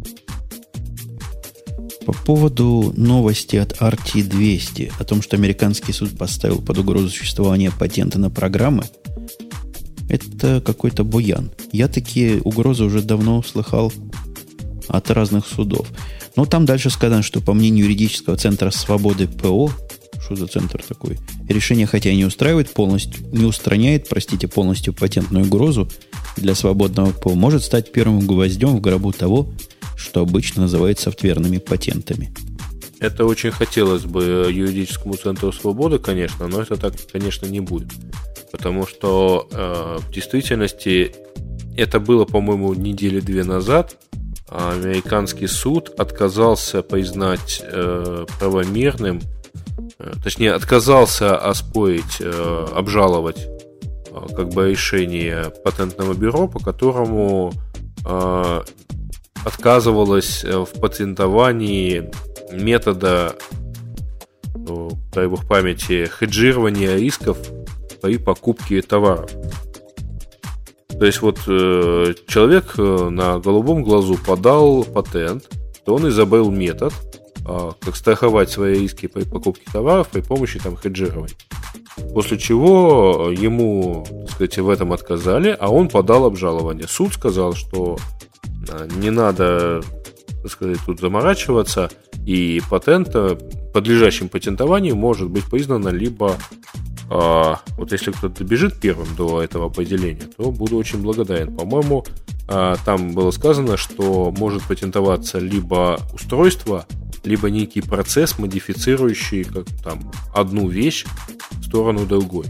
По поводу новости от ар ти двести о том, что американский суд поставил под угрозу существования патента на программы, это какой-то буян. Я такие угрозы уже давно слыхал от разных судов. Но там дальше сказано, что по мнению юридического центра свободы ПО, что за центр такой, решение хотя и не устраивает полностью, не устраняет, простите, полностью патентную угрозу для свободного ПО, может стать первым гвоздем в гробу того, что обычно называют софтверными патентами. Это очень хотелось бы юридическому центру свободы, конечно, но это так, конечно, не будет. Потому что э, в действительности это было, по-моему, недели две назад. Американский суд отказался признать э, правомерным, э, точнее, отказался оспорить, э, обжаловать э, как бы решение патентного бюро, по которому э, отказывалось в патентовании метода, ну, дай бог памяти, хеджирования рисков при покупке товаров. То есть вот э, человек на голубом глазу подал патент, что он изобрел метод, э, как страховать свои риски при покупке товаров при помощи там хеджирования. После чего ему, так сказать, в этом отказали, а он подал обжалование. Суд сказал, что не надо, так сказать, тут заморачиваться, и патент, подлежащим патентованию, может быть признано либо, а, вот если кто-то добежит первым до этого определения, то буду очень благодарен. По-моему, а, там было сказано, что может патентоваться либо устройство, либо некий процесс, модифицирующий как, там, одну вещь в сторону другой.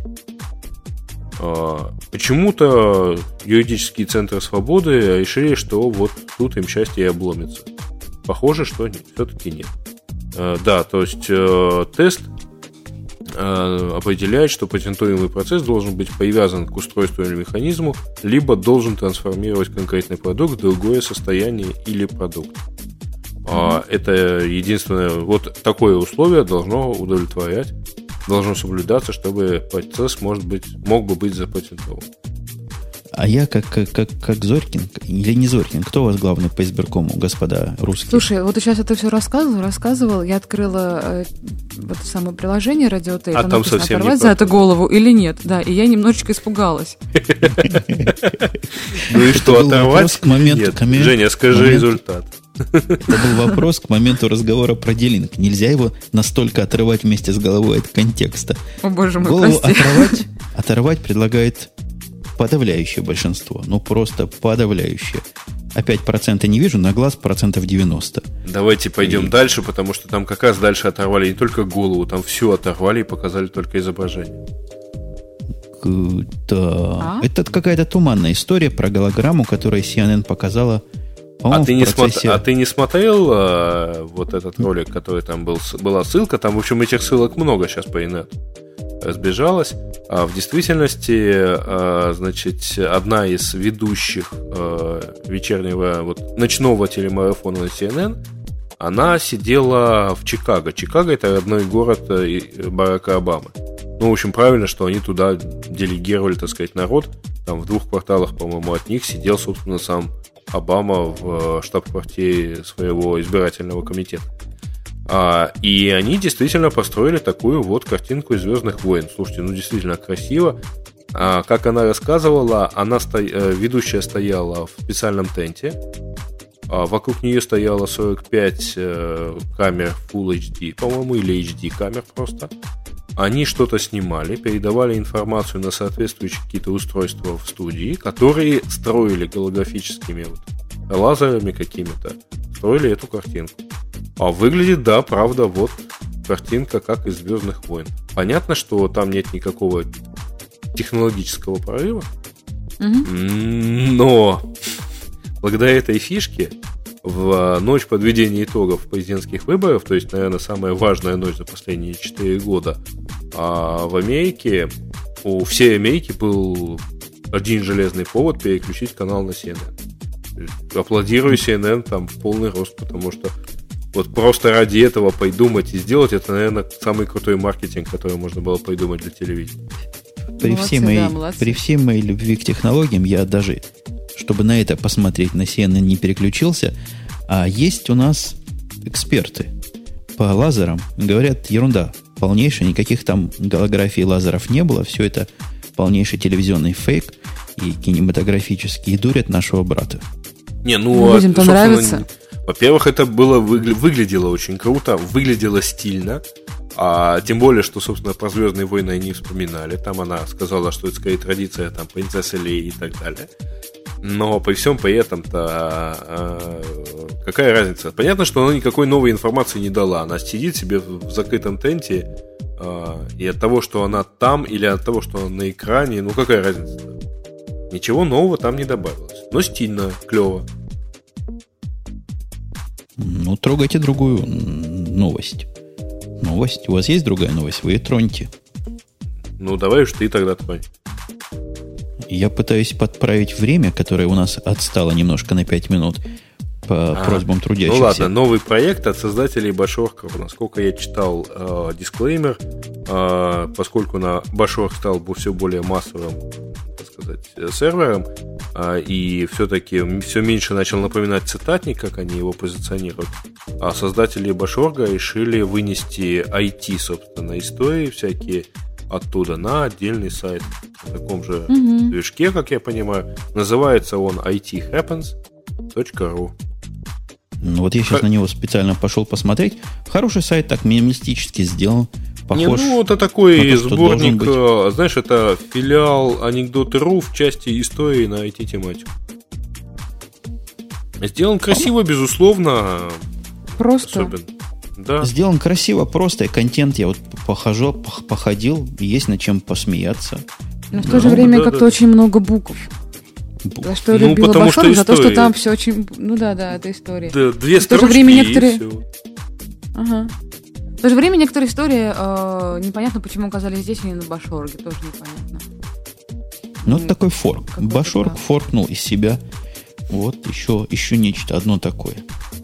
Почему-то юридические центры свободы решили, что вот тут им счастье и обломится. Похоже, что нет, все-таки нет. Да, то есть тест определяет, что патентуемый процесс должен быть привязан к устройству или механизму, либо должен трансформировать конкретный продукт в другое состояние или продукт. Mm-hmm. Это единственное, вот такое условие должно удовлетворять, должно соблюдаться, чтобы процесс может быть, мог бы быть запатентован. А я как, как, как, как Зорькин, или не Зорькин, кто у вас главный по избиркому, господа русские? Слушай, вот ты сейчас это все рассказывал, рассказывал, я открыла э, вот это самое приложение Радиотейп, а там написано, совсем оторвать за это голову или нет, да, и я немножечко испугалась. Ну и что, оторвать? Нет, Женя, скажи результат. Это был вопрос к моменту разговора про D-Link. Нельзя его настолько отрывать вместе с головой от контекста. О, боже мой, голову прости. оторвать, оторвать предлагает подавляющее большинство. Ну, просто подавляющее. А пять процентов не вижу, на глаз процентов девяносто. Давайте пойдем и... дальше, потому что там как раз дальше оторвали не только голову, там все оторвали и показали только изображение. Да. А? Это какая-то туманная история про голограмму, которую си эн эн показала А ты, не процессе... смо... а ты не смотрел а, вот этот ролик, который там был, была ссылка? Там, в общем, этих ссылок много сейчас по инету разбежалось. А в действительности, а, значит, одна из ведущих а, вечернего, вот, ночного телемарафона на си эн эн, она сидела в Чикаго. Чикаго – это родной город Барака Обамы. Ну, в общем, правильно, что они туда делегировали, так сказать, народ. Там в двух кварталах, по-моему, от них сидел, собственно, сам Обама в штаб-квартире своего избирательного комитета. А, и они действительно построили такую вот картинку из «Звездных войн». Слушайте, ну действительно красиво. А, как она рассказывала, она сто... ведущая стояла в специальном тенте. А, вокруг нее стояло сорок пять э, камер Full эйч ди, по-моему, или эйч ди камер просто. Они что-то снимали, передавали информацию на соответствующие какие-то устройства в студии, которые строили голографическими вот лазерами какими-то, строили эту картинку. А выглядит, да, правда, вот картинка как из «Звездных войн». Понятно, что там нет никакого технологического прорыва, mm-hmm. но благодаря этой фишке в ночь подведения итогов президентских выборов, то есть, наверное, самая важная ночь за последние четыре года, а в Америке, у всей Америки был один железный повод переключить канал на си эн эн. Аплодирую си эн эн там в полный рост, потому что вот просто ради этого придумать и сделать, это, наверное, самый крутой маркетинг, который можно было придумать для телевидения. При, молодцы, всей, моей, да, при всей моей любви к технологиям, я даже, чтобы на это посмотреть, на си эн эн не переключился. А есть у нас эксперты по лазерам. Говорят, ерунда полнейшая, никаких там голографий лазеров не было. Все это полнейший телевизионный фейк и кинематографический, и дурят нашего брата. Не, ну, людям-то нравится. Во-первых, это было выгля- выглядело очень круто, выглядело стильно. А тем более, что, собственно, про «Звездные войны» они вспоминали. Там она сказала, что это скорее традиция там, принцессы Леи и так далее. Но при всем при этом-то э, какая разница? Понятно, что она никакой новой информации не дала. Она сидит себе в закрытом тенте, э, и от того, что она там, или от того, что она на экране, ну какая разница? Ничего нового там не добавилось. Но стильно, клево. Ну, трогайте другую новость. Новость. У вас есть другая новость? Вы ее троньте. Ну, давай уж ты тогда тронь. Я пытаюсь подправить время, которое у нас отстало немножко на пять минут по а, просьбам трудящихся. Ну ладно, новый проект от создателей Bashork. Насколько я читал э, дисклеймер, э, поскольку на Bashork стал все более массовым, так сказать, сервером, э, и все-таки все меньше начал напоминать цитатник, как они его позиционируют, а создатели Bashork решили вынести ай ти, собственно, истории всякие оттуда на отдельный сайт на таком же mm-hmm. движке, как я понимаю. Называется он ай ти хэппенс точка ру. Ну вот я сейчас Х... на него специально пошел посмотреть. Хороший сайт, так минималистически сделан. Похож. Не, ну это такой то, сборник, знаешь, это филиал анекдоты.ру в части истории на ай ти-тематику. Сделан красиво, а? Безусловно. Просто. Особенно. Да. Сделан красиво, просто, и контент я вот похожу, походил, есть над чем посмеяться. Но в то же время да, как-то да. очень много букв. Букв. За что я ну, любила Bashork, за то, что там все очень... Ну да, да, это история. Да, две в то же время некоторые... Ага. В то же время некоторые истории э, непонятно, почему оказались здесь, а не на Bashork, тоже непонятно. Ну, это такой форк. Bashork да. форкнул из себя. Вот еще, еще нечто одно такое.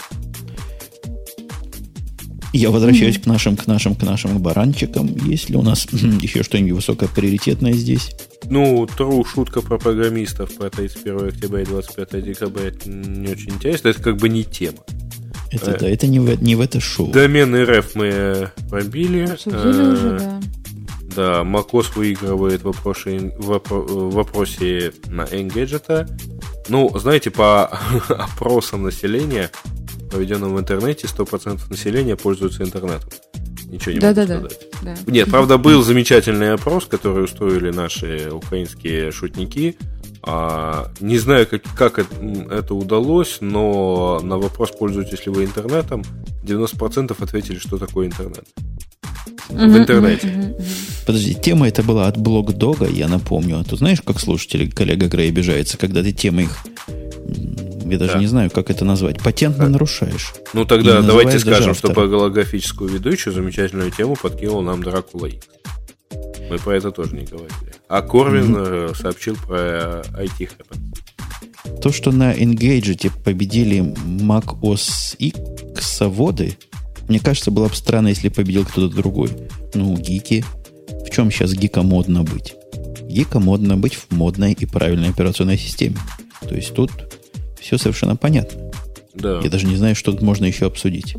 Я возвращаюсь mm-hmm. к нашим, к нашим, к нашим баранчикам. Есть ли у нас еще что-нибудь высокоприоритетное здесь? Ну, тру, шутка про программистов про тридцать первого октября и двадцать пятого декабря это не очень интересно. Это как бы не тема. Это, э, да, это не в, не в это шоу. Домен РФ мы пробили. Обсудили э, уже, да. Да, macOS выигрывает в вопросе, в вопросе на Engadget. Ну, знаете, по опросам населения, проведенным в интернете, сто процентов населения пользуются интернетом. Ничего не да, могу да, сказать. Да, да. Нет, правда, был замечательный опрос, который устроили наши украинские шутники. А, не знаю, как, как это удалось, но на вопрос, пользуетесь ли вы интернетом, девяносто процентов ответили, что такое интернет. Uh-huh, в интернете. Uh-huh, uh-huh. Подожди, тема это была от блог-дога, я напомню. А то знаешь, как слушатели, коллега Грей обижается, когда ты темы их Я даже да. не знаю, как это назвать. Патентно да. нарушаешь. Ну тогда давайте скажем, что про голографическую ведущую замечательную тему подкинул нам Дракула Икс. Мы про это тоже не говорили. А Корвин mm-hmm. сообщил про ай ти Happen. То, что на Engadget победили macOS X-воды, мне кажется, было бы странно, если победил кто-то другой. Ну, гики. В чем сейчас гика модно быть? Гика модно быть в модной и правильной операционной системе. То есть тут все совершенно понятно. Да. Я даже не знаю, что тут можно еще обсудить.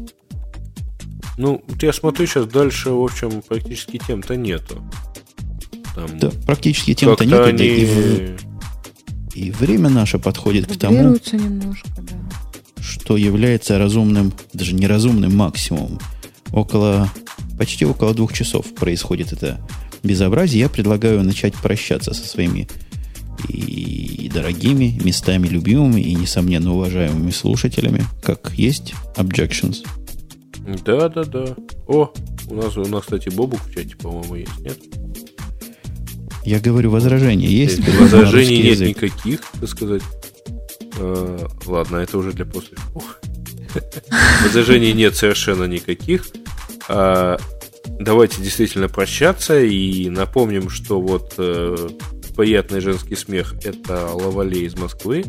Ну, я смотрю сейчас дальше, в общем, практически тем-то нету. Там да, практически тем-то нету, они... да и, в... и время наше подходит к тому, немножко, да. что является разумным, даже неразумным максимумом. Около, почти около двух часов происходит это безобразие. Я предлагаю начать прощаться со своими и дорогими, местами любимыми и, несомненно, уважаемыми слушателями, как есть objections. Да, да, да. О, у нас, у нас, кстати, Бобук в чате, по-моему, есть, нет? Я говорю, возражения есть. Возражений нет язык. Никаких, так сказать. А, ладно, это уже для после. Возражений нет совершенно никаких. А, давайте действительно прощаться и напомним, что вот э, приятный женский смех — это Лавале из Москвы.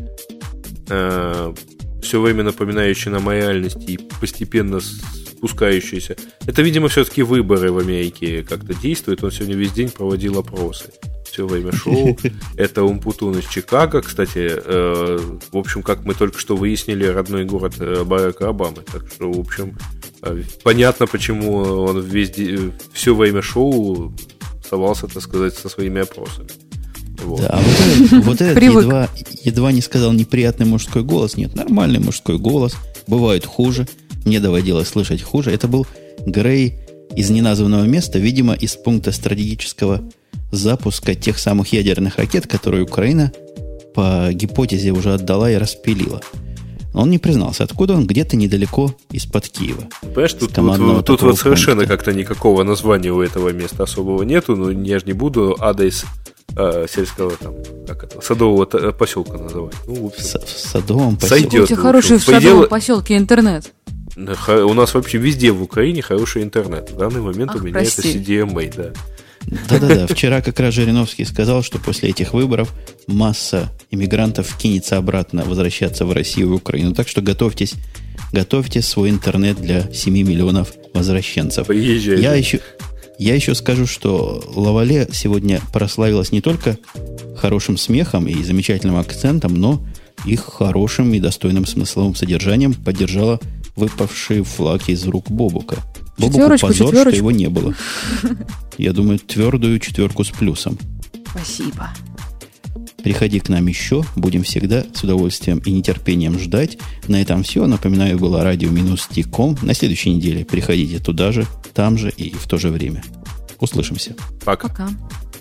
Э, все время напоминающий нам о реальности и постепенно спускающийся. Это, видимо, все-таки выборы в Америке как-то действуют. Он сегодня весь день проводил опросы. Все время шоу. Это Умпутун из Чикаго. Кстати, э, в общем, как мы только что выяснили, родной город Барака Обамы. Так что, в общем, э, понятно, почему он весь день, все время шоу совался, так сказать, со своими опросами. Вот. Да, а вот этот, вот этот едва, едва не сказал неприятный мужской голос. Нет, нормальный мужской голос. Бывает хуже. Мне доводилось слышать хуже. Это был Грей из неназванного места, видимо, из пункта стратегического запуска тех самых ядерных ракет, которые Украина по гипотезе уже отдала и распилила. Он не признался, откуда он, где-то недалеко из-под Киева. Понимаешь, тут, тут, тут вот совершенно пункта. Как-то никакого названия у этого места особого нету, но я же не буду адрес э, сельского там, как это, садового поселка называть. Ну, в, общем, в садовом поселке. Сойдет. Очень хороший в садовом делу... поселке интернет. У нас вообще везде в Украине хороший интернет. В данный момент Ах, у меня прости. Это си ди эм эй, да. Да-да-да, вчера как раз Жириновский сказал, что после этих выборов масса иммигрантов кинется обратно возвращаться в Россию и Украину. Так что готовьтесь, готовьте свой интернет для семи миллионов возвращенцев. Поезжай. Я еще, я еще скажу, что Лавале сегодня прославилась не только хорошим смехом и замечательным акцентом, но и хорошим и достойным смысловым содержанием поддержала выпавший флаг из рук Бобука. Бобуку позор, четверочку. Что его не было. Я думаю, твердую четверку с плюсом. Спасибо. Приходи к нам еще. Будем всегда с удовольствием и нетерпением ждать. На этом все. Напоминаю, было радио-ти точка ком. На следующей неделе приходите туда же, там же и в то же время. Услышимся. Пока. Пока.